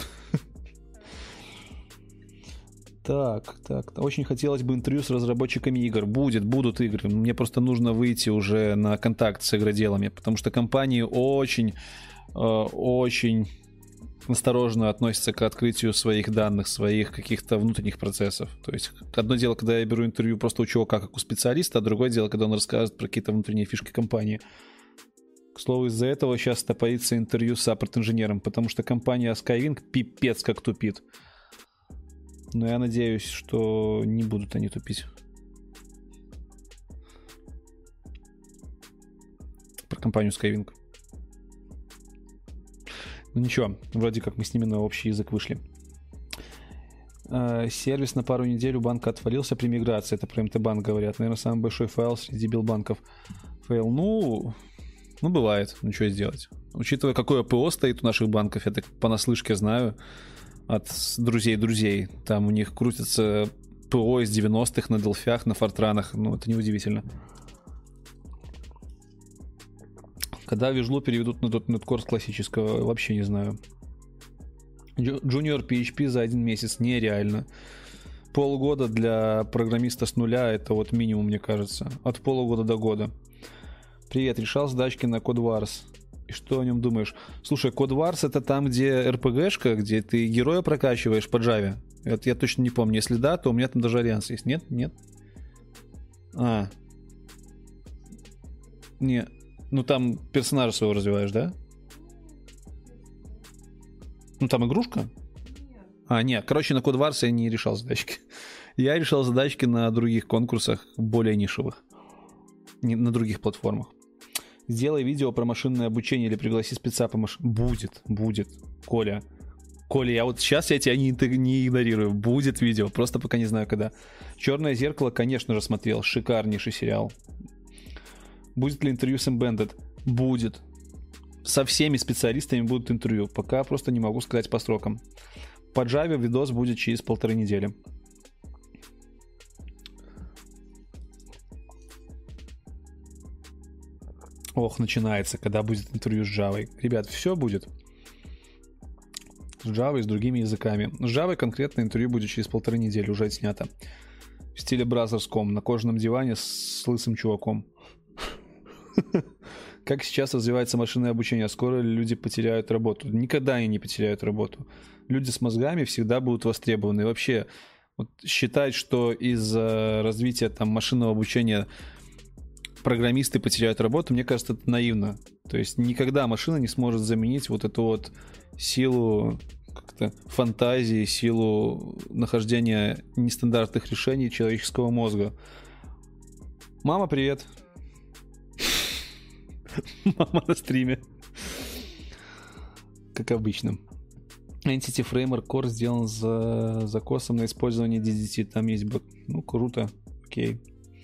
Так, так. Очень хотелось бы интервью с разработчиками игр. Будет, будут игры. Мне просто нужно выйти уже на контакт с игроделами, потому что компании очень, очень осторожно относятся к открытию своих данных, своих каких-то внутренних процессов. То есть одно дело, когда я беру интервью просто у чувака, как у специалиста, а другое дело, когда он рассказывает про какие-то внутренние фишки компании. К слову, из-за этого сейчас топорится интервью с саппорт-инженером, потому что компания Skywing пипец как тупит. Но я надеюсь, что не будут они тупить. Про компанию Skywing. Ну ничего, вроде как мы с ними на общий язык вышли. Сервис на пару недель у банка отвалился при миграции. Это про МТ-банк говорят. Наверное, самый большой файл среди билбанков. Фейл. Ну, ну, бывает. Ну, что сделать. Учитывая, какое ПО стоит у наших банков, я так понаслышке знаю от друзей-друзей. Там у них крутятся ПО из девяностых на Делфях, на Фортранах. Ну, это неудивительно. Когда Visual переведут на .дот нет Core с классического, вообще не знаю. Junior пи эйч пи за один месяц нереально. Полгода для программиста с нуля — это вот минимум, мне кажется. От полугода до года. Привет, решал задачки на Code Wars. И что о нем думаешь? Слушай, Code Wars — это там, где эр пи джи-шка, где ты героя прокачиваешь по Java. Это я точно не помню. Если да, то у меня там даже альянс есть. Нет? Нет? А. Не. Ну там персонажа своего развиваешь, да? Ну, там игрушка? Нет. А, нет. Короче, на Code Wars я не решал задачки. Я решал задачки на других конкурсах, более нишевых. Не, на других платформах. Сделай видео про машинное обучение или пригласи спеца по машине. Будет, будет. Коля. Коля, я вот сейчас я тебя не, не игнорирую. Будет видео, просто пока не знаю когда. «Черное зеркало», конечно же, смотрел. Шикарнейший сериал. Будет ли интервью с Embedded? Будет. Со всеми специалистами будут интервью. Пока просто не могу сказать по срокам. По Java видос будет через полторы недели. Ох, начинается, когда будет интервью с Java. Ребят, все будет. С Java и с другими языками. С Java конкретно интервью будет через полторы недели. Уже отснято. В стиле Brothers.com. На кожаном диване с лысым чуваком. Как сейчас развивается машинное обучение? Скоро ли люди потеряют работу? Никогда они не потеряют работу. Люди с мозгами всегда будут востребованы. И вообще, вот считать, что из-за развития там, машинного обучения программисты потеряют работу, мне кажется, это наивно. То есть никогда машина не сможет заменить вот эту вот силу как-то фантазии, силу нахождения нестандартных решений человеческого мозга. Мама, привет. Мама на стриме. Как обычно. Entity Framework Core сделан за закосом на использование ди ди ти. Там есть бэк. Ну, круто. Окей.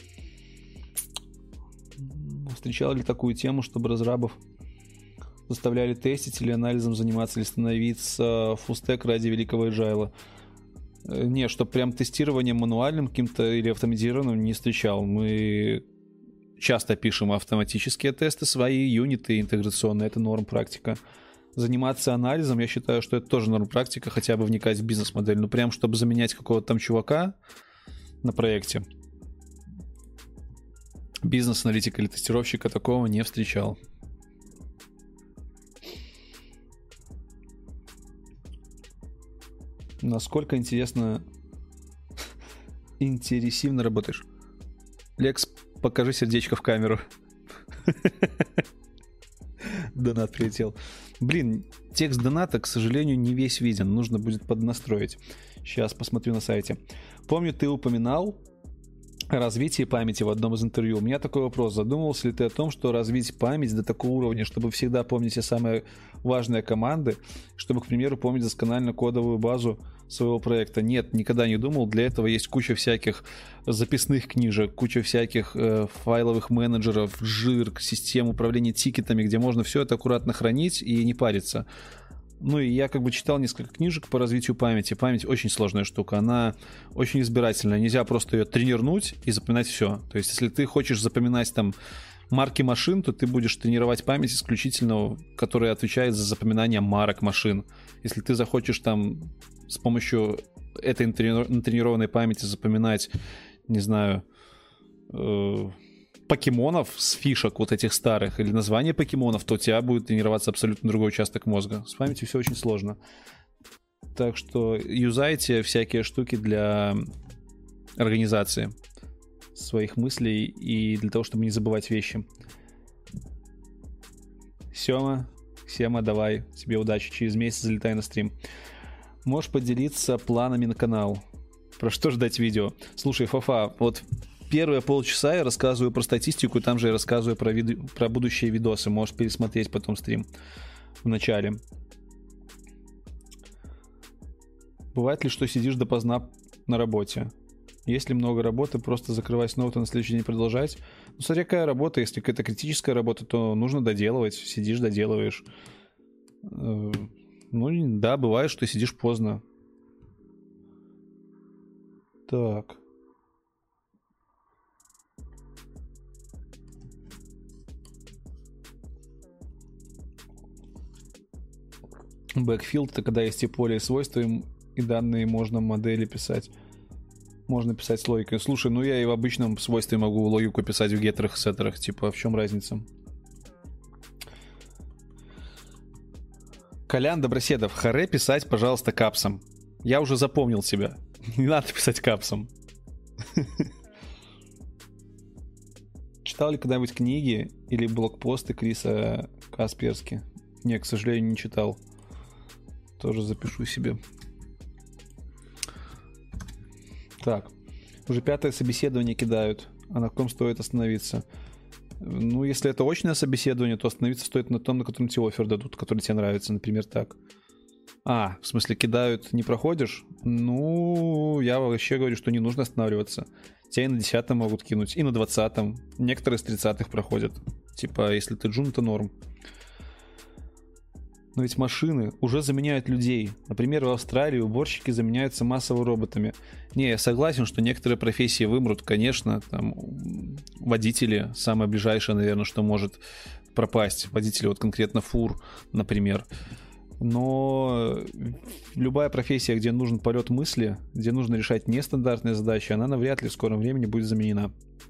Встречал ли такую тему, чтобы разрабов заставляли тестить или анализом заниматься, или становиться фуллстек ради великого agile? Не, чтобы прям тестированием мануальным каким-то или автоматизированным не встречал. Мы часто пишем автоматические тесты свои, юниты интеграционные, это норм практика. Заниматься анализом, я считаю, что это тоже норм практика, хотя бы вникать в бизнес-модель. Ну прям, чтобы заменять какого-то там чувака на проекте, бизнес-аналитика или тестировщика, такого не встречал. Насколько интересно интересивно работаешь? Лекс, покажи сердечко в камеру. Донат прилетел. Блин, текст доната, к сожалению, не весь виден. Нужно будет поднастроить. Сейчас посмотрю на сайте. Помню, ты упоминал о развитии памяти в одном из интервью. У меня такой вопрос. Задумывался ли ты о том, что развить память до такого уровня, чтобы всегда помнить все самые важные команды, чтобы, к примеру, помнить досконально кодовую базу своего проекта? Нет, никогда не думал. Для этого есть куча всяких записных книжек, куча всяких э, файловых менеджеров, жир, систем управления тикетами, где можно все это аккуратно хранить и не париться. Ну и я как бы читал несколько книжек по развитию памяти. Память очень сложная штука, она очень избирательная. Нельзя просто ее тренирнуть и запоминать все. То есть если ты хочешь запоминать там марки машин, то ты будешь тренировать память исключительно, которая отвечает за запоминание марок машин. Если ты захочешь там с помощью этой натренированной памяти запоминать, не знаю, э- покемонов с фишек вот этих старых или название покемонов, то у тебя будет тренироваться абсолютно другой участок мозга. С памятью все очень сложно. Так что юзайте всякие штуки для организации своих мыслей и для того, чтобы не забывать вещи. Сема, Сема, давай, тебе удачи. Через месяц залетай на стрим. Можешь поделиться планами на канал? Про что ждать видео? Слушай, Фафа, вот первые полчаса я рассказываю про статистику, там же я рассказываю про, вид... про будущие видосы. Можешь пересмотреть потом стрим в начале. Бывает ли, что сидишь допоздна на работе? Если много работы, просто закрывать ноут и на следующий день продолжать. Ну, смотря какая работа, если какая-то критическая работа, то нужно доделывать. Сидишь, доделываешь. Ну, да, бывает, что сидишь поздно. Так. Backfield — это когда есть и поле, и свойства, и данные можно модели писать. Можно писать с логикой. Слушай, ну я и в обычном свойстве могу логику писать в геттерах и сеттерах. Типа, в чем разница? Колян Доброседов, харе писать, пожалуйста, капсом. Я уже запомнил себя. Не надо писать капсом. Читал ли когда-нибудь книги или блокпосты Криса Касперски? Не, к сожалению, не читал. Тоже запишу себе. Так. Уже пятое собеседование кидают. А на ком стоит остановиться? Ну, если это очное собеседование, то остановиться стоит на том, на котором тебе оффер дадут, который тебе нравится, например, так. А, в смысле, кидают, не проходишь? Ну, я вообще говорю, что не нужно останавливаться. Тебя и на десятом могут кинуть, и на двадцатом. Некоторые с тридцатых проходят. Типа, если ты джун, то норм. Но ведь машины уже заменяют людей. Например, в Австралии уборщики заменяются массово роботами. Не, я согласен, что некоторые профессии вымрут, конечно. Там водители, самое ближайшее, наверное, что может пропасть. Водители, вот конкретно фур, например. Но любая профессия, где нужен полет мысли, где нужно решать нестандартные задачи, она навряд ли в скором времени будет заменена.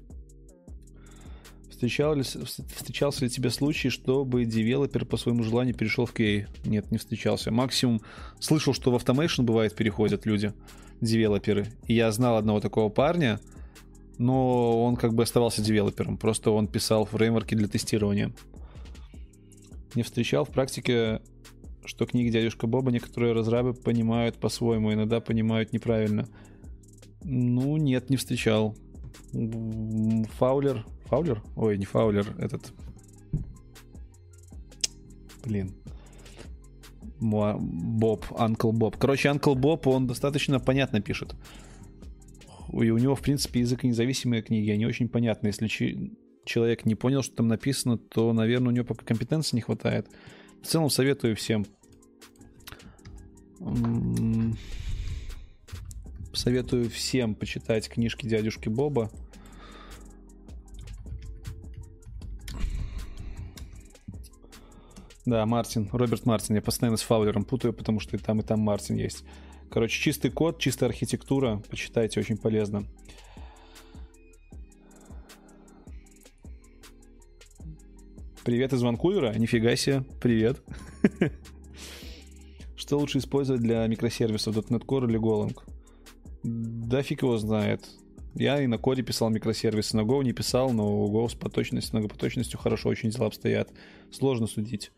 Встречал ли, встречался ли тебе случай, чтобы девелопер по своему желанию перешел в кью эй? Нет, не встречался. Максимум слышал, что в Automation бывает переходят люди, девелоперы. И я знал одного такого парня, но он как бы оставался девелопером. Просто он писал фреймворки для тестирования. Не встречал в практике, что книги дядюшка Боба некоторые разрабы понимают по-своему, иногда понимают неправильно. Ну, нет, не встречал. Фаулер... Фаулер? Ой, не Фаулер, этот... Блин. Боб, Uncle Боб. Короче, Uncle Боб, он достаточно понятно пишет. И у него, в принципе, языконезависимые книги, они очень понятны. Если человек не понял, что там написано, то, наверное, у него пока компетенции не хватает. В целом, советую всем. Советую всем почитать книжки дядюшки Боба. Да, Мартин, Роберт Мартин. Я постоянно с Фаулером путаю, потому что и там, и там Мартин есть. Короче, чистый код, чистая архитектура. Почитайте, очень полезно. Привет из Ванкувера? Нифига себе. Привет. Что лучше использовать для микросервисов? .дот нет Core или Golang? Да фиг его знает. Я и на коде писал микросервисы, на Go не писал, но у Go с поточностью, с многопоточностью хорошо очень дела обстоят. Сложно судить.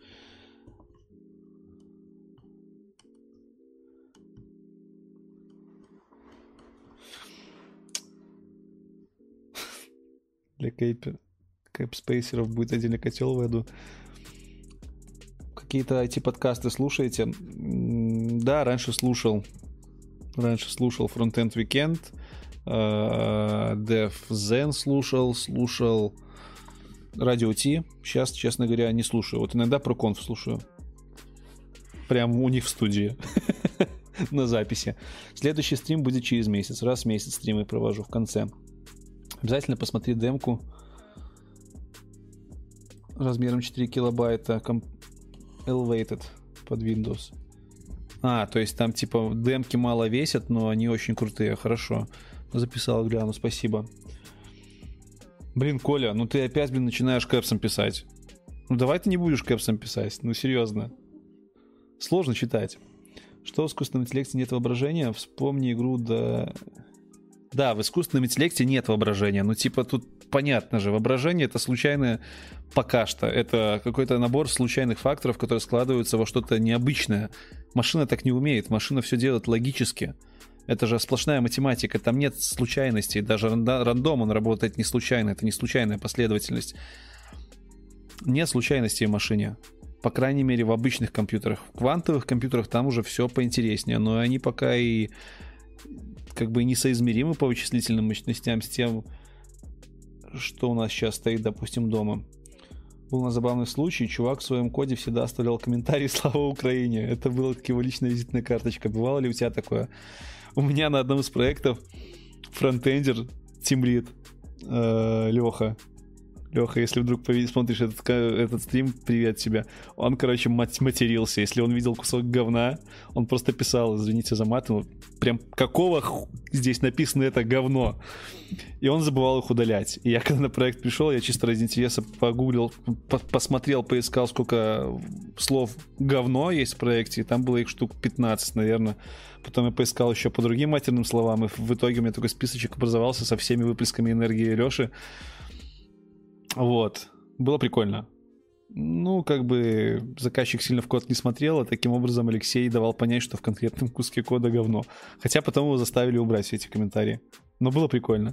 Для кэп-спейсеров будет отдельный котел в эду. Какие-то ай ти-подкасты слушаете? Да, раньше слушал. Раньше слушал Frontend Weekend, DevZen слушал, слушал Radio T. Сейчас, честно говоря, не слушаю. Вот иногда ProConf слушаю. Прям у них в студии. На записи. Следующий стрим будет через месяц. Раз в месяц стримы провожу в конце. Обязательно посмотри демку размером четыре килобайта, Elevated под Windows. А, то есть там типа демки мало весят, но они очень крутые. Хорошо. Записал, гляну, спасибо. Блин, Коля, ну ты опять, блин, начинаешь кэпсом писать. Ну давай ты не будешь кэпсом писать. Ну серьезно. Сложно читать. Что в искусственном интеллекте нет воображения? Вспомни игру до... Да, в искусственном интеллекте нет воображения. Ну типа тут понятно же. Воображение — это случайное пока что. Это какой-то набор случайных факторов, которые складываются во что-то необычное. Машина так не умеет. Машина все делает логически. Это же сплошная математика. Там нет случайностей. Даже рандом, он работает не случайно. Это не случайная последовательность. Нет случайностей в машине. По крайней мере, в обычных компьютерах. В квантовых компьютерах там уже все поинтереснее, но они пока и как бы несоизмеримы по вычислительным мощностям с тем, что у нас сейчас стоит, допустим, дома. Был на забавный случай, чувак в своем коде всегда оставлял комментарий «Слава Украине». Это была как его личная визитная карточка. Бывало ли у тебя такое? У меня на одном из проектов фронтендер, тимлид, э, Леха. Леха, если вдруг смотришь этот, этот стрим, привет тебе. Он, короче, матерился. Если он видел кусок говна, он просто писал, извините за мат, ну, прям какого ху... здесь написано это говно. И он забывал их удалять. И я когда на проект пришел, я чисто ради интереса погуглил, по- посмотрел, поискал, сколько слов говно есть в проекте, и там было их штук пятнадцать, наверное. Потом я поискал еще по другим матерным словам, и в итоге у меня такой списочек образовался со всеми выплесками энергии Леши. Вот. Было прикольно. Ну, как бы заказчик сильно в код не смотрел, а таким образом Алексей давал понять, что в конкретном куске кода говно. Хотя потом его заставили убрать все эти комментарии. Но было прикольно.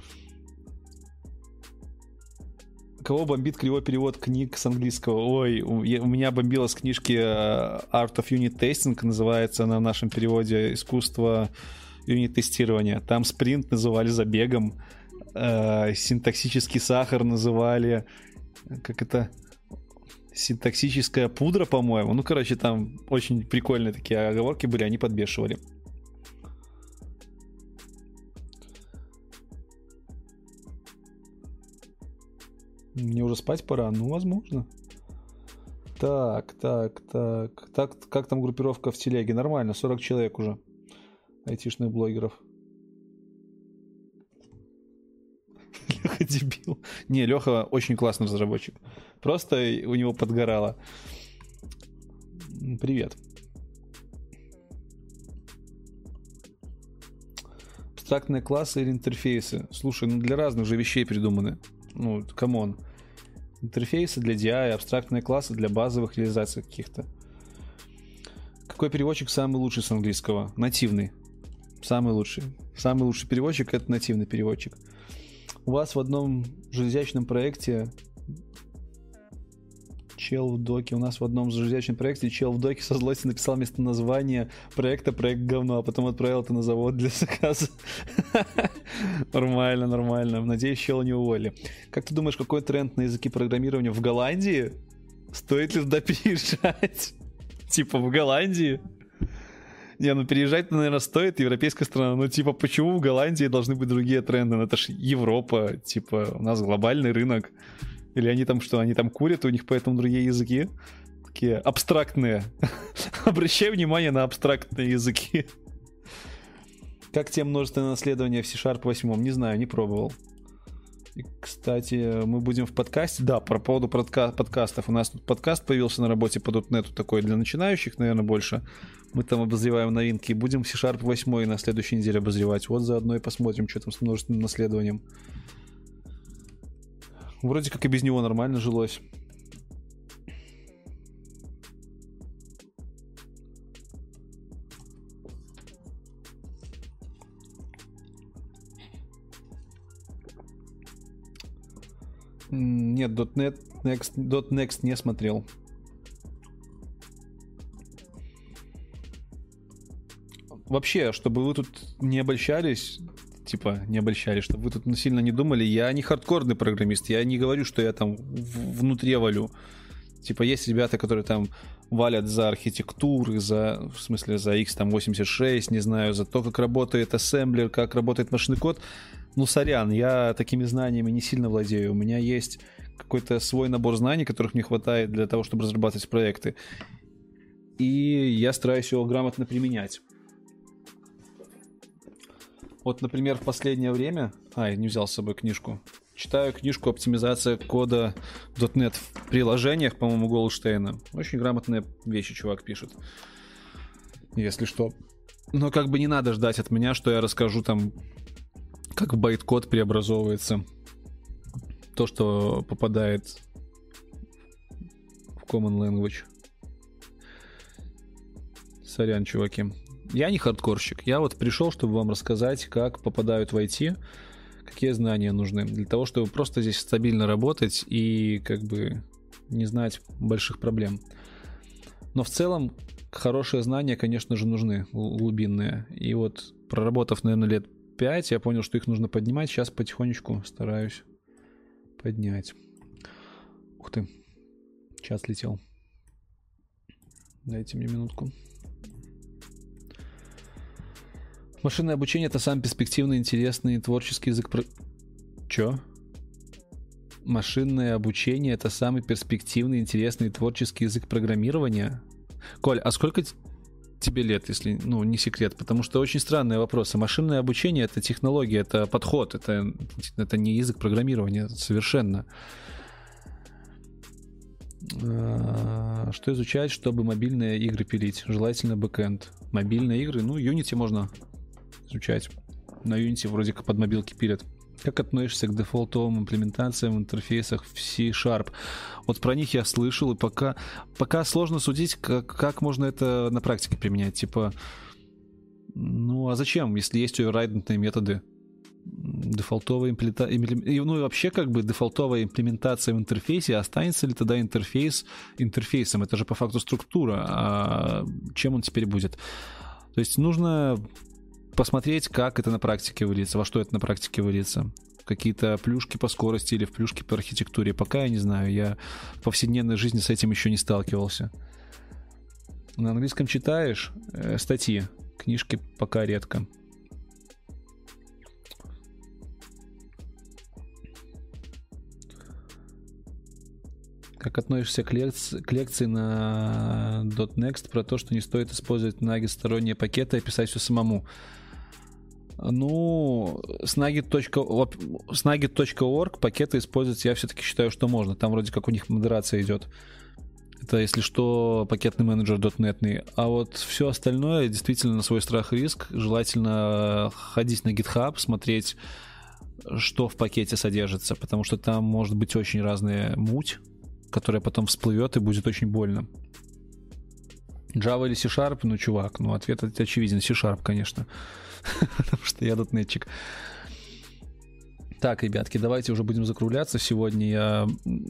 Кого бомбит кривой перевод книг с английского? Ой, у меня бомбило с книжки Art of Unit Testing, называется она в нашем переводе «Искусство юнит-тестирования». Там спринт называли забегом, э, синтаксический сахар называли, как это, синтаксическая пудра, по-моему. Ну, короче, там очень прикольные такие оговорки были, они подбешивали. Мне уже спать пора? Ну, возможно. Так, так, так. Так, как там группировка в телеге? Нормально, сорок человек уже. Айтишных блогеров. Леха дебил. Не, Леха очень классный разработчик. Просто у него подгорало. Привет. Абстрактные классы или интерфейсы? Слушай, ну для разных же вещей придуманы. Ну, камон. Интерфейсы для ди ай, абстрактные классы для базовых реализаций каких-то. Какой переводчик самый лучший с английского? Нативный. Самый лучший. Самый лучший переводчик — это нативный переводчик. У вас в одном железячном проекте чел в доке, у нас в одном железячном проекте чел в доке со злости написал вместо названия проекта проект говно, а потом отправил это на завод для заказа. Нормально, нормально. Надеюсь, чела не уволили. Как ты думаешь, какой тренд на языки программирования в Голландии? Стоит ли туда переезжать? Типа в Голландии? Не, ну переезжать, наверное, стоит, европейская страна. Но типа почему в Голландии должны быть другие тренды? Ну это ж Европа, типа у нас глобальный рынок. Или они там что, они там курят, у них поэтому другие языки? Такие абстрактные. Обращай внимание на абстрактные языки. Как тебе множественное наследование в C-Sharp восемь? Не знаю, не пробовал. И, кстати, мы будем в подкасте. Да, по поводу подка- подкастов. У нас тут подкаст появился на работе по .дот нет, такой для начинающих, наверное, больше. Мы там обозреваем новинки. Будем C-Sharp восемь на следующей неделе обозревать. Вот заодно и посмотрим, что там с множественным наследованием. Вроде как и без него нормально жилось. Нет, .дот нет Next, .дот Next не смотрел. Вообще, чтобы вы тут не обольщались, типа, не обольщались, чтобы вы тут сильно не думали, я не хардкорный программист, я не говорю, что я там внутри валю. Типа, есть ребята, которые там валят за архитектуры, за, в смысле, за икс восемьдесят шесть, не знаю, за то, как работает ассемблер, как работает машинный код. Ну, сорян, я такими знаниями не сильно владею. У меня есть какой-то свой набор знаний, которых мне хватает для того, чтобы разрабатывать проекты. И я стараюсь его грамотно применять. Вот, например, в последнее время... А, я не взял с собой книжку. Читаю книжку «Оптимизация кода .дот нет в приложениях», по-моему, Голдштейна. Очень грамотные вещи чувак пишет. Если что. Но как бы не надо ждать от меня, что я расскажу там, как байткод преобразовывается. То, что попадает в Common Language. Сорян, чуваки. Я не хардкорщик. Я вот пришел, чтобы вам рассказать, как попадают в ай ти, какие знания нужны для того, чтобы просто здесь стабильно работать и как бы не знать больших проблем. Но в целом хорошие знания, конечно же, нужны, глубинные. И вот проработав, наверное, лет пять, я понял, что их нужно поднимать. Сейчас потихонечку стараюсь поднять. Ух ты, час летел. Дайте мне минутку. Машинное обучение — это самый перспективный, интересный, творческий язык... Про... Чё? Машинное обучение — это самый перспективный, интересный, творческий язык программирования? Коль, а сколько тебе лет, если, ну, не секрет? Потому что очень странные вопросы. Машинное обучение — это технология, это подход, это, это не язык программирования совершенно. Что изучать, чтобы мобильные игры пилить? Желательно бэкэнд. Мобильные игры, ну, Unity можно изучать. На Unity вроде как под мобилки пилят. Как относишься к дефолтовым имплементациям в интерфейсах в C-Sharp? Вот про них я слышал, и пока, пока сложно судить, как, как можно это на практике применять. Типа, ну а зачем, если есть оверрайдентные методы? Дефолтовая имплементация, ну и вообще как бы дефолтовая имплементация в интерфейсе, останется ли тогда интерфейс интерфейсом? Это же по факту структура, а чем он теперь будет? То есть нужно посмотреть, как это на практике выльется, во что это на практике выльется. Какие-то плюшки по скорости или в плюшки по архитектуре. Пока я не знаю, я в повседневной жизни с этим еще не сталкивался. На английском читаешь э, статьи, книжки пока редко. Как относишься к, лекции, к лекции на .next про то, что не стоит использовать Nugget сторонние пакеты, а писать все самому? Ну, с nugget точка орг пакеты использовать я все-таки считаю, что можно. Там вроде как у них модерация идет. Это, если что, пакетный менеджер .NET. А вот все остальное действительно на свой страх и риск. Желательно ходить на GitHub, смотреть, что в пакете содержится, потому что там может быть очень разная муть, которая потом всплывет и будет очень больно. Java или C-Sharp? Ну, чувак, ну, ответ очевиден. C-Sharp, конечно. Потому что я дотнетчик. Так, ребятки, давайте уже будем закругляться. Сегодня я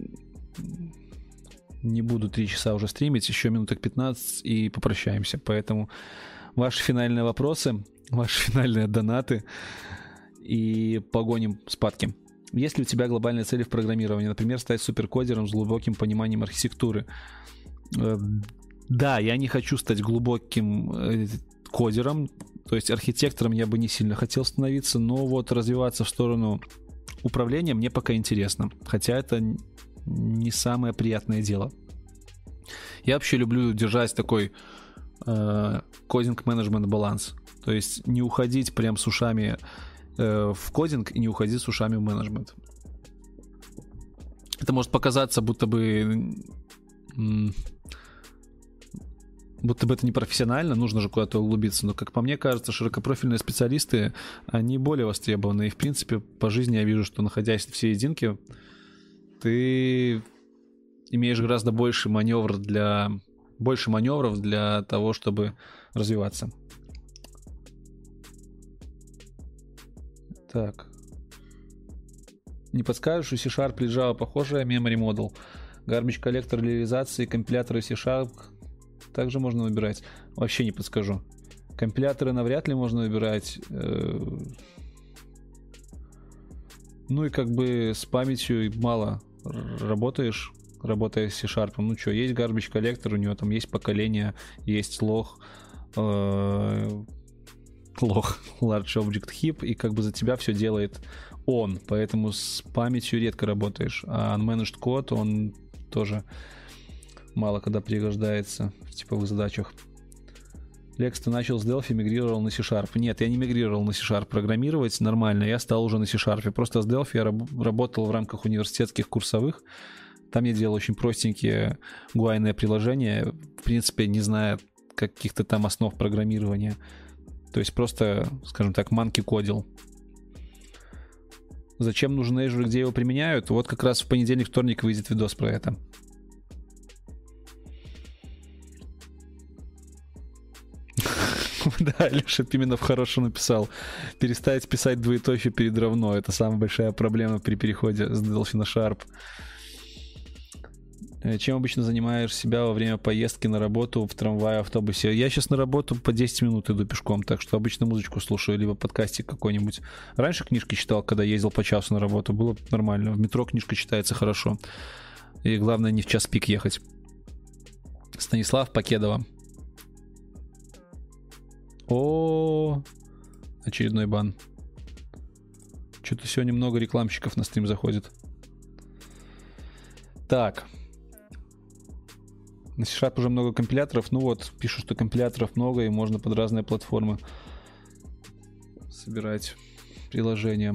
не буду три часа уже стримить, еще минуток пятнадцать и попрощаемся. Поэтому ваши финальные вопросы, ваши финальные донаты и погоним спадки. Есть ли у тебя глобальные цели в программировании? Например, стать суперкодером с глубоким пониманием архитектуры? Да, я не хочу стать глубоким кодером, то есть архитектором я бы не сильно хотел становиться, но вот развиваться в сторону управления мне пока интересно, хотя это не самое приятное дело. Я вообще люблю держать такой э, кодинг-менеджмент баланс, то есть не уходить прям с ушами э, в кодинг и не уходить с ушами в менеджмент. Это может показаться, будто бы м- будто бы это не профессионально, нужно же куда-то углубиться, но, как по мне кажется, широкопрофильные специалисты, они более востребованы, и, в принципе, по жизни я вижу, что, находясь в серединке, ты имеешь гораздо больше маневр для... больше маневров для того, чтобы развиваться. Так. Не подскажешь, у C-Sharp или Java похожая memory model? Garbage коллектор для реализации, компиляторы C-Sharp также можно выбирать. Вообще не подскажу. Компиляторы навряд ли можно выбирать. Ну и как бы с памятью мало работаешь, работая с C-Sharp. Ну что, есть garbage коллектор, у него там есть поколение, есть лог, лог, large object heap, и как бы за тебя все делает он. Поэтому с памятью редко работаешь. А unmanaged код, он тоже мало когда пригождается в типовых задачах. Лекс, ты начал с Delphi, мигрировал на C-Sharp. Нет, я не мигрировал на C-Sharp. Программировать нормально, я стал уже на C-Sharp. Просто с Delphi я раб- работал в рамках университетских курсовых. Там я делал очень простенькие ю ай-ные приложения, в принципе, не зная каких-то там основ программирования. То есть просто, скажем так, манки кодил. Зачем нужен Azure, где его применяют? Вот как раз в понедельник, вторник выйдет видос про это. Да, Леша Пименов хорошо написал. Перестать писать двоеточие перед равно. Это самая большая проблема при переходе с Delphi на Sharp. Чем обычно занимаешь себя во время поездки на работу в трамвае, автобусе? Я сейчас на работу по десять минут иду пешком, так что обычно музычку слушаю, либо подкастик какой-нибудь. Раньше книжки читал, когда ездил по часу на работу, было нормально. В метро книжка читается хорошо. И главное, не в час пик ехать. Станислав Покедова. О, очередной бан. Что-то сегодня много рекламщиков на стрим заходит. Так. На C-Sharp уже много компиляторов. Ну вот, пишут, что компиляторов много, и можно под разные платформы собирать приложения.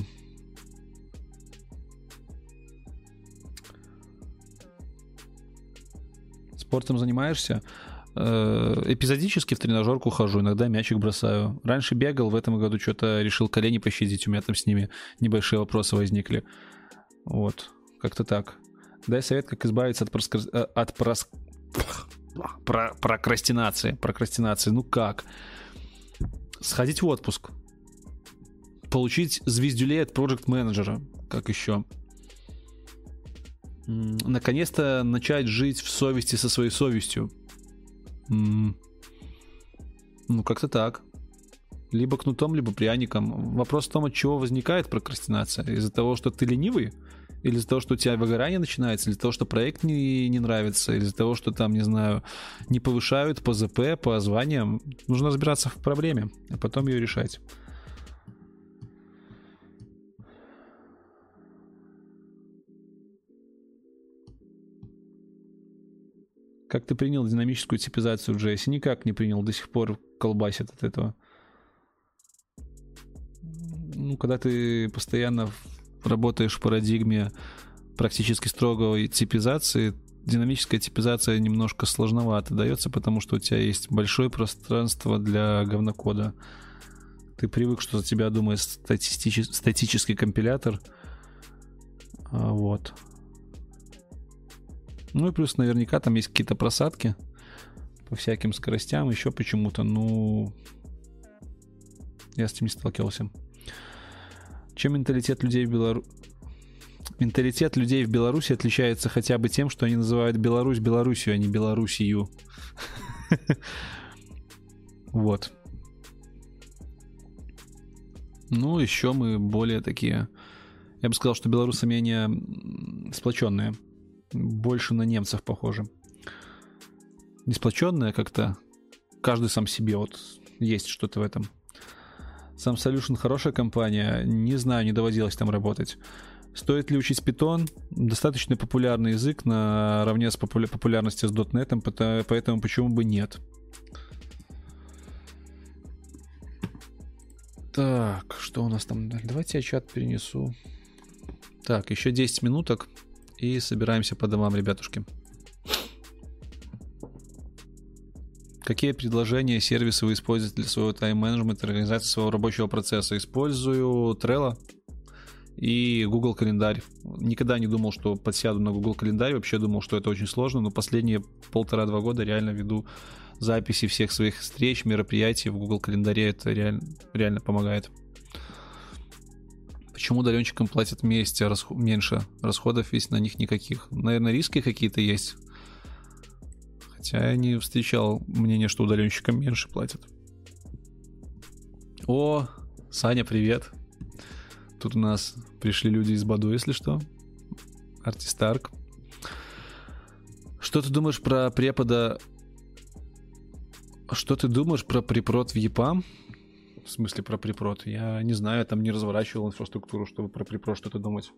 Спортом занимаешься? Эпизодически в тренажерку хожу, иногда мячик бросаю. Раньше бегал, в этом году что-то решил колени пощадить, у меня там с ними небольшие вопросы возникли. Вот, как-то так. Дай совет, как избавиться от, проскр... от прос... Про... прокрастинации. Прокрастинации. Ну как? Сходить в отпуск. Получить звездюлей от проект-менеджера. Как еще? Наконец-то начать жить в совести со своей совестью. Ну, как-то так. Либо кнутом, либо пряником. Вопрос в том, от чего возникает прокрастинация. Из-за того, что ты ленивый? Или из-за того, что у тебя выгорание начинается? Или из-за того, что проект не, не нравится? Или из-за того, что там, не знаю, не повышают по ЗП, по званиям? Нужно разбираться в проблеме, а потом ее решать. Как ты принял динамическую типизацию в джей эс? Никак не принял, до сих пор колбасит от этого. Ну, когда ты постоянно работаешь в парадигме практически строгой типизации, динамическая типизация немножко сложновато дается, потому что у тебя есть большое пространство для говнокода. Ты привык, что за тебя думает статистический, статический компилятор. А, вот. Ну и плюс наверняка там есть какие-то просадки по всяким скоростям, еще почему-то, ну, я с этим не сталкивался. Чем менталитет людей в Беларуси... Менталитет людей в Беларуси отличается хотя бы тем, что они называют Беларусь Белоруссию, а не Белоруссию. Вот. Ну, еще мы более такие... Я бы сказал, что белорусы менее сплоченные. Больше на немцев похожи. Не сплоченные как-то. Каждый сам себе. Вот есть что-то в этом. Сам Solution хорошая компания. Не знаю, не доводилось там работать. Стоит ли учить Python? Достаточно популярный язык наравне с популя- популярностью с .дот нет, поэтому почему бы нет? Так, что у нас там? Давайте я чат перенесу. Так, еще десять минуток и собираемся по домам, ребятушки. Какие предложения, сервисы вы используете для своего тайм-менеджмента, организации своего рабочего процесса? Использую Trello и Google календарь. Никогда не думал, что подсяду на Google календарь. Вообще думал, что это очень сложно, но последние полтора-два года реально веду записи всех своих встреч, мероприятий в Google календаре. Это реально, реально помогает. Почему удаленщикам платят вместе, а расход... меньше? Расходов ведь на них никаких. Наверное, риски какие-то есть. Хотя я не встречал мнение, что удаленщикам меньше платят. О, Саня, привет. Тут у нас пришли люди из Баду, если что. Артистарк. Что ты думаешь про препода... Что ты думаешь про препрод в ЕПАМ? В смысле про препрод? Я не знаю, я там не разворачивал инфраструктуру, чтобы про препрод что-то думать.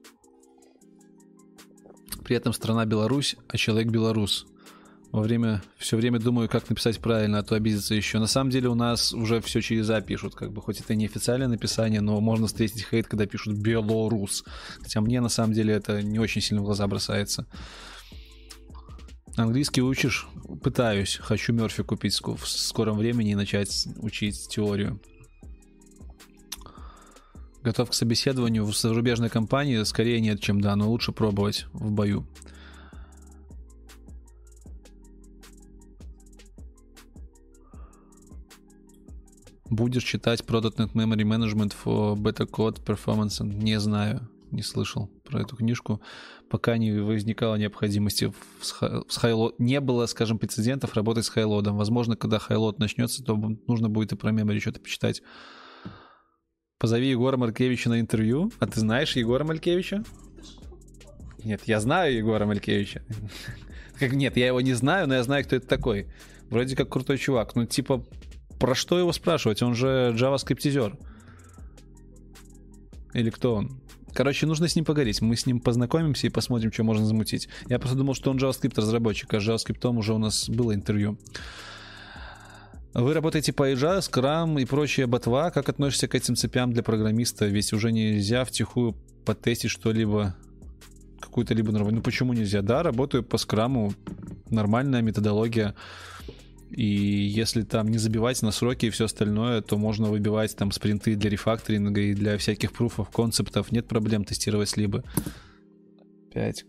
При этом страна Беларусь, а человек белорус. Во время, все время думаю, как написать правильно, а то обидеться еще. На самом деле у нас уже все через А пишут, как бы, хоть это не официальное написание, но можно встретить хейт, когда пишут белорус. Хотя мне на самом деле это не очень сильно в глаза бросается. Английский учишь? Пытаюсь. Хочу Мёрфи купить в скором времени и начать учить теорию. Готов к собеседованию в зарубежной компании? Скорее нет, чем да, но лучше пробовать в бою. Будешь читать про .дот нет Memory Management for Better Code Performance? Не знаю. не слышал про эту книжку. Пока не возникала необходимости с хайло... не было, скажем, прецедентов работать с хайлодом. Возможно, когда хайлод начнется, то нужно будет и про мемори что-то почитать. Позови Егора Малькевича на интервью. А ты знаешь Егора Малькевича? Нет, я знаю Егора Малькевича. Как нет, я его не знаю, но я знаю, кто это такой. Вроде как крутой чувак. Ну, типа, про что его спрашивать? Он же JavaScript-изер. Или кто он? Короче, нужно с ним поговорить. Мы с ним познакомимся и посмотрим, что можно замутить. Я просто думал, что он JavaScript-разработчик, а с JavaScript уже у нас было интервью. Вы работаете по Agile, Scrum и прочее ботва. Как относишься к этим цепям для программиста? Ведь уже нельзя втихую потестить что-либо, какую-то либо нормальную. Ну почему нельзя? Да, работаю по Scrum, нормальная методология. И если там не забивать на сроки и все остальное, то можно выбивать там спринты для рефакторинга и для всяких пруфов, концептов. Нет проблем тестировать слибы. Пять.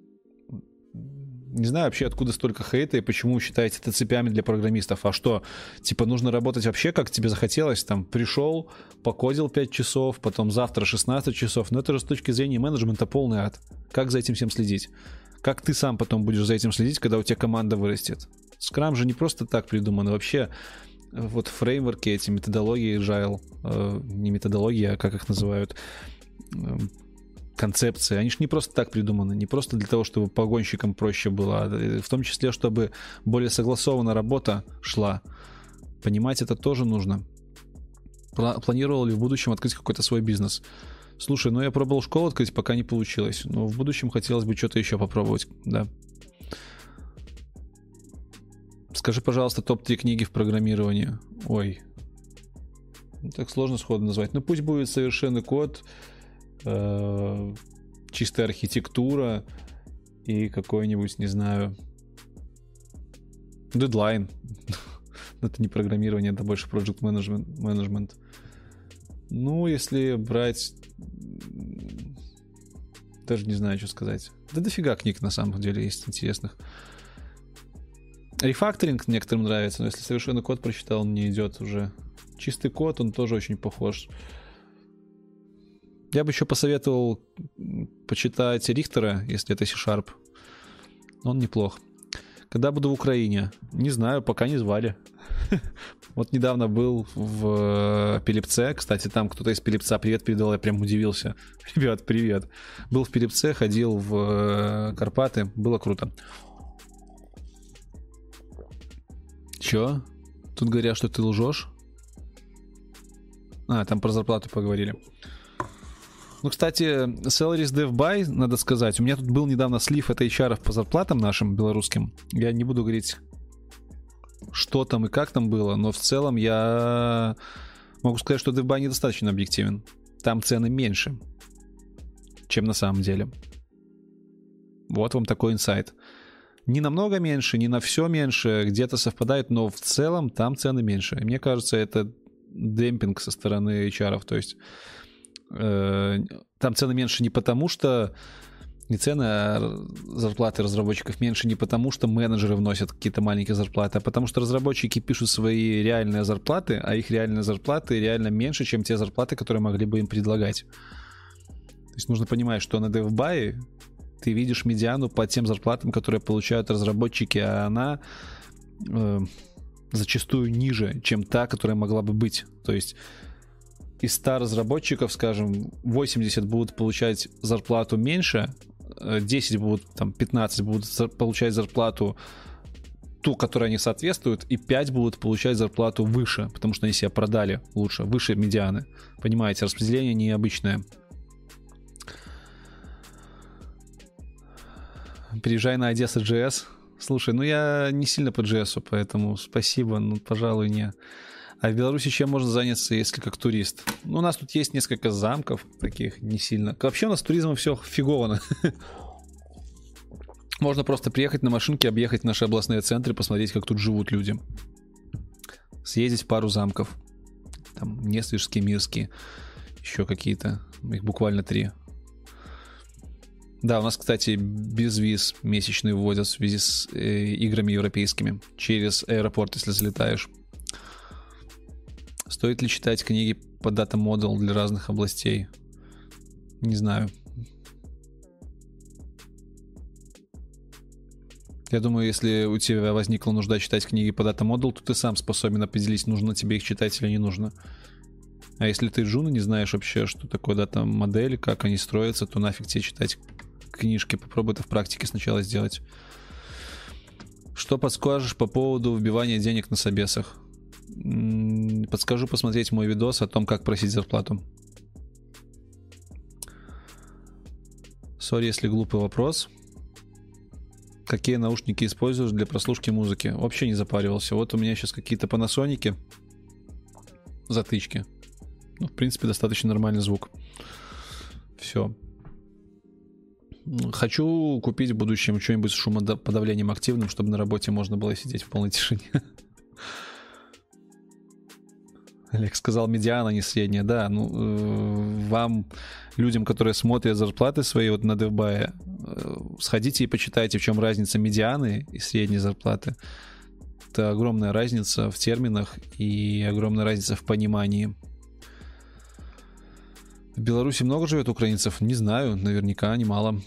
Не знаю вообще, откуда столько хейта и почему считаете это цепями для программистов. А что, типа нужно работать вообще, как тебе захотелось? Там пришел, покодил пять часов, потом завтра шестнадцать часов. Но это же с точки зрения менеджмента полный ад. Как за этим всем следить? Как ты сам потом будешь за этим следить, когда у тебя команда вырастет? Scrum же не просто так придуман. Вообще, вот фреймворки, эти методологии Agile, э, не методологии, а как их называют, э, концепции, они же не просто так придуманы, не просто для того, чтобы погонщикам проще было, а в том числе, чтобы более согласованно работа шла. Понимать это тоже нужно. Планировал ли в будущем открыть какой-то свой бизнес? Слушай, ну я пробовал школу открыть, пока не получилось, но в будущем хотелось бы что-то еще попробовать, да. Скажи, пожалуйста, топ три книги в программировании. Ой, так сложно сходу назвать. Ну пусть будет «Совершенный код», э, «Чистая архитектура» и какой-нибудь, не знаю, «Дедлайн». Это не программирование, это больше project management. Ну, если брать... Даже не знаю, что сказать. Да дофига книг на самом деле есть интересных. Рефакторинг некоторым нравится, но если совершенный код прочитал, он не идет уже. Чистый код, он тоже очень похож. Я бы еще посоветовал почитать Рихтера, если это C-Sharp. Он неплох. Когда буду в Украине? Не знаю, пока не звали. Вот недавно был в Пилипце. Кстати, там кто-то из Пилипца привет передал, я прям удивился. Ребят, привет. Был в Пилипце, ходил в Карпаты. Было круто. Чё? Тут говорят, что ты лжешь? А, там про зарплату поговорили. Ну, кстати, Salaries Dev By, надо сказать, у меня тут был недавно слив от эйч ар по зарплатам нашим белорусским. Я не буду говорить, что там и как там было, но в целом я могу сказать, что DevBuy недостаточно объективен. Там цены меньше, чем на самом деле. Вот вам такой инсайт. Не намного меньше, не на все меньше, где-то совпадает, но в целом там цены меньше. И мне кажется, это демпинг со стороны эйч ар, то есть э, там цены меньше не потому, что не цены, а зарплаты разработчиков меньше не потому, что менеджеры вносят какие-то маленькие зарплаты, а потому что разработчики пишут свои реальные зарплаты, а их реальные зарплаты реально меньше, чем те зарплаты, которые могли бы им предлагать. То есть нужно понимать, что на DevBuy ты видишь медиану по тем зарплатам, которые получают разработчики, а она э, зачастую ниже, чем та, которая могла бы быть. То есть из ста разработчиков, скажем, восемьдесят будут получать зарплату меньше, десять будут, там, пятнадцать будут получать зарплату ту, которой они соответствуют, и пять будут получать зарплату выше, потому что они себя продали лучше, выше медианы. Понимаете, распределение необычное. Переезжай на Одесса джей эс. Слушай, ну я не сильно по джей эс, поэтому спасибо, но, пожалуй, не. А в Беларуси чем можно заняться, если как турист? Ну, у нас тут есть несколько замков таких, не сильно. Вообще у нас с туризмом все фигово. Можно просто приехать на машинке, объехать наши областные центры, посмотреть, как тут живут люди. Съездить в пару замков. Там Несвежский, Мирский, еще какие-то. Их буквально три. Да, у нас, кстати, безвиз месячный вводят в связи с э, играми европейскими. Через аэропорт, если залетаешь. Стоит ли читать книги по Data Model для разных областей? Не знаю. Я думаю, если у тебя возникла нужда читать книги по Data Model, то ты сам способен определить, нужно тебе их читать или не нужно. А если ты джун и не знаешь вообще, что такое Data Модель, как они строятся, то нафиг тебе читать книжки. Попробуй это в практике сначала сделать. Что подскажешь по поводу вбивания денег на собесах? Подскажу посмотреть мой видос о том, как просить зарплату. Сори, если глупый вопрос. Какие наушники используешь для прослушки музыки? Вообще не запаривался. Вот у меня сейчас какие-то Panasonic затычки. Ну, в принципе, достаточно нормальный звук. Все. Хочу купить в будущем что-нибудь с шумоподавлением активным, чтобы на работе можно было сидеть в полной тишине. Олег сказал, медиана, не средняя. Да, ну, э, вам, людям, которые смотрят зарплаты свои вот на DevBuy, э, сходите и почитайте, в чем разница медианы и средней зарплаты. Это огромная разница в терминах и огромная разница в понимании. В Беларуси много живет украинцев? Не знаю, наверняка немало.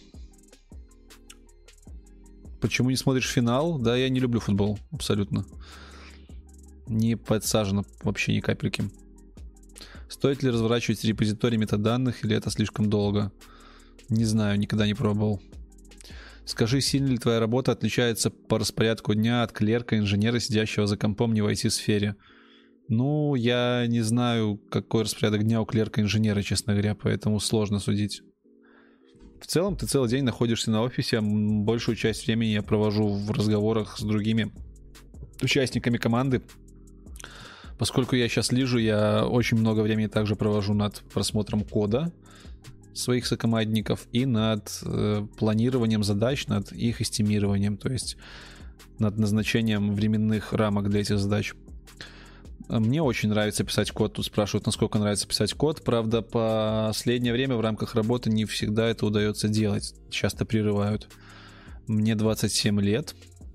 Почему не смотришь финал? Да, я не люблю футбол, абсолютно. Не подсажено вообще ни капельки. Стоит ли разворачивать репозиторий метаданных, или это слишком долго? Не знаю, никогда не пробовал. Скажи, сильно ли твоя работа отличается по распорядку дня от клерка, инженера, сидящего за компом не в ай ти-сфере? Ну, я не знаю, какой распорядок дня у клерка инженера, честно говоря, поэтому сложно судить. В целом, ты целый день находишься на офисе, а большую часть времени я провожу в разговорах с другими участниками команды. Поскольку я сейчас лижу, я очень много времени также провожу над просмотром кода своих сокомандников и над э, планированием задач, над их эстимированием, то есть над назначением временных рамок для этих задач. Мне очень нравится писать код. Тут спрашивают, насколько нравится писать код. Правда, последнее время в рамках работы не всегда это удается делать. Часто прерывают. Мне двадцать семь лет.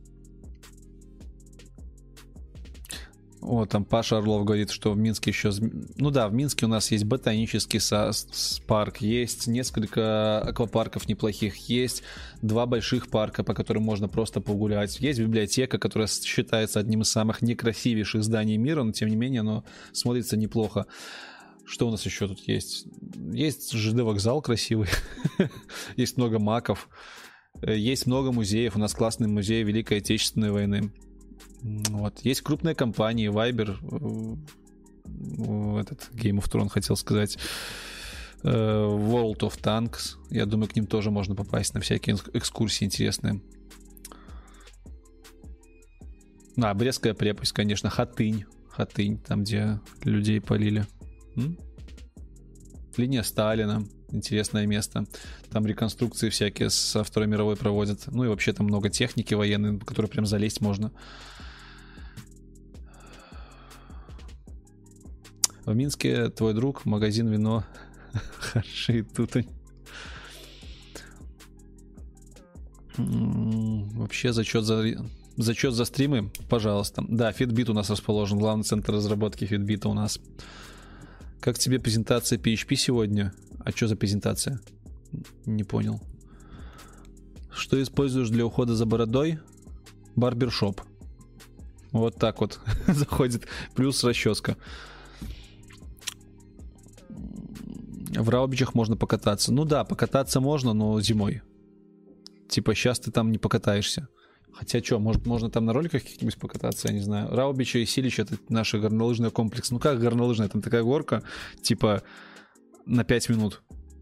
О, там Паша Орлов говорит, что в Минске еще... Ну да, в Минске у нас есть ботанический парк, есть несколько аквапарков неплохих, есть два больших парка, по которым можно просто погулять. Есть библиотека, которая считается одним из самых некрасивейших зданий мира, но тем не менее оно смотрится неплохо. Что у нас еще тут есть? Есть ЖД вокзал красивый, есть много маков, есть много музеев. У нас классный музей Великой Отечественной войны. Вот. Есть крупные компании, Viber, этот Game of Thrones хотел сказать, World of Tanks. Я думаю, к ним тоже можно попасть на всякие экскурсии интересные. А, Брестская крепость, конечно, Хатынь. Хатынь, там, где людей полили. М? Линия Сталина. Интересное место. Там реконструкции всякие со Второй мировой проводят. Ну и вообще там много техники военной, в которую прям залезть можно. В Минске твой друг, магазин вино. Хороший тут. Вообще зачет за... зачет за стримы, пожалуйста. Да, Fitbit у нас расположен. Главный центр разработки Fitbit у нас. Как тебе презентация пи эйч пи сегодня? А что за презентация? Не понял. Что используешь для ухода за бородой? Барбершоп. Вот так вот заходит. Плюс расческа. В Раубичах можно покататься. Ну да, покататься можно, но зимой. Типа сейчас ты там не покатаешься. Хотя что, может, можно там на роликах каких-нибудь покататься, я не знаю. Раубичи и Силич — это наши горнолыжные комплексы. Ну как горнолыжная? Там такая горка, типа на пять минут.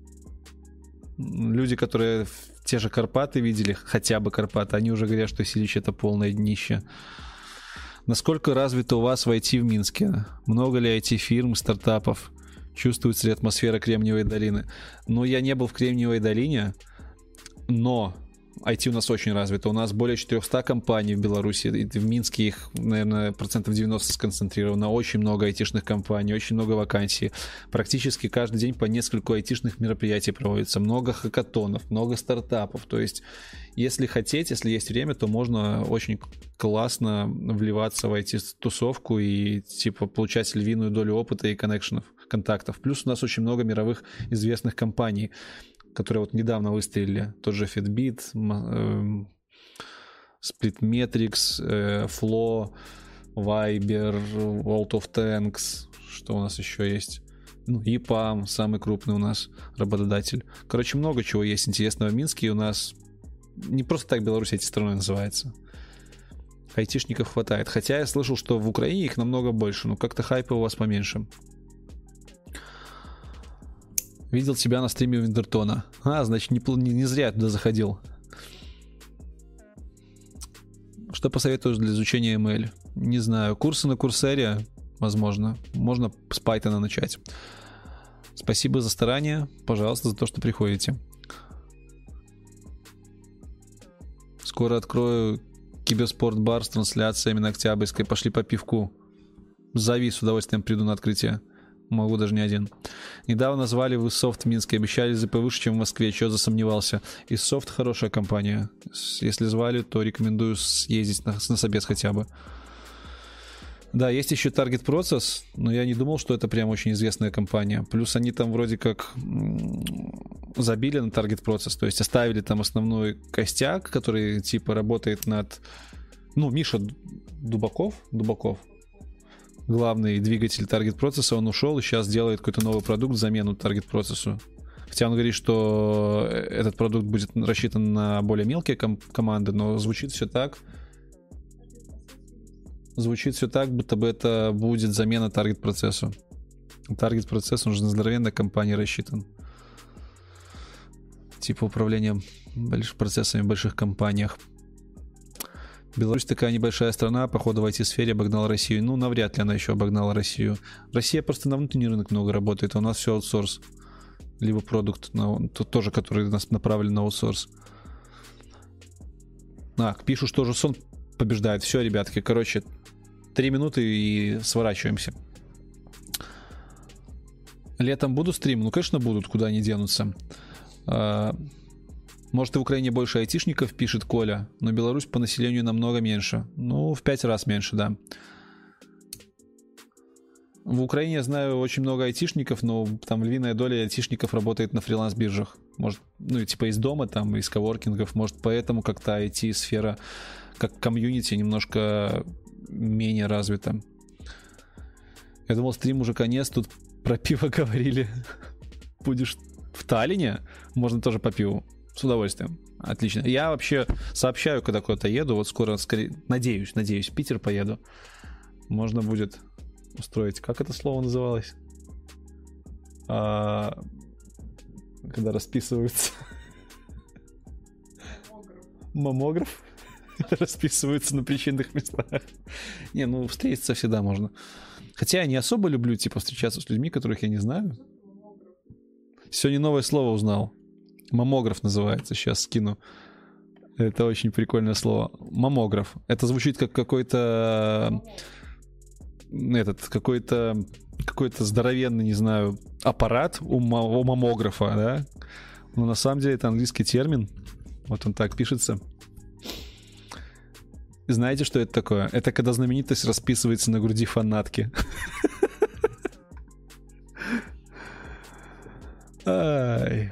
Люди, которые те же Карпаты видели, хотя бы Карпаты, они уже говорят, что Силич — это полное днище. Насколько развито у вас в ай ти в Минске? Много ли ай ти-фирм, стартапов? Чувствуется ли атмосфера Кремниевой долины? Ну, я не был в Кремниевой долине, но ай ти у нас очень развито. У нас более четыреста компаний в Беларуси. И в Минске их, наверное, процентов девяносто сконцентрировано. Очень много айтишных компаний, очень много вакансий. Практически каждый день по нескольку айтишных мероприятий проводится. Много хакатонов, много стартапов. То есть, если хотеть, если есть время, то можно очень классно вливаться в ай ти-тусовку и типа получать львиную долю опыта и коннекшенов, контактов. Плюс у нас очень много мировых известных компаний, которые вот недавно выстрелили. Тот же Fitbit, Splitmetrics, э, Flow, Viber, World of Tanks, что у нас еще есть? Ну, и пам, самый крупный у нас работодатель. Короче, много чего есть интересного в Минске, и у нас не просто так Беларусь этой страной называется. Айтишников хватает. Хотя я слышал, что в Украине их намного больше, но как-то хайпа у вас поменьше. Видел тебя на стриме Виндертона. А, значит, не, не, не зря я туда заходил. Что посоветуешь для изучения эм эл? Не знаю. Курсы на Курсере, возможно. Можно с Python начать. Спасибо за старание. Пожалуйста, за то, что приходите. Скоро открою киберспорт-бар с трансляциями на Октябрьской. Пошли по пивку. Зови, с удовольствием приду на открытие. Могу даже не один. Недавно звали в Исофт в Минске. Обещали ЗП выше, чем в Москве. Чего засомневался? Исофт хорошая компания. Если звали, то рекомендую съездить на, на собес хотя бы. Да, есть еще Target Process, но я не думал, что это прям очень известная компания. Плюс они там вроде как забили на Target Process, то есть оставили там основной костяк, который типа работает над... Ну, Миша Дубаков, Дубаков, главный двигатель Target Process, он ушел и сейчас делает какой-то новый продукт в замену Target Process. Хотя он говорит, что этот продукт будет рассчитан на более мелкие ком- команды, но звучит все так... Звучит все так, будто бы это будет замена таргет-процессу. Таргет-процесс, он же на здоровенной компании рассчитан. Типа управления больш... процессами в больших компаниях. Беларусь такая небольшая страна, походу в ай ти-сфере обогнала Россию. Ну, навряд ли она еще обогнала Россию. Россия просто на внутренний рынок много работает, а у нас все аутсорс. Либо продукт, на... тоже, который нас направлен на аутсорс. А, пишут, что же сон побеждает. Все, ребятки, короче, три минуты и сворачиваемся. Летом буду стрим? Ну, конечно, будут, куда они денутся. А, может, и в Украине больше айтишников, пишет Коля, но Беларусь по населению намного меньше. Ну, в пять раз меньше, да. В Украине, я знаю, очень много айтишников, но там львиная доля айтишников работает на фриланс-биржах. Может, ну, типа из дома, там, из коворкингов. Может, поэтому как-то ай ти-сфера, как комьюнити, немножко менее развита. Я думал, стрим уже конец, тут про пиво говорили. Будешь в Таллине? Можно тоже по пиву. С удовольствием. Отлично. Я вообще сообщаю, когда куда-то еду. Вот скоро, скорее, надеюсь, надеюсь, в Питер поеду. Можно будет устроить. Как это слово называлось? А... Когда расписываются. Маммограф. Расписываются на причинных местах. Не, ну встретиться всегда можно. Хотя я не особо люблю, типа, встречаться с людьми, которых я не знаю. Сегодня новое слово узнал. Маммограф называется. Сейчас скину. Это очень прикольное слово. Маммограф. Это звучит как какой-то... Этот, какой-то... Какой-то здоровенный, не знаю, аппарат у, ма- у маммографа, да? Но на самом деле это английский термин. Вот он так пишется. Знаете, что это такое? Это когда знаменитость расписывается на груди фанатки. Ай.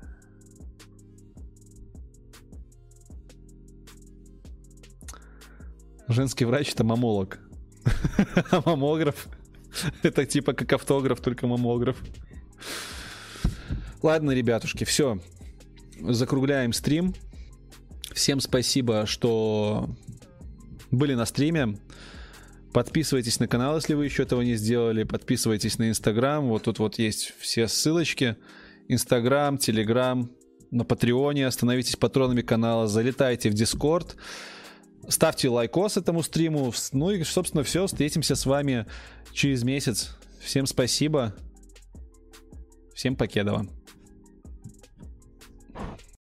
Женский врач — это маммолог. А маммограф — это типа как автограф, только маммограф. Ладно, ребятушки, все. Закругляем стрим. Всем спасибо, что были на стриме. Подписывайтесь на канал, если вы еще этого не сделали. Подписывайтесь на Инстаграм. Вот тут вот есть все ссылочки. Инстаграм, Телеграм, на Патреоне. Становитесь патронами канала. Залетайте в Дискорд. Ставьте лайкос этому стриму. Ну и, собственно, все. Встретимся с вами через месяц. Всем спасибо. Всем покедова.